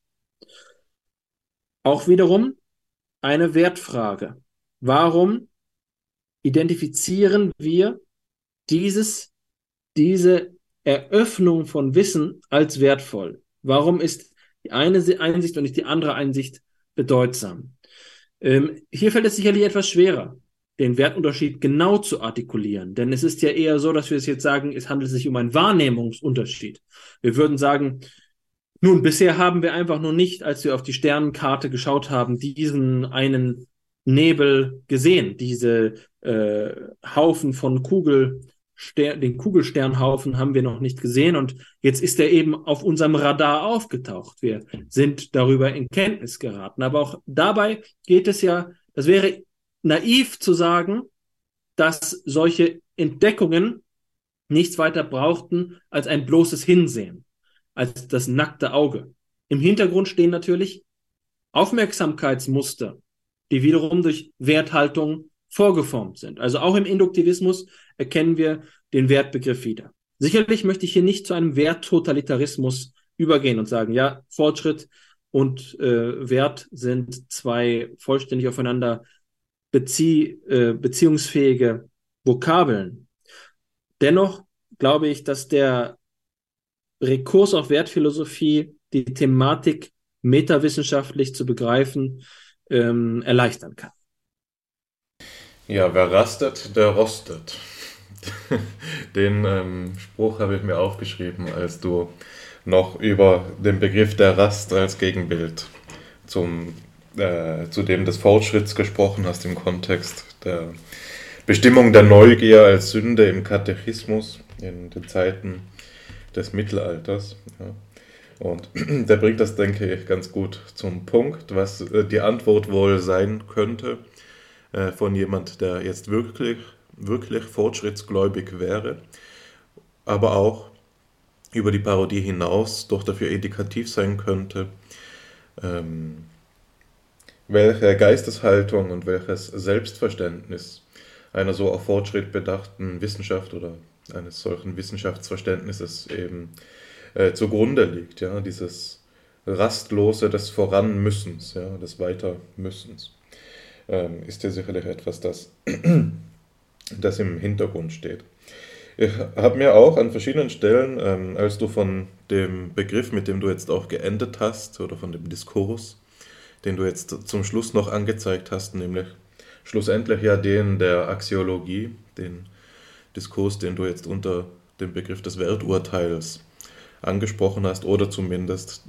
Auch wiederum eine Wertfrage. Warum identifizieren wir diese Eröffnung von Wissen als wertvoll? Warum ist die eine Einsicht und nicht die andere Einsicht bedeutsam? Hier fällt es sicherlich etwas schwerer, den Wertunterschied genau zu artikulieren. Denn es ist ja eher so, dass wir es jetzt sagen, es handelt sich um einen Wahrnehmungsunterschied. Wir würden sagen, nun, bisher haben wir einfach nur nicht, als wir auf die Sternenkarte geschaut haben, diesen einen Nebel gesehen, diese Haufen von den Kugelsternhaufen haben wir noch nicht gesehen und jetzt ist er eben auf unserem Radar aufgetaucht. Wir sind darüber in Kenntnis geraten. Aber auch dabei geht es ja, das wäre naiv zu sagen, dass solche Entdeckungen nichts weiter brauchten als ein bloßes Hinsehen, als das nackte Auge. Im Hintergrund stehen natürlich Aufmerksamkeitsmuster, die wiederum durch Werthaltung vorgeformt sind. Also auch im Induktivismus erkennen wir den Wertbegriff wieder. Sicherlich möchte ich hier nicht zu einem Werttotalitarismus übergehen und sagen, ja, Fortschritt und Wert sind zwei vollständig aufeinander beziehungsfähige Vokabeln. Dennoch glaube ich, dass der Rekurs auf Wertphilosophie die Thematik metawissenschaftlich zu begreifen erleichtern kann. Ja, wer rastet, der rostet. Den Spruch habe ich mir aufgeschrieben, als du noch über den Begriff der Rast als Gegenbild zu dem des Fortschritts gesprochen hast im Kontext der Bestimmung der Neugier als Sünde im Katechismus in den Zeiten des Mittelalters. Ja. Und der bringt das, denke ich, ganz gut zum Punkt, was die Antwort wohl sein könnte von jemand, der jetzt wirklich fortschrittsgläubig wäre, aber auch über die Parodie hinaus doch dafür indikativ sein könnte, welche Geisteshaltung und welches Selbstverständnis einer so auf Fortschritt bedachten Wissenschaft oder eines solchen Wissenschaftsverständnisses eben zugrunde liegt, ja, dieses Rastlose des Voranmüssens, ja, des Weitermüssens, ist ja sicherlich etwas, das im Hintergrund steht. Ich habe mir auch an verschiedenen Stellen, als du von dem Begriff, mit dem du jetzt auch geendet hast, oder von dem Diskurs, den du jetzt zum Schluss noch angezeigt hast, nämlich schlussendlich ja den der Axiologie, den Diskurs, den du jetzt unter dem Begriff des Werturteils angesprochen hast, oder zumindest,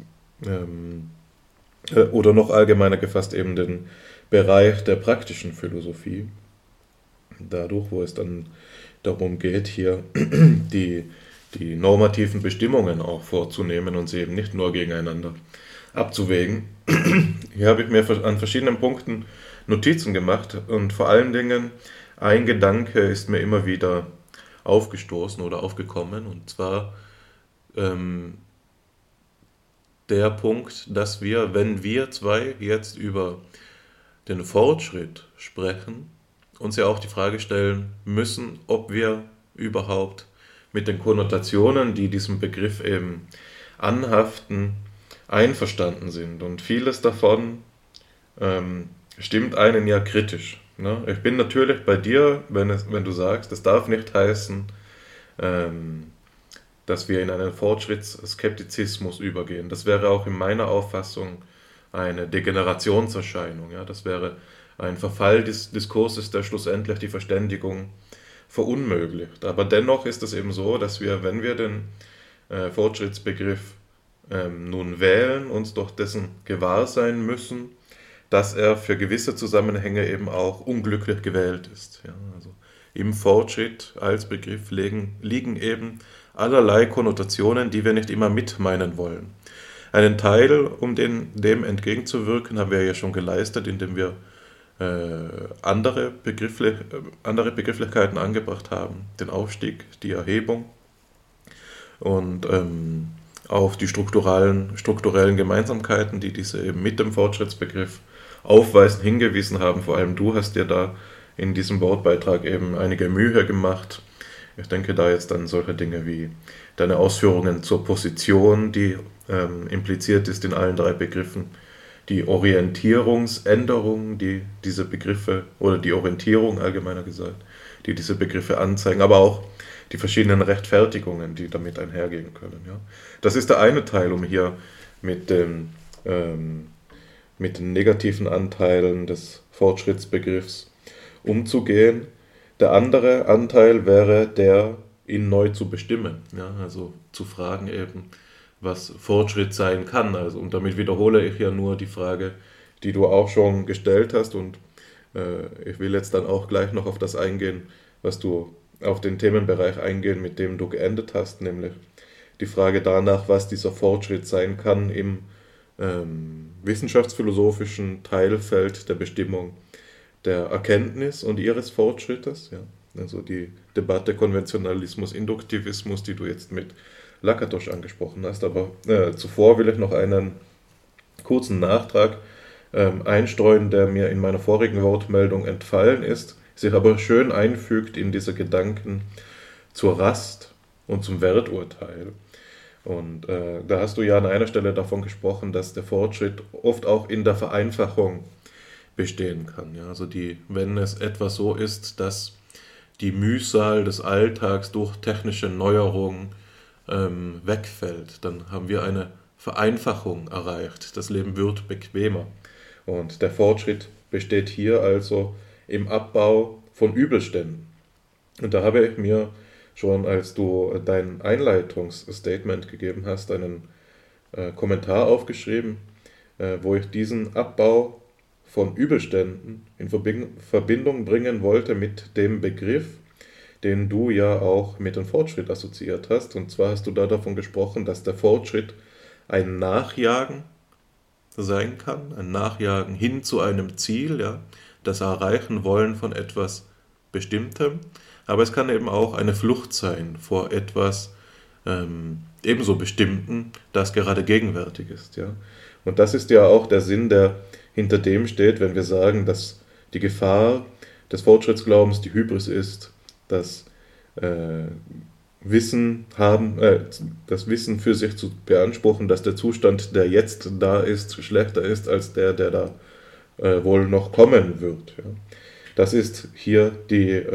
oder noch allgemeiner gefasst eben den Bereich der praktischen Philosophie, dadurch, wo es dann darum geht, hier die normativen Bestimmungen auch vorzunehmen und sie eben nicht nur gegeneinander abzuwägen. Hier habe ich mir an verschiedenen Punkten Notizen gemacht und vor allen Dingen ein Gedanke ist mir immer wieder aufgestoßen oder aufgekommen, und zwar der Punkt, dass wir, wenn wir zwei jetzt über den Fortschritt sprechen, uns ja auch die Frage stellen müssen, ob wir überhaupt mit den Konnotationen, die diesem Begriff eben anhaften, einverstanden sind. Und vieles davon stimmt einen ja kritisch. Ne? Ich bin natürlich bei dir, wenn du sagst, es darf nicht heißen, dass wir in einen Fortschrittsskeptizismus übergehen. Das wäre auch in meiner Auffassung eine Degenerationserscheinung. Ja? Das wäre ein Verfall des Diskurses, der schlussendlich die Verständigung verunmöglicht. Aber dennoch ist es eben so, dass wir, wenn wir den Fortschrittsbegriff nun wählen, uns doch dessen gewahr sein müssen, dass er für gewisse Zusammenhänge eben auch unglücklich gewählt ist. Ja, also im Fortschritt als Begriff liegen eben allerlei Konnotationen, die wir nicht immer mit meinen wollen. Einen Teil, um dem entgegenzuwirken, haben wir ja schon geleistet, indem wir andere Begrifflichkeiten angebracht haben. Den Aufstieg, die Erhebung und auf die strukturellen Gemeinsamkeiten, die diese eben mit dem Fortschrittsbegriff aufweisen, hingewiesen haben. Vor allem du hast dir da in diesem Wortbeitrag eben einige Mühe gemacht. Ich denke da jetzt an solche Dinge wie deine Ausführungen zur Position, die impliziert ist in allen drei Begriffen, die Orientierungsänderung, die diese Begriffe, oder die Orientierung allgemeiner gesagt, die diese Begriffe anzeigen, aber auch die verschiedenen Rechtfertigungen, die damit einhergehen können. Ja. Das ist der eine Teil, um hier mit den negativen Anteilen des Fortschrittsbegriffs umzugehen. Der andere Anteil wäre der, ihn neu zu bestimmen, ja, also zu fragen eben, was Fortschritt sein kann. Also, und damit wiederhole ich ja nur die Frage, die du auch schon gestellt hast, und ich will jetzt dann auch gleich noch auf das eingehen, auf den Themenbereich eingehen, mit dem du geendet hast, nämlich die Frage danach, was dieser Fortschritt sein kann im wissenschaftsphilosophischen Teilfeld der Bestimmung der Erkenntnis und ihres Fortschrittes. Ja. Also die Debatte Konventionalismus, Induktivismus, die du jetzt mit Lakatos angesprochen hast. Aber zuvor will ich noch einen kurzen Nachtrag einstreuen, der mir in meiner vorigen Wortmeldung entfallen ist, sich aber schön einfügt in diese Gedanken zur Rast und zum Werturteil. Und da hast du ja an einer Stelle davon gesprochen, dass der Fortschritt oft auch in der Vereinfachung bestehen kann. Ja? Also wenn es etwa so ist, dass die Mühsal des Alltags durch technische Neuerungen wegfällt, dann haben wir eine Vereinfachung erreicht. Das Leben wird bequemer. Und der Fortschritt besteht hier also im Abbau von Übelständen. Und da habe ich mir schon, als du dein Einleitungsstatement gegeben hast, einen Kommentar aufgeschrieben, wo ich diesen Abbau von Übelständen in Verbindung bringen wollte mit dem Begriff, den du ja auch mit dem Fortschritt assoziiert hast. Und zwar hast du da davon gesprochen, dass der Fortschritt ein Nachjagen sein kann, ein Nachjagen hin zu einem Ziel, ja, das Erreichen wollen von etwas Bestimmtem, aber es kann eben auch eine Flucht sein vor etwas ebenso Bestimmten, das gerade gegenwärtig ist. Ja. Und das ist ja auch der Sinn, der hinter dem steht, wenn wir sagen, dass die Gefahr des Fortschrittsglaubens die Hybris ist, das Wissen für sich zu beanspruchen, dass der Zustand, der jetzt da ist, schlechter ist als der da wohl noch kommen wird. Ja. Das ist hier die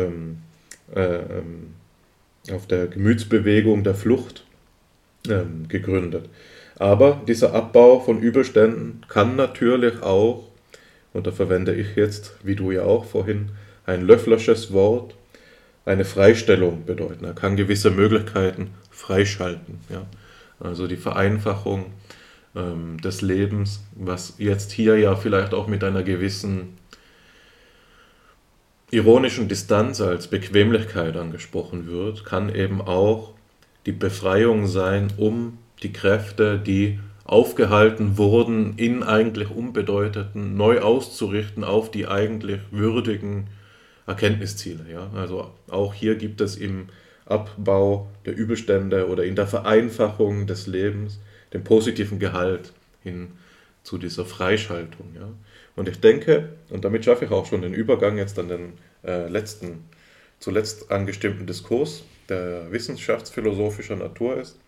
auf der Gemütsbewegung der Flucht gegründet. Aber dieser Abbau von Übelständen kann natürlich auch, und da verwende ich jetzt, wie du ja auch vorhin, ein Löfflersches Wort, eine Freistellung bedeuten. Er kann gewisse Möglichkeiten freischalten. Ja. Also die Vereinfachung des Lebens, was jetzt hier ja vielleicht auch mit einer gewissen ironischen Distanz als Bequemlichkeit angesprochen wird, kann eben auch die Befreiung sein, um die Kräfte, die aufgehalten wurden, in eigentlich Unbedeuteten neu auszurichten auf die eigentlich würdigen Erkenntnisziele. Ja? Also auch hier gibt es im Abbau der Übelstände oder in der Vereinfachung des Lebens den positiven Gehalt hin zu dieser Freischaltung. Ja? Und ich denke, und damit schaffe ich auch schon den Übergang jetzt an den zuletzt angestimmten Diskurs, der wissenschaftsphilosophischer Natur ist,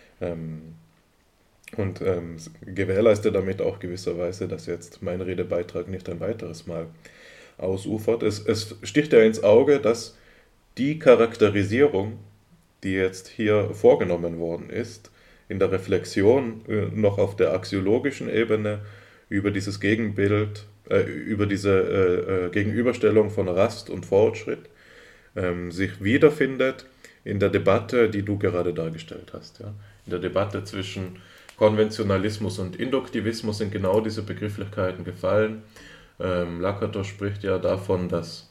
und gewährleiste damit auch gewisserweise, dass jetzt mein Redebeitrag nicht ein weiteres Mal ausufert. Es sticht ja ins Auge, dass die Charakterisierung, die jetzt hier vorgenommen worden ist, in der Reflexion noch auf der axiologischen Ebene über dieses Gegenbild, über diese Gegenüberstellung von Rast und Fortschritt, sich wiederfindet in der Debatte, die du gerade dargestellt hast. Ja? In der Debatte zwischen Konventionalismus und Induktivismus sind genau diese Begrifflichkeiten gefallen. Lakatos spricht ja davon, dass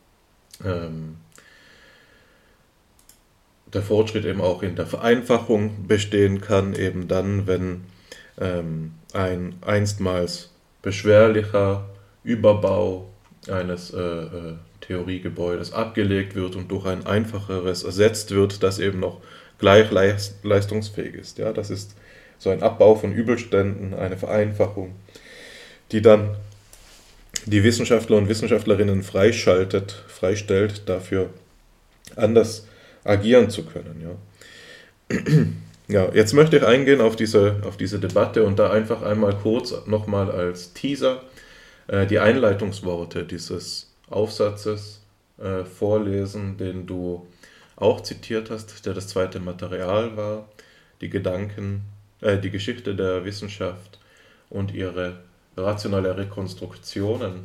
der Fortschritt eben auch in der Vereinfachung bestehen kann, eben dann, wenn ein einstmals beschwerlicher Überbau eines Theoriegebäudes abgelegt wird und durch ein einfacheres ersetzt wird, das eben noch gleich leistungsfähig ist. Ja, das ist so ein Abbau von Übelständen, eine Vereinfachung, die dann die Wissenschaftler und Wissenschaftlerinnen freistellt, dafür anders agieren zu können. Ja. Ja, jetzt möchte ich eingehen auf diese Debatte und da einfach einmal kurz nochmal als Teaser die Einleitungsworte dieses Aufsatzes vorlesen, den du auch zitiert hast, der das zweite Material war, die Geschichte der Wissenschaft und ihre rationalen Rekonstruktionen.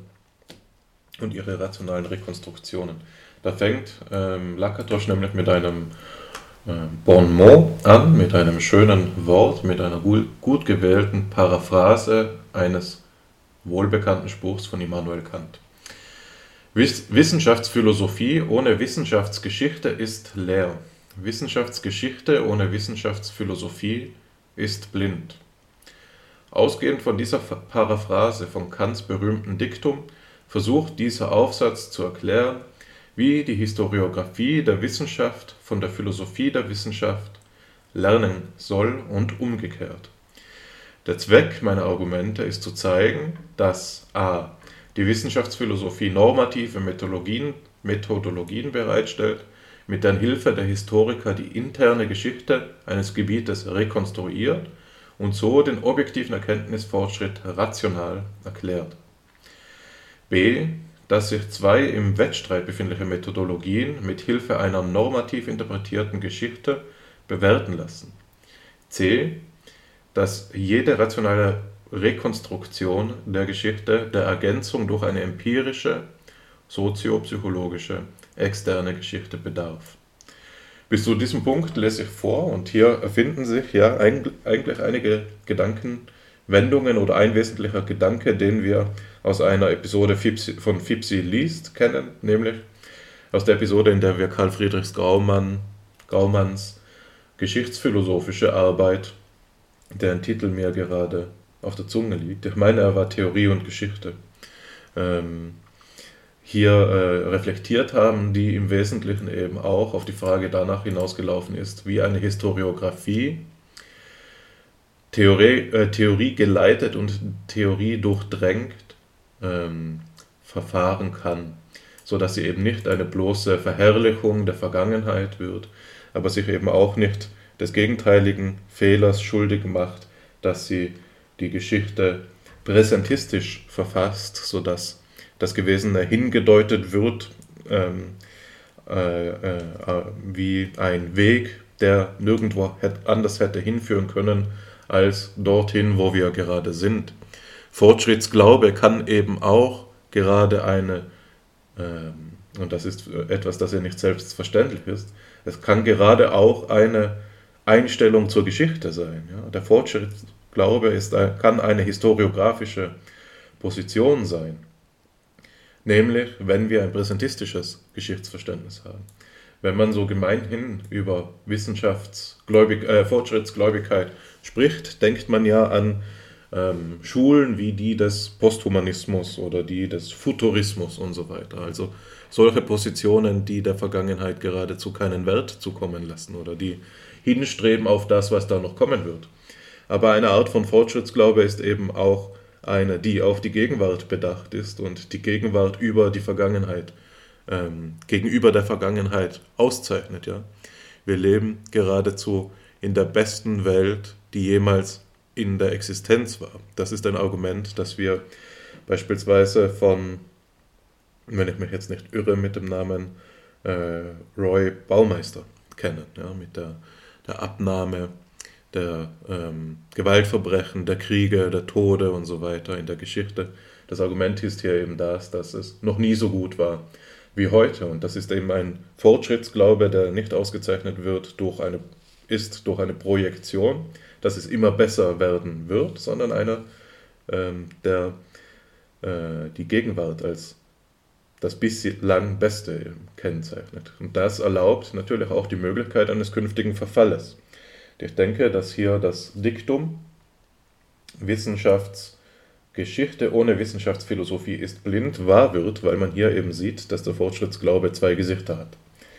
Da fängt Lakatos nämlich mit einem Bon mot an, mit einem schönen Wort, mit einer gut gewählten Paraphrase eines wohlbekannten Spruchs von Immanuel Kant. Wissenschaftsphilosophie ohne Wissenschaftsgeschichte ist leer. Wissenschaftsgeschichte ohne Wissenschaftsphilosophie ist blind. Ausgehend von dieser Paraphrase von Kants berühmten Diktum versucht dieser Aufsatz zu erklären, wie die Historiographie der Wissenschaft von der Philosophie der Wissenschaft lernen soll und umgekehrt. Der Zweck meiner Argumente ist zu zeigen, dass a. die Wissenschaftsphilosophie normative Methodologien bereitstellt, mit deren Hilfe der Historiker die interne Geschichte eines Gebietes rekonstruiert und so den objektiven Erkenntnisfortschritt rational erklärt. B. dass sich zwei im Wettstreit befindliche Methodologien mit Hilfe einer normativ interpretierten Geschichte bewerten lassen. C. dass jede rationale Rekonstruktion der Geschichte der Ergänzung durch eine empirische, soziopsychologische, externe Geschichte bedarf. Bis zu diesem Punkt lese ich vor und hier erfinden sich ja eigentlich einige Gedankenwendungen oder ein wesentlicher Gedanke, den wir aus einer Episode von Fipsi liest kennen, nämlich aus der Episode, in der wir Karl Friedrich Graumanns geschichtsphilosophische Arbeit, deren Titel mir gerade auf der Zunge liegt. Ich meine, er war Theorie und Geschichte. Hier reflektiert haben, die im Wesentlichen eben auch auf die Frage danach hinausgelaufen ist, wie eine Historiographie Theorie geleitet und Theorie durchdrängt verfahren kann, sodass sie eben nicht eine bloße Verherrlichung der Vergangenheit wird, aber sich eben auch nicht des gegenteiligen Fehlers schuldig macht, dass sie die Geschichte präsentistisch verfasst, sodass das Gewesene hingedeutet wird wie ein Weg, der nirgendwo anders hätte hinführen können, als dorthin, wo wir gerade sind. Fortschrittsglaube kann eben auch gerade und das ist etwas, das ja nicht selbstverständlich ist, es kann gerade auch eine Einstellung zur Geschichte sein. Ja? Der Fortschrittsglaube kann eine historiografische Position sein. Nämlich, wenn wir ein präsentistisches Geschichtsverständnis haben. Wenn man so gemeinhin über Fortschrittsgläubigkeit spricht, denkt man ja an Schulen wie die des Posthumanismus oder die des Futurismus und so weiter. Also solche Positionen, die der Vergangenheit geradezu keinen Wert zukommen lassen oder die hinstreben auf das, was da noch kommen wird. Aber eine Art von Fortschrittsglaube ist eben auch eine, die auf die Gegenwart bedacht ist und die Gegenwart über die Vergangenheit, gegenüber der Vergangenheit auszeichnet. Ja? Wir leben geradezu in der besten Welt, die jemals in der Existenz war. Das ist ein Argument, das wir beispielsweise von, wenn ich mich jetzt nicht irre, mit dem Namen Roy Baumeister kennen, ja? Mit der Abnahme der Gewaltverbrechen, der Kriege, der Tode und so weiter in der Geschichte. Das Argument ist hier eben das, dass es noch nie so gut war wie heute. Und das ist eben ein Fortschrittsglaube, der nicht ausgezeichnet wird durch eine Projektion, dass es immer besser werden wird, sondern einer, der die Gegenwart als das bislang Beste kennzeichnet. Und das erlaubt natürlich auch die Möglichkeit eines künftigen Verfalles. Ich denke, dass hier das Diktum Wissenschaftsgeschichte ohne Wissenschaftsphilosophie ist blind wahr wird, weil man hier eben sieht, dass der Fortschrittsglaube zwei Gesichter hat.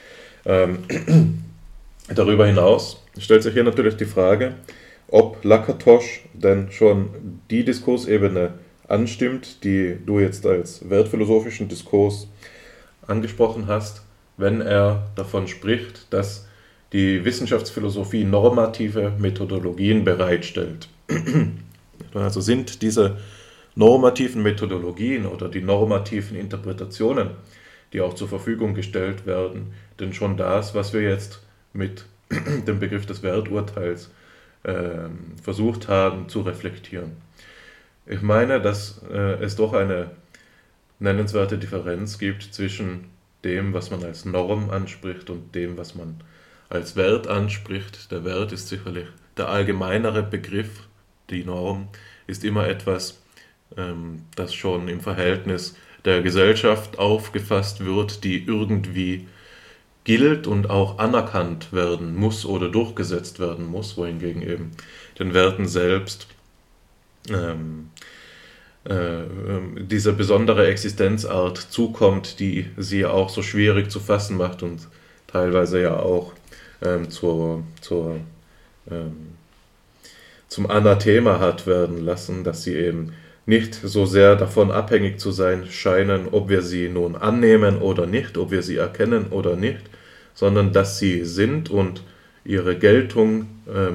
Darüber hinaus stellt sich hier natürlich die Frage, ob Lakatos denn schon die Diskursebene anstimmt, die du jetzt als wertphilosophischen Diskurs angesprochen hast, wenn er davon spricht, dass die Wissenschaftsphilosophie normative Methodologien bereitstellt. Also sind diese normativen Methodologien oder die normativen Interpretationen, die auch zur Verfügung gestellt werden, denn schon das, was wir jetzt mit dem Begriff des Werturteils versucht haben zu reflektieren. Ich meine, dass es doch eine nennenswerte Differenz gibt zwischen dem, was man als Norm anspricht und dem, was man als Wert anspricht. Der Wert ist sicherlich der allgemeinere Begriff. Die Norm ist immer etwas, das schon im Verhältnis der Gesellschaft aufgefasst wird, die irgendwie gilt und auch anerkannt werden muss oder durchgesetzt werden muss, wohingegen eben den Werten selbst diese besondere Existenzart zukommt, die sie auch so schwierig zu fassen macht und teilweise ja auch zur zum Anathema hat werden lassen, dass sie eben nicht so sehr davon abhängig zu sein scheinen, ob wir sie nun annehmen oder nicht, ob wir sie erkennen oder nicht, sondern dass sie sind und ihre Geltung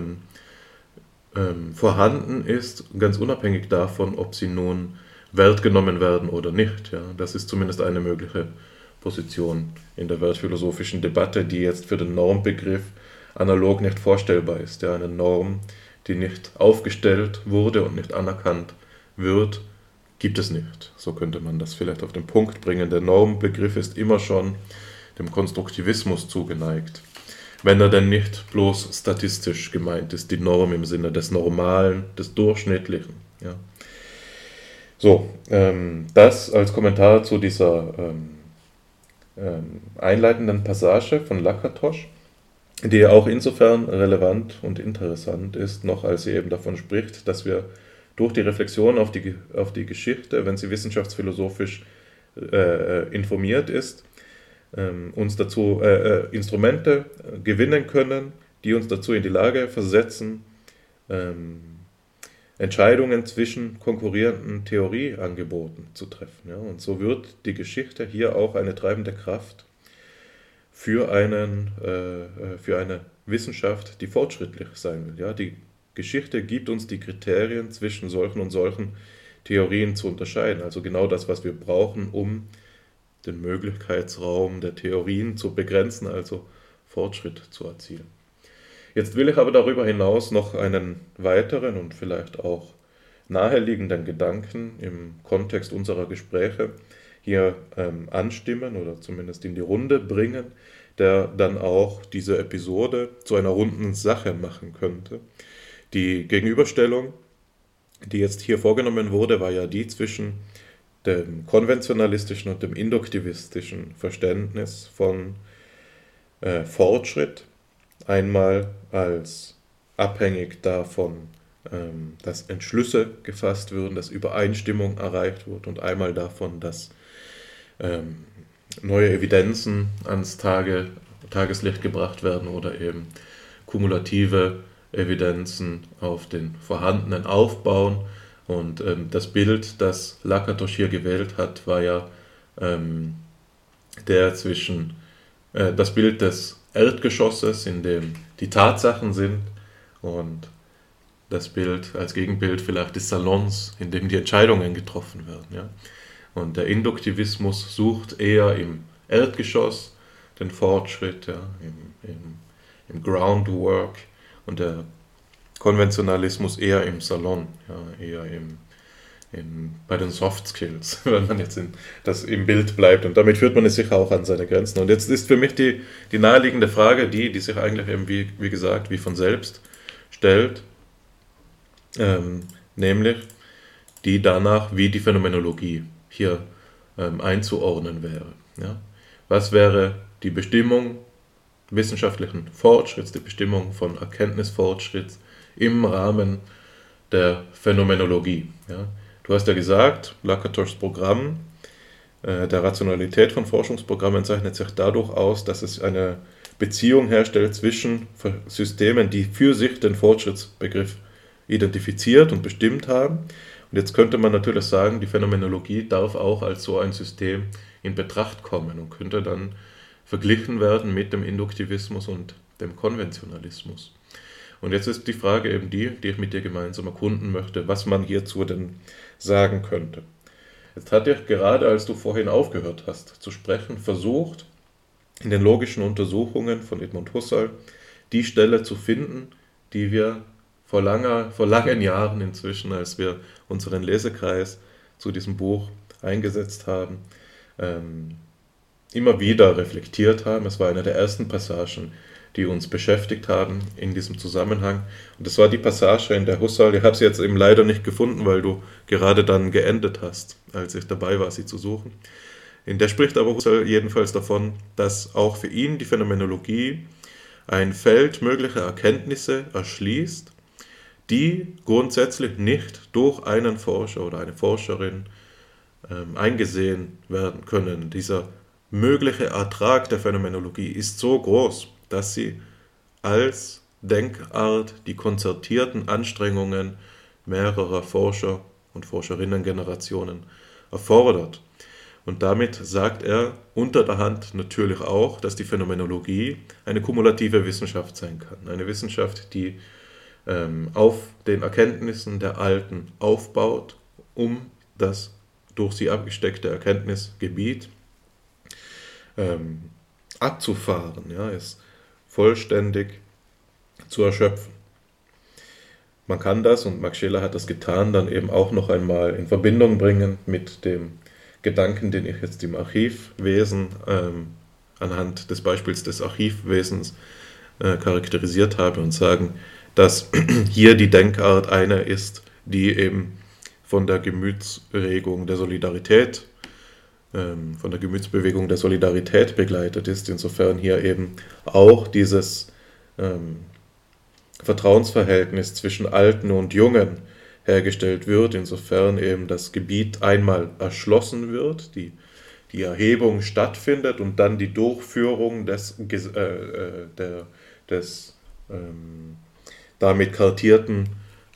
vorhanden ist, ganz unabhängig davon, ob sie nun wertgenommen werden oder nicht. Ja, das ist zumindest eine mögliche Position in der wertphilosophischen Debatte, die jetzt für den Normbegriff analog nicht vorstellbar ist. Ja, eine Norm, die nicht aufgestellt wurde und nicht anerkannt wird, gibt es nicht. So könnte man das vielleicht auf den Punkt bringen. Der Normbegriff ist immer schon dem Konstruktivismus zugeneigt. Wenn er denn nicht bloß statistisch gemeint ist, die Norm im Sinne des Normalen, des Durchschnittlichen. Ja. So, das als Kommentar zu dieser einleitenden Passage von Lakatos, die auch insofern relevant und interessant ist, noch als sie eben davon spricht, dass wir durch die Reflexion auf die Geschichte, wenn sie wissenschaftsphilosophisch informiert ist, uns dazu Instrumente gewinnen können, die uns dazu in die Lage versetzen, Entscheidungen zwischen konkurrierenden Theorieangeboten zu treffen. Ja? Und so wird die Geschichte hier auch eine treibende Kraft für eine Wissenschaft, die fortschrittlich sein will. Ja? Die Geschichte gibt uns die Kriterien, zwischen solchen und solchen Theorien zu unterscheiden. Also genau das, was wir brauchen, um den Möglichkeitsraum der Theorien zu begrenzen, also Fortschritt zu erzielen. Jetzt will ich aber darüber hinaus noch einen weiteren und vielleicht auch naheliegenden Gedanken im Kontext unserer Gespräche hier anstimmen oder zumindest in die Runde bringen, der dann auch diese Episode zu einer runden Sache machen könnte. Die Gegenüberstellung, die jetzt hier vorgenommen wurde, war ja die zwischen dem konventionalistischen und dem induktivistischen Verständnis von Fortschritt, einmal als abhängig davon, dass Entschlüsse gefasst würden, dass Übereinstimmung erreicht wird und einmal davon, dass neue Evidenzen ans Tageslicht gebracht werden oder eben kumulative Evidenzen auf den vorhandenen aufbauen. Und das Bild, das Lakatos hier gewählt hat, war ja das Bild des Erdgeschosses, in dem die Tatsachen sind, und das Bild als Gegenbild vielleicht des Salons, in dem die Entscheidungen getroffen werden. Ja? Und der Induktivismus sucht eher im Erdgeschoss den Fortschritt, ja, im Groundwork, und der Konventionalismus eher im Salon, ja, eher bei den Soft Skills, wenn man jetzt im Bild bleibt. Und damit führt man es sicher auch an seine Grenzen. Und jetzt ist für mich die naheliegende Frage die sich eigentlich eben, wie gesagt, wie von selbst stellt, nämlich die danach, wie die Phänomenologie hier einzuordnen wäre. Ja? Was wäre die Bestimmung wissenschaftlichen Fortschritts, die Bestimmung von Erkenntnisfortschritts im Rahmen der Phänomenologie? Ja? Du hast ja gesagt, Lakatos Programm der Rationalität von Forschungsprogrammen zeichnet sich dadurch aus, dass es eine Beziehung herstellt zwischen Systemen, die für sich den Fortschrittsbegriff identifiziert und bestimmt haben. Und jetzt könnte man natürlich sagen, die Phänomenologie darf auch als so ein System in Betracht kommen und könnte dann verglichen werden mit dem Induktivismus und dem Konventionalismus. Und jetzt ist die Frage eben die ich mit dir gemeinsam erkunden möchte, was man hierzu denn sagen könnte. Jetzt hatte ich gerade, als du vorhin aufgehört hast zu sprechen, versucht, in den logischen Untersuchungen von Edmund Husserl die Stelle zu finden, die wir vor langen Jahren inzwischen, als wir unseren Lesekreis zu diesem Buch eingesetzt haben, immer wieder reflektiert haben. Es war eine der ersten Passagen, die uns beschäftigt haben in diesem Zusammenhang. Und das war die Passage, in der Husserl, ich habe sie jetzt eben leider nicht gefunden, weil du gerade dann geendet hast, als ich dabei war, sie zu suchen. In der spricht aber Husserl jedenfalls davon, dass auch für ihn die Phänomenologie ein Feld möglicher Erkenntnisse erschließt, die grundsätzlich nicht durch einen Forscher oder eine Forscherin eingesehen werden können. Dieser mögliche Ertrag der Phänomenologie ist so groß, dass sie als Denkart die konzertierten Anstrengungen mehrerer Forscher und Forscherinnengenerationen erfordert. Und damit sagt er unter der Hand natürlich auch, dass die Phänomenologie eine kumulative Wissenschaft sein kann. Eine Wissenschaft, die auf den Erkenntnissen der Alten aufbaut, um das durch sie abgesteckte Erkenntnisgebiet abzufahren, ja, es vollständig zu erschöpfen. Man kann das, und Max Scheler hat das getan, dann eben auch noch einmal in Verbindung bringen mit dem Gedanken, den ich jetzt im Archivwesen anhand des Beispiels des Archivwesens charakterisiert habe und sagen, dass hier die Denkart eine ist, die eben von der Gemütsregung der Solidarität, von der Gemütsbewegung der Solidarität begleitet ist, insofern hier eben auch dieses Vertrauensverhältnis zwischen Alten und Jungen hergestellt wird, insofern eben das Gebiet einmal erschlossen wird, die Erhebung stattfindet und dann die Durchführung des damit kartierten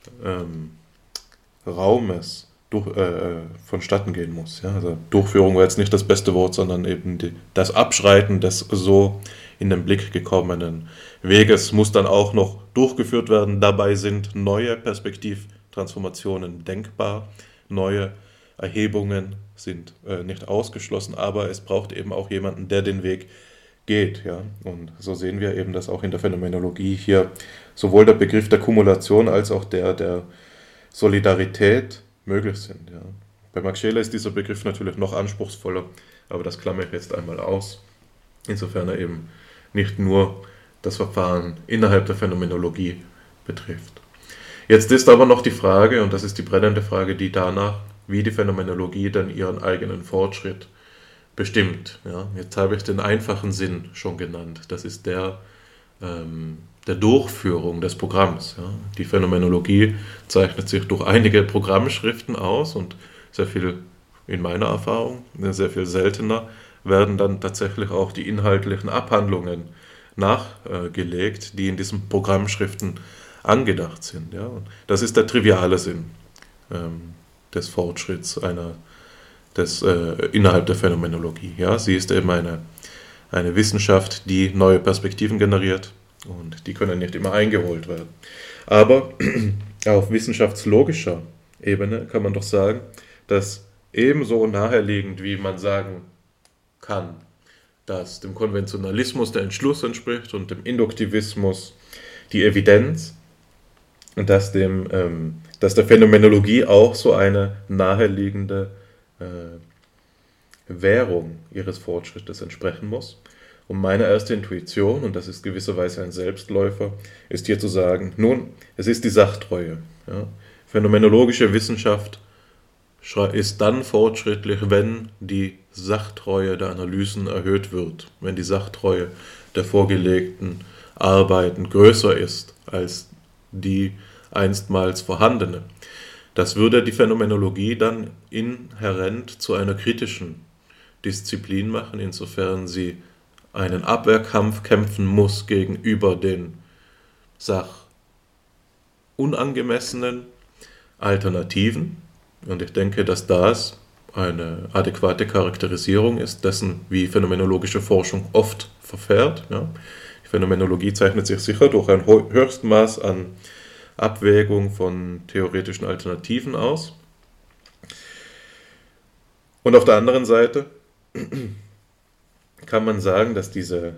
Raumes vonstatten gehen muss. Ja? Also Durchführung war jetzt nicht das beste Wort, sondern eben das Abschreiten des so in den Blick gekommenen Weges muss dann auch noch durchgeführt werden. Dabei sind neue Perspektivtransformationen denkbar, neue Erhebungen sind nicht ausgeschlossen, aber es braucht eben auch jemanden, der den Weg geht. Ja? Und so sehen wir eben, dass auch in der Phänomenologie hier sowohl der Begriff der Kumulation als auch der Solidarität möglich sind. Ja? Bei Max Scheler ist dieser Begriff natürlich noch anspruchsvoller, aber das klammere ich jetzt einmal aus, insofern er eben nicht nur das Verfahren innerhalb der Phänomenologie betrifft. Jetzt ist aber noch die Frage, und das ist die brennende Frage, die danach, wie die Phänomenologie dann ihren eigenen Fortschritt bestimmt. Ja, jetzt habe ich den einfachen Sinn schon genannt. Das ist der Durchführung des Programms. Ja. Die Phänomenologie zeichnet sich durch einige Programmschriften aus und sehr viel, in meiner Erfahrung, sehr viel seltener, werden dann tatsächlich auch die inhaltlichen Abhandlungen nachgelegt, die in diesen Programmschriften angedacht sind. Ja. Und das ist der triviale Sinn des Fortschritts innerhalb der Phänomenologie. Ja. Sie ist eben eine Wissenschaft, die neue Perspektiven generiert und die können nicht immer eingeholt werden. Aber auf wissenschaftslogischer Ebene kann man doch sagen, dass ebenso naheliegend, wie man sagen kann, dass dem Konventionalismus der Entschluss entspricht und dem Induktivismus die Evidenz, und dass der Phänomenologie auch so eine naheliegende Währung ihres Fortschrittes entsprechen muss. Und meine erste Intuition, und das ist gewisserweise ein Selbstläufer, ist hier zu sagen, nun, es ist die Sachtreue. Ja. Phänomenologische Wissenschaft ist dann fortschrittlich, wenn die Sachtreue der Analysen erhöht wird, wenn die Sachtreue der vorgelegten Arbeiten größer ist als die einstmals vorhandene. Das würde die Phänomenologie dann inhärent zu einer kritischen Disziplin machen, insofern sie einen Abwehrkampf kämpfen muss gegenüber den sachunangemessenen Alternativen. Und ich denke, dass das eine adäquate Charakterisierung ist dessen, wie phänomenologische Forschung oft verfährt. Ja. Die Phänomenologie zeichnet sich sicher durch ein Höchstmaß an Abwägung von theoretischen Alternativen aus. Und auf der anderen Seite kann man sagen, dass diese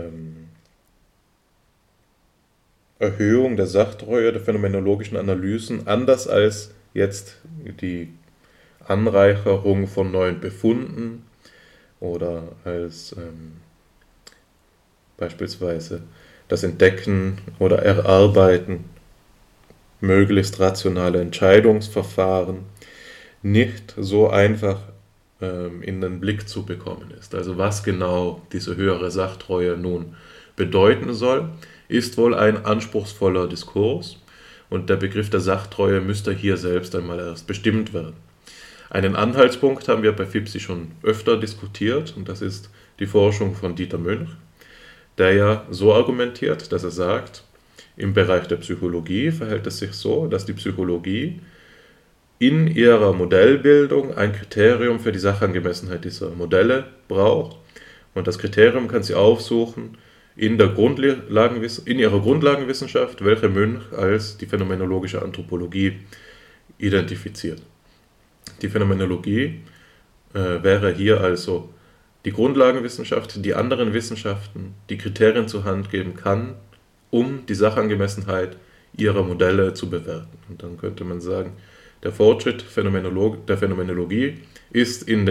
Erhöhung der Sachtreue der phänomenologischen Analysen, anders als jetzt die Anreicherung von neuen Befunden oder als beispielsweise das Entdecken oder Erarbeiten möglichst rationale Entscheidungsverfahren, nicht so einfach in den Blick zu bekommen ist. Also was genau diese höhere Sachtreue nun bedeuten soll, ist wohl ein anspruchsvoller Diskurs und der Begriff der Sachtreue müsste hier selbst einmal erst bestimmt werden. Einen Anhaltspunkt haben wir bei FIPSI schon öfter diskutiert und das ist die Forschung von Dieter Münch, der ja so argumentiert, dass er sagt, Im Bereich der Psychologie verhält es sich so, dass die Psychologie in ihrer Modellbildung ein Kriterium für die Sachangemessenheit dieser Modelle braucht. Und das Kriterium kann sie aufsuchen in ihrer Grundlagenwissenschaft, welche Münch als die phänomenologische Anthropologie identifiziert. Die Phänomenologie wäre hier also die Grundlagenwissenschaft, die anderen Wissenschaften die Kriterien zur Hand geben kann, um die Sachangemessenheit ihrer Modelle zu bewerten. Und dann könnte man sagen, der Fortschritt der Phänomenologie ist in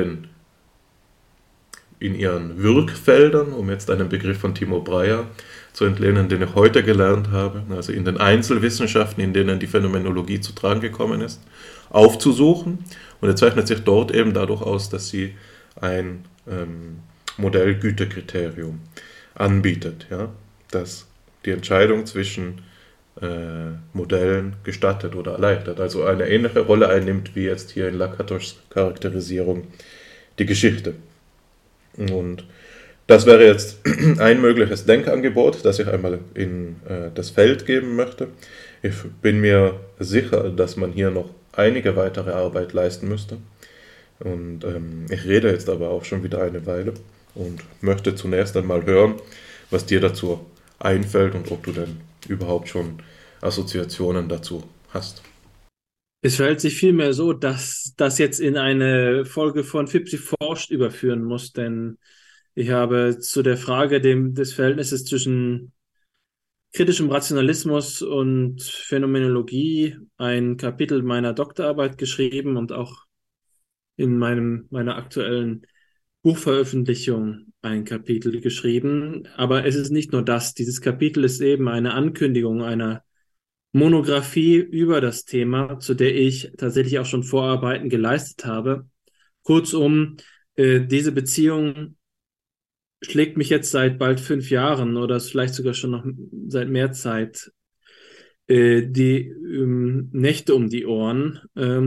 ihren Wirkfeldern, um jetzt einen Begriff von Timo Breyer zu entlehnen, den ich heute gelernt habe, also in den Einzelwissenschaften, in denen die Phänomenologie zu tragen gekommen ist, aufzusuchen. Und er zeichnet sich dort eben dadurch aus, dass sie ein Modellgütekriterium anbietet, ja, das die Entscheidung zwischen Modellen gestattet oder erleichtert, also eine ähnliche Rolle einnimmt wie jetzt hier in Lakators Charakterisierung die Geschichte. Und das wäre jetzt ein mögliches Denkangebot, das ich einmal in das Feld geben möchte. Ich bin mir sicher, dass man hier noch einige weitere Arbeit leisten müsste. Und ich rede jetzt aber auch schon wieder eine Weile und möchte zunächst einmal hören, was dir dazu einfällt und ob du denn überhaupt schon Assoziationen dazu hast. Es verhält sich vielmehr so, dass das jetzt in eine Folge von Fipsi forscht überführen muss, denn ich habe zu der Frage des Verhältnisses zwischen kritischem Rationalismus und Phänomenologie ein Kapitel meiner Doktorarbeit geschrieben und auch in meiner aktuellen Buchveröffentlichung ein Kapitel geschrieben. Aber es ist nicht nur das. Dieses Kapitel ist eben eine Ankündigung einer Monographie über das Thema, zu der ich tatsächlich auch schon Vorarbeiten geleistet habe. Kurzum, diese Beziehung schlägt mich jetzt seit bald 5 Jahren oder vielleicht sogar schon noch seit mehr Zeit die Nächte um die Ohren.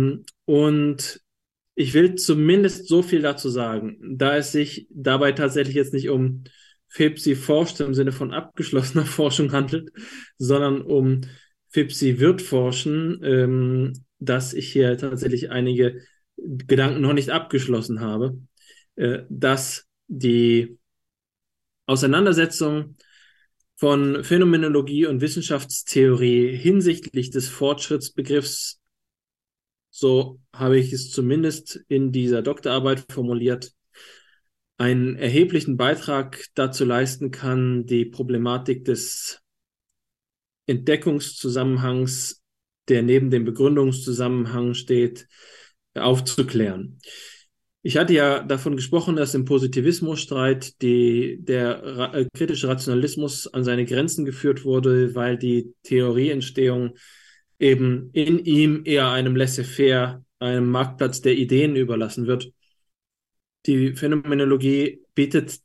Und ich will zumindest so viel dazu sagen, da es sich dabei tatsächlich jetzt nicht um FIPSI forscht im Sinne von abgeschlossener Forschung handelt, sondern um FIPSI wird forschen, dass ich hier tatsächlich einige Gedanken noch nicht abgeschlossen habe, dass die Auseinandersetzung von Phänomenologie und Wissenschaftstheorie hinsichtlich des Fortschrittsbegriffs, so habe ich es zumindest in dieser Doktorarbeit formuliert, einen erheblichen Beitrag dazu leisten kann, die Problematik des Entdeckungszusammenhangs, der neben dem Begründungszusammenhang steht, aufzuklären. Ich hatte ja davon gesprochen, dass im Positivismusstreit der kritische Rationalismus an seine Grenzen geführt wurde, weil die Theorieentstehung eben in ihm eher einem Laissez-faire, einem Marktplatz der Ideen überlassen wird. Die Phänomenologie bietet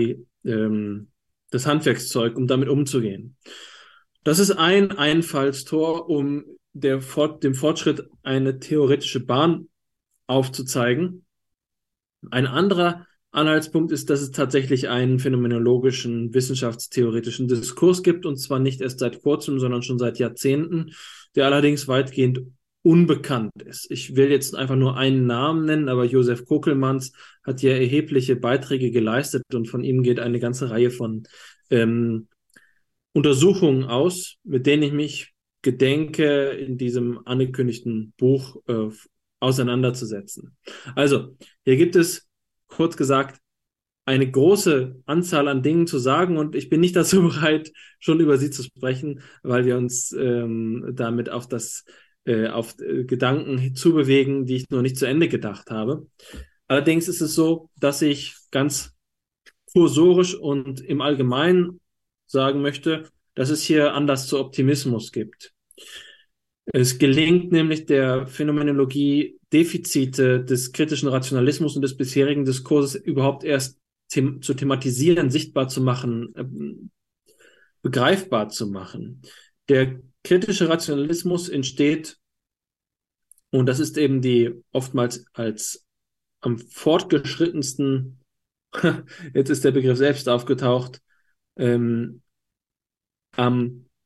das Handwerkszeug, um damit umzugehen. Das ist ein Einfallstor, um dem Fortschritt eine theoretische Bahn aufzuzeigen. Ein anderer Anhaltspunkt ist, dass es tatsächlich einen phänomenologischen, wissenschaftstheoretischen Diskurs gibt, und zwar nicht erst seit kurzem, sondern schon seit Jahrzehnten, der allerdings weitgehend unbekannt ist. Ich will jetzt einfach nur einen Namen nennen, aber Josef Kokelmans hat ja erhebliche Beiträge geleistet und von ihm geht eine ganze Reihe von Untersuchungen aus, mit denen ich mich gedenke, in diesem angekündigten Buch auseinanderzusetzen. Also, hier gibt es, kurz gesagt, eine große Anzahl an Dingen zu sagen und ich bin nicht dazu bereit, schon über sie zu sprechen, weil wir uns damit auf Gedanken zubewegen, die ich noch nicht zu Ende gedacht habe. Allerdings ist es so, dass ich ganz kursorisch und im Allgemeinen sagen möchte, dass es hier Anlass zu Optimismus gibt. Es gelingt nämlich der Phänomenologie, Defizite des kritischen Rationalismus und des bisherigen Diskurses überhaupt erst zu thematisieren, sichtbar zu machen, begreifbar zu machen. Der kritische Rationalismus entsteht, und das ist eben die oftmals als am fortgeschrittensten, jetzt ist der Begriff selbst aufgetaucht, am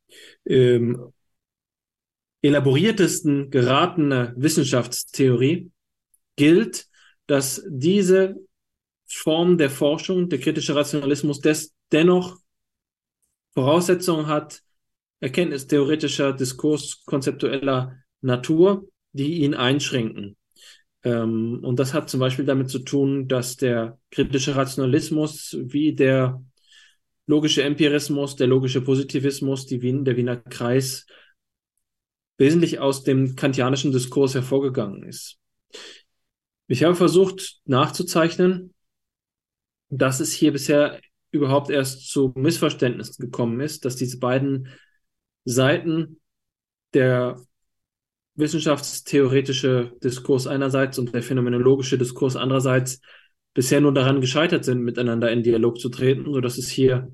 ähm, elaboriertesten geratene Wissenschaftstheorie gilt, dass diese Form der Forschung, der kritische Rationalismus, dennoch Voraussetzungen hat, erkenntnistheoretischer, diskurskonzeptueller Natur, die ihn einschränken. Und das hat zum Beispiel damit zu tun, dass der kritische Rationalismus wie der logische Empirismus, der logische Positivismus, der Wiener Kreis wesentlich aus dem kantianischen Diskurs hervorgegangen ist. Ich habe versucht nachzuzeichnen, dass es hier bisher überhaupt erst zu Missverständnissen gekommen ist, dass diese beiden Seiten, der wissenschaftstheoretische Diskurs einerseits und der phänomenologische Diskurs andererseits, bisher nur daran gescheitert sind, miteinander in Dialog zu treten, sodass es hier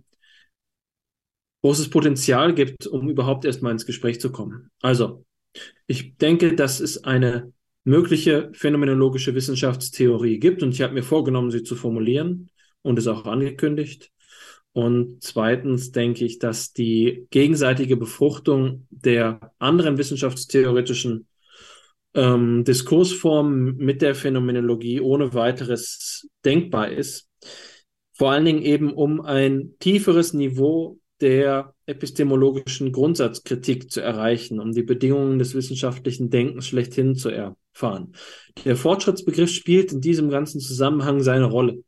großes Potenzial gibt, um überhaupt erst mal ins Gespräch zu kommen. Also, ich denke, dass es eine mögliche phänomenologische Wissenschaftstheorie gibt und ich habe mir vorgenommen, sie zu formulieren und es auch angekündigt. Und zweitens denke ich, dass die gegenseitige Befruchtung der anderen wissenschaftstheoretischen Diskursformen mit der Phänomenologie ohne weiteres denkbar ist. Vor allen Dingen eben um ein tieferes Niveau der epistemologischen Grundsatzkritik zu erreichen, um die Bedingungen des wissenschaftlichen Denkens schlechthin zu erfahren. Der Fortschrittsbegriff spielt in diesem ganzen Zusammenhang seine Rolle.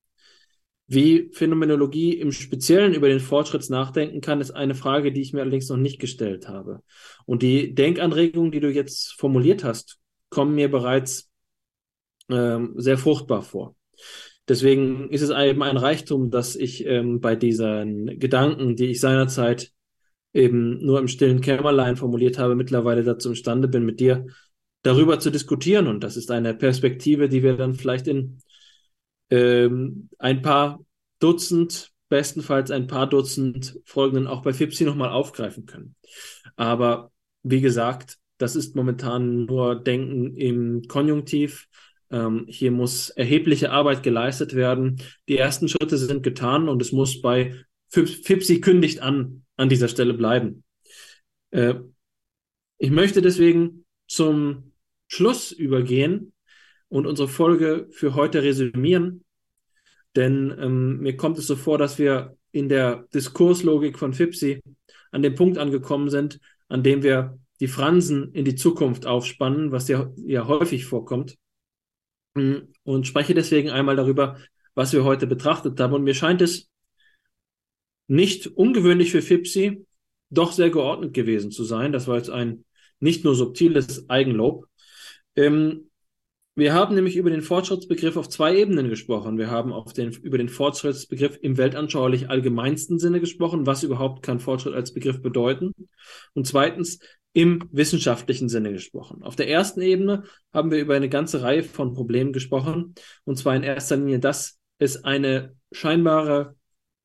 Wie Phänomenologie im Speziellen über den Fortschritt nachdenken kann, ist eine Frage, die ich mir allerdings noch nicht gestellt habe. Und die Denkanregungen, die du jetzt formuliert hast, kommen mir bereits sehr fruchtbar vor. Deswegen ist es eben ein Reichtum, dass ich bei diesen Gedanken, die ich seinerzeit eben nur im stillen Kämmerlein formuliert habe, mittlerweile dazu imstande bin, mit dir darüber zu diskutieren. Und das ist eine Perspektive, die wir dann vielleicht in ein paar Dutzend, bestenfalls ein paar Dutzend Folgenden auch bei FIPSI nochmal aufgreifen können. Aber wie gesagt, das ist momentan nur Denken im Konjunktiv. Hier muss erhebliche Arbeit geleistet werden. Die ersten Schritte sind getan und es muss bei FIPSI kündigt an dieser Stelle bleiben. Ich möchte deswegen zum Schluss übergehen und unsere Folge für heute resümieren, denn mir kommt es so vor, dass wir in der Diskurslogik von FIPSI an dem Punkt angekommen sind, an dem wir die Fransen in die Zukunft aufspannen, was ja häufig vorkommt, und spreche deswegen einmal darüber, was wir heute betrachtet haben. Und mir scheint es nicht ungewöhnlich für FIPSI, doch sehr geordnet gewesen zu sein. Das war jetzt ein nicht nur subtiles Eigenlob. Wir haben nämlich über den Fortschrittsbegriff auf zwei Ebenen gesprochen. Wir haben über den Fortschrittsbegriff im weltanschaulich allgemeinsten Sinne gesprochen. Was überhaupt kann Fortschritt als Begriff bedeuten? Und zweitens im wissenschaftlichen Sinne gesprochen. Auf der ersten Ebene haben wir über eine ganze Reihe von Problemen gesprochen. Und zwar in erster Linie, dass es eine scheinbare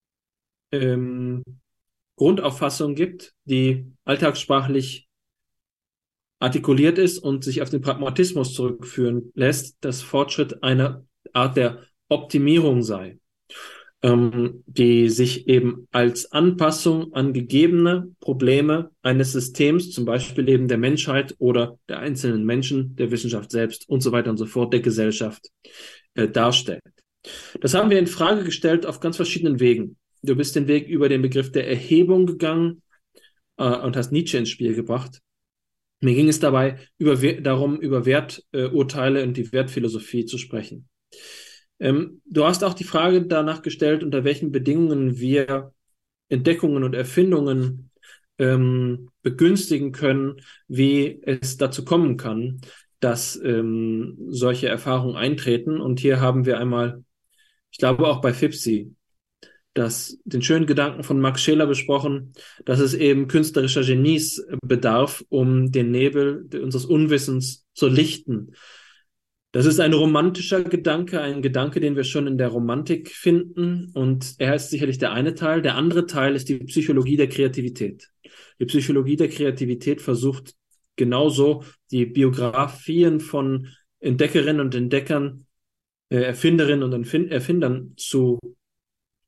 Grundauffassung gibt, die alltagssprachlich artikuliert ist und sich auf den Pragmatismus zurückführen lässt, dass Fortschritt eine Art der Optimierung sei, die sich eben als Anpassung an gegebene Probleme eines Systems, zum Beispiel eben der Menschheit oder der einzelnen Menschen, der Wissenschaft selbst und so weiter und so fort, der Gesellschaft darstellt. Das haben wir in Frage gestellt auf ganz verschiedenen Wegen. Du bist den Weg über den Begriff der Erhebung gegangen und hast Nietzsche ins Spiel gebracht. Mir ging es dabei darum, über Werturteile und die Wertphilosophie zu sprechen. Du hast auch die Frage danach gestellt, unter welchen Bedingungen wir Entdeckungen und Erfindungen begünstigen können, wie es dazu kommen kann, dass solche Erfahrungen eintreten. Und hier haben wir einmal, ich glaube auch bei FIPSI, den schönen Gedanken von Max Scheler besprochen, dass es eben künstlerischer Genies bedarf, um den Nebel unseres Unwissens zu lichten. Das ist ein romantischer Gedanke, ein Gedanke, den wir schon in der Romantik finden, und er ist sicherlich der eine Teil. Der andere Teil ist die Psychologie der Kreativität. Die Psychologie der Kreativität versucht genauso die Biografien von Entdeckerinnen und Entdeckern, Erfinderinnen und Erfindern zu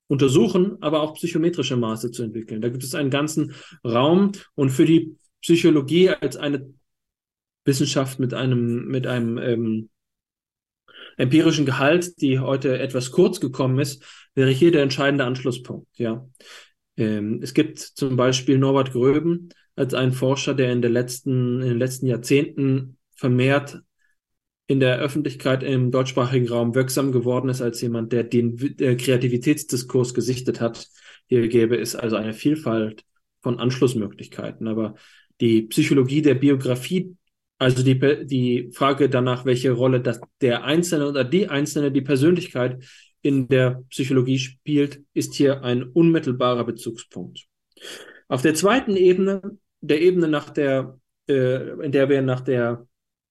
untersuchen, aber auch psychometrische Maße zu entwickeln. Da gibt es einen ganzen Raum, und für die Psychologie als eine Wissenschaft mit einem empirischen Gehalt, die heute etwas kurz gekommen ist, wäre hier der entscheidende Anschlusspunkt. Ja. Es gibt zum Beispiel Norbert Gröben als einen Forscher, der in den letzten Jahrzehnten vermehrt in der Öffentlichkeit im deutschsprachigen Raum wirksam geworden ist, als jemand, der den Kreativitätsdiskurs gesichtet hat. Hier gäbe es also eine Vielfalt von Anschlussmöglichkeiten. Aber die Psychologie der Biografie, also die Frage danach, welche Rolle der Einzelne oder die Einzelne, die Persönlichkeit in der Psychologie spielt, ist hier ein unmittelbarer Bezugspunkt. Auf der zweiten Ebene, der Ebene in der wir nach der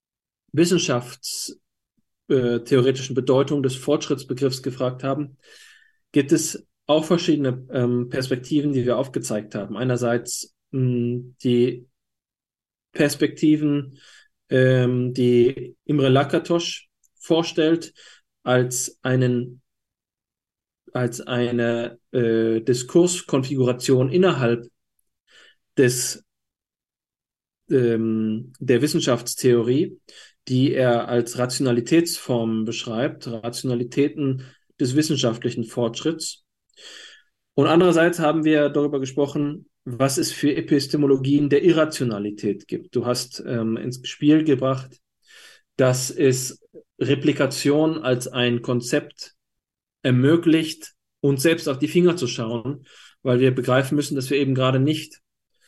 wissenschaftstheoretischen Bedeutung des Fortschrittsbegriffs gefragt haben, gibt es auch verschiedene Perspektiven, die wir aufgezeigt haben. Einerseits die Perspektiven, die Imre Lakatos vorstellt, als eine Diskurskonfiguration innerhalb der Wissenschaftstheorie, die er als Rationalitätsformen beschreibt, Rationalitäten des wissenschaftlichen Fortschritts. Und andererseits haben wir darüber gesprochen, was es für Epistemologien der Irrationalität gibt. Du hast ins Spiel gebracht, dass es Replikation als ein Konzept ermöglicht, uns selbst auf die Finger zu schauen, weil wir begreifen müssen, dass wir eben gerade nicht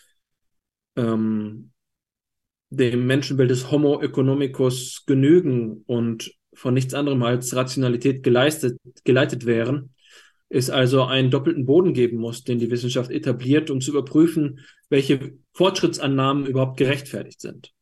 dem Menschenbild des Homo economicus genügen und von nichts anderem als Rationalität geleitet wären, es also einen doppelten Boden geben muss, den die Wissenschaft etabliert, um zu überprüfen, welche Fortschrittsannahmen überhaupt gerechtfertigt sind.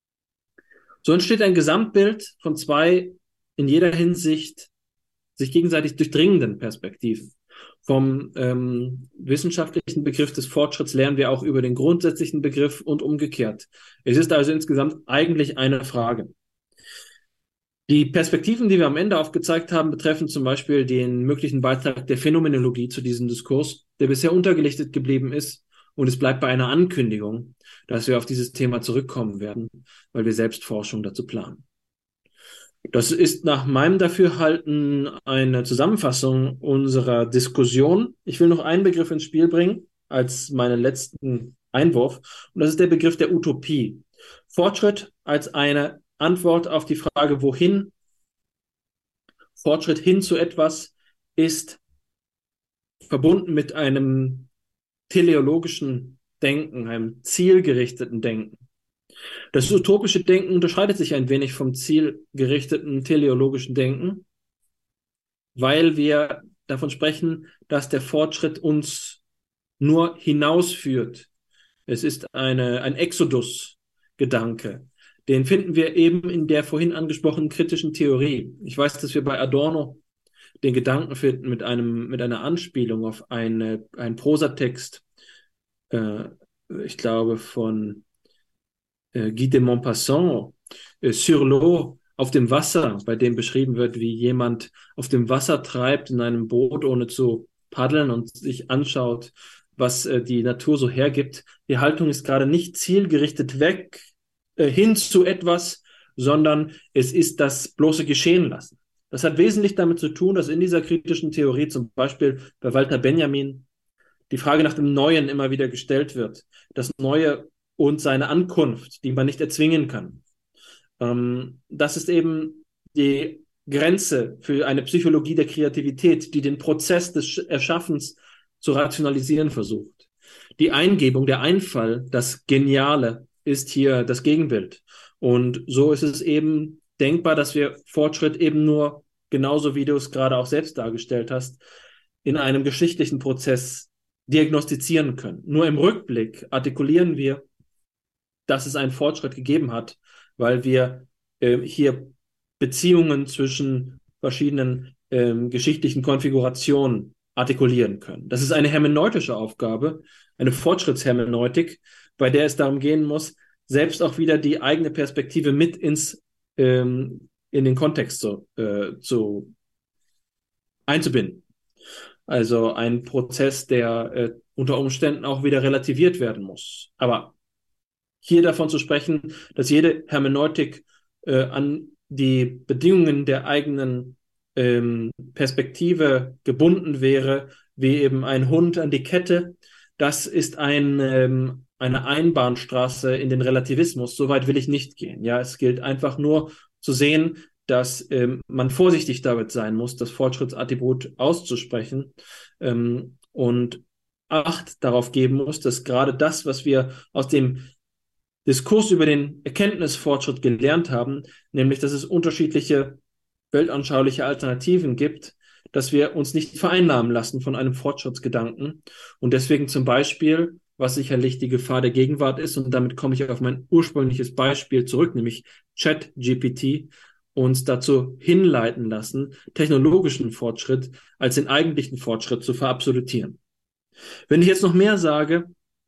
So entsteht ein Gesamtbild von zwei in jeder Hinsicht sich gegenseitig durchdringenden Perspektiven. Vom wissenschaftlichen Begriff des Fortschritts lernen wir auch über den grundsätzlichen Begriff und umgekehrt. Es ist also insgesamt eigentlich eine Frage. Die Perspektiven, die wir am Ende aufgezeigt haben, betreffen zum Beispiel den möglichen Beitrag der Phänomenologie zu diesem Diskurs, der bisher untergelichtet geblieben ist. Und es bleibt bei einer Ankündigung, dass wir auf dieses Thema zurückkommen werden, weil wir selbst Forschung dazu planen. Das ist nach meinem Dafürhalten eine Zusammenfassung unserer Diskussion. Ich will noch einen Begriff ins Spiel bringen als meinen letzten Einwurf, und das ist der Begriff der Utopie. Fortschritt als eine Antwort auf die Frage, wohin. Fortschritt hin zu etwas ist verbunden mit einem teleologischen Denken, einem zielgerichteten Denken. Das utopische Denken unterscheidet sich ein wenig vom zielgerichteten teleologischen Denken, weil wir davon sprechen, dass der Fortschritt uns nur hinausführt. Es ist ein Exodus-Gedanke. Den finden wir eben in der vorhin angesprochenen kritischen Theorie. Ich weiß, dass wir bei Adorno den Gedanken finden mit einer Anspielung auf einen Prosatext, ich glaube von Guy de Maupassant, Sur l'eau, auf dem Wasser, bei dem beschrieben wird, wie jemand auf dem Wasser treibt in einem Boot, ohne zu paddeln, und sich anschaut, was die Natur so hergibt. Die Haltung ist gerade nicht zielgerichtet weg hin zu etwas, sondern es ist das bloße Geschehen lassen. Das hat wesentlich damit zu tun, dass in dieser kritischen Theorie, zum Beispiel bei Walter Benjamin, die Frage nach dem Neuen immer wieder gestellt wird. Das Neue und seine Ankunft, die man nicht erzwingen kann. Das ist eben die Grenze für eine Psychologie der Kreativität, die den Prozess des Erschaffens zu rationalisieren versucht. Die Eingebung, der Einfall, das Geniale ist hier das Gegenbild. Und so ist es eben denkbar, dass wir Fortschritt eben nur, genauso wie du es gerade auch selbst dargestellt hast, in einem geschichtlichen Prozess diagnostizieren können. Nur im Rückblick artikulieren wir, dass es einen Fortschritt gegeben hat, weil wir hier Beziehungen zwischen verschiedenen geschichtlichen Konfigurationen artikulieren können. Das ist eine hermeneutische Aufgabe, eine Fortschrittshermeneutik, bei der es darum gehen muss, selbst auch wieder die eigene Perspektive mit in den Kontext einzubinden. Also ein Prozess, der unter Umständen auch wieder relativiert werden muss. Aber hier davon zu sprechen, dass jede Hermeneutik an die Bedingungen der eigenen Perspektive gebunden wäre, wie eben ein Hund an die Kette, das ist eine Einbahnstraße in den Relativismus. So weit will ich nicht gehen. Ja, es gilt einfach nur zu sehen, dass man vorsichtig damit sein muss, das Fortschrittsattribut auszusprechen und Acht darauf geben muss, dass gerade das, was wir aus dem Diskurs über den Erkenntnisfortschritt gelernt haben, nämlich dass es unterschiedliche weltanschauliche Alternativen gibt, dass wir uns nicht vereinnahmen lassen von einem Fortschrittsgedanken und deswegen zum Beispiel, was sicherlich die Gefahr der Gegenwart ist, und damit komme ich auf mein ursprüngliches Beispiel zurück, nämlich ChatGPT, uns dazu hinleiten lassen, technologischen Fortschritt als den eigentlichen Fortschritt zu verabsolutieren. Wenn ich jetzt noch mehr sage,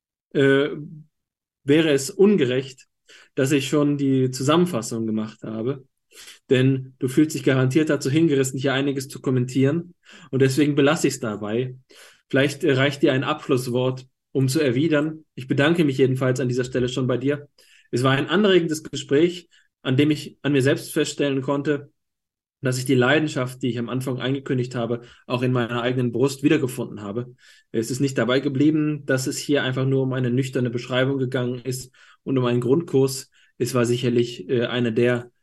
wäre es ungerecht, dass ich schon die Zusammenfassung gemacht habe, denn du fühlst dich garantiert dazu hingerissen, hier einiges zu kommentieren und deswegen belasse ich es dabei. Vielleicht reicht dir ein Abschlusswort, um zu erwidern. Ich bedanke mich jedenfalls an dieser Stelle schon bei dir. Es war ein anregendes Gespräch, an dem ich an mir selbst feststellen konnte, dass ich die Leidenschaft, die ich am Anfang angekündigt habe, auch in meiner eigenen Brust wiedergefunden habe. Es ist nicht dabei geblieben, dass es hier einfach nur um eine nüchterne Beschreibung gegangen ist und um einen Grundkurs. Es war sicherlich eine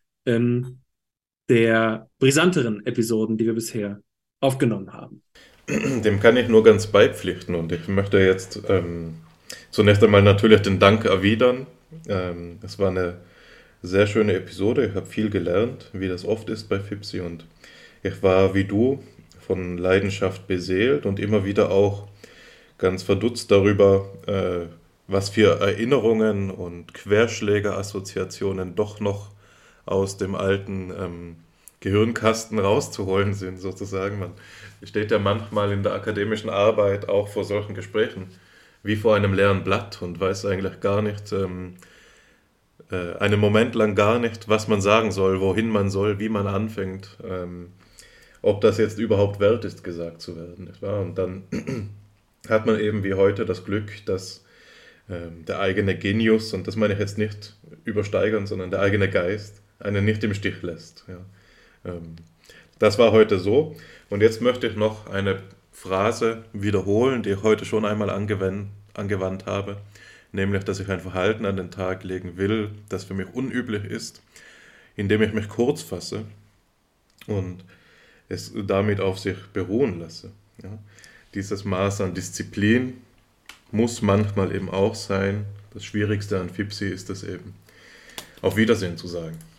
der brisanteren Episoden, die wir bisher aufgenommen haben. Dem kann ich nur ganz beipflichten und ich möchte jetzt zunächst einmal natürlich den Dank erwidern. Es war eine sehr schöne Episode, ich habe viel gelernt, wie das oft ist bei FIPSI und ich war wie du von Leidenschaft beseelt und immer wieder auch ganz verdutzt darüber, was für Erinnerungen und Querschlägerassoziationen doch noch aus dem alten Gehirnkasten rauszuholen sind, sozusagen. Man steht ja manchmal in der akademischen Arbeit auch vor solchen Gesprächen wie vor einem leeren Blatt und weiß eigentlich gar nicht, einen Moment lang gar nicht, was man sagen soll, wohin man soll, wie man anfängt, ob das jetzt überhaupt wert ist, gesagt zu werden. Nicht wahr? Und dann hat man eben wie heute das Glück, dass der eigene Genius, und das meine ich jetzt nicht übersteigern, sondern der eigene Geist, einen nicht im Stich lässt. Ja. Das war heute so. Und jetzt möchte ich noch eine Phrase wiederholen, die ich heute schon einmal angewandt habe, nämlich, dass ich ein Verhalten an den Tag legen will, das für mich unüblich ist, indem ich mich kurz fasse und es damit auf sich beruhen lasse. Ja. Dieses Maß an Disziplin muss manchmal eben auch sein. Das Schwierigste an FIPSI ist es eben, auf Wiedersehen zu sagen.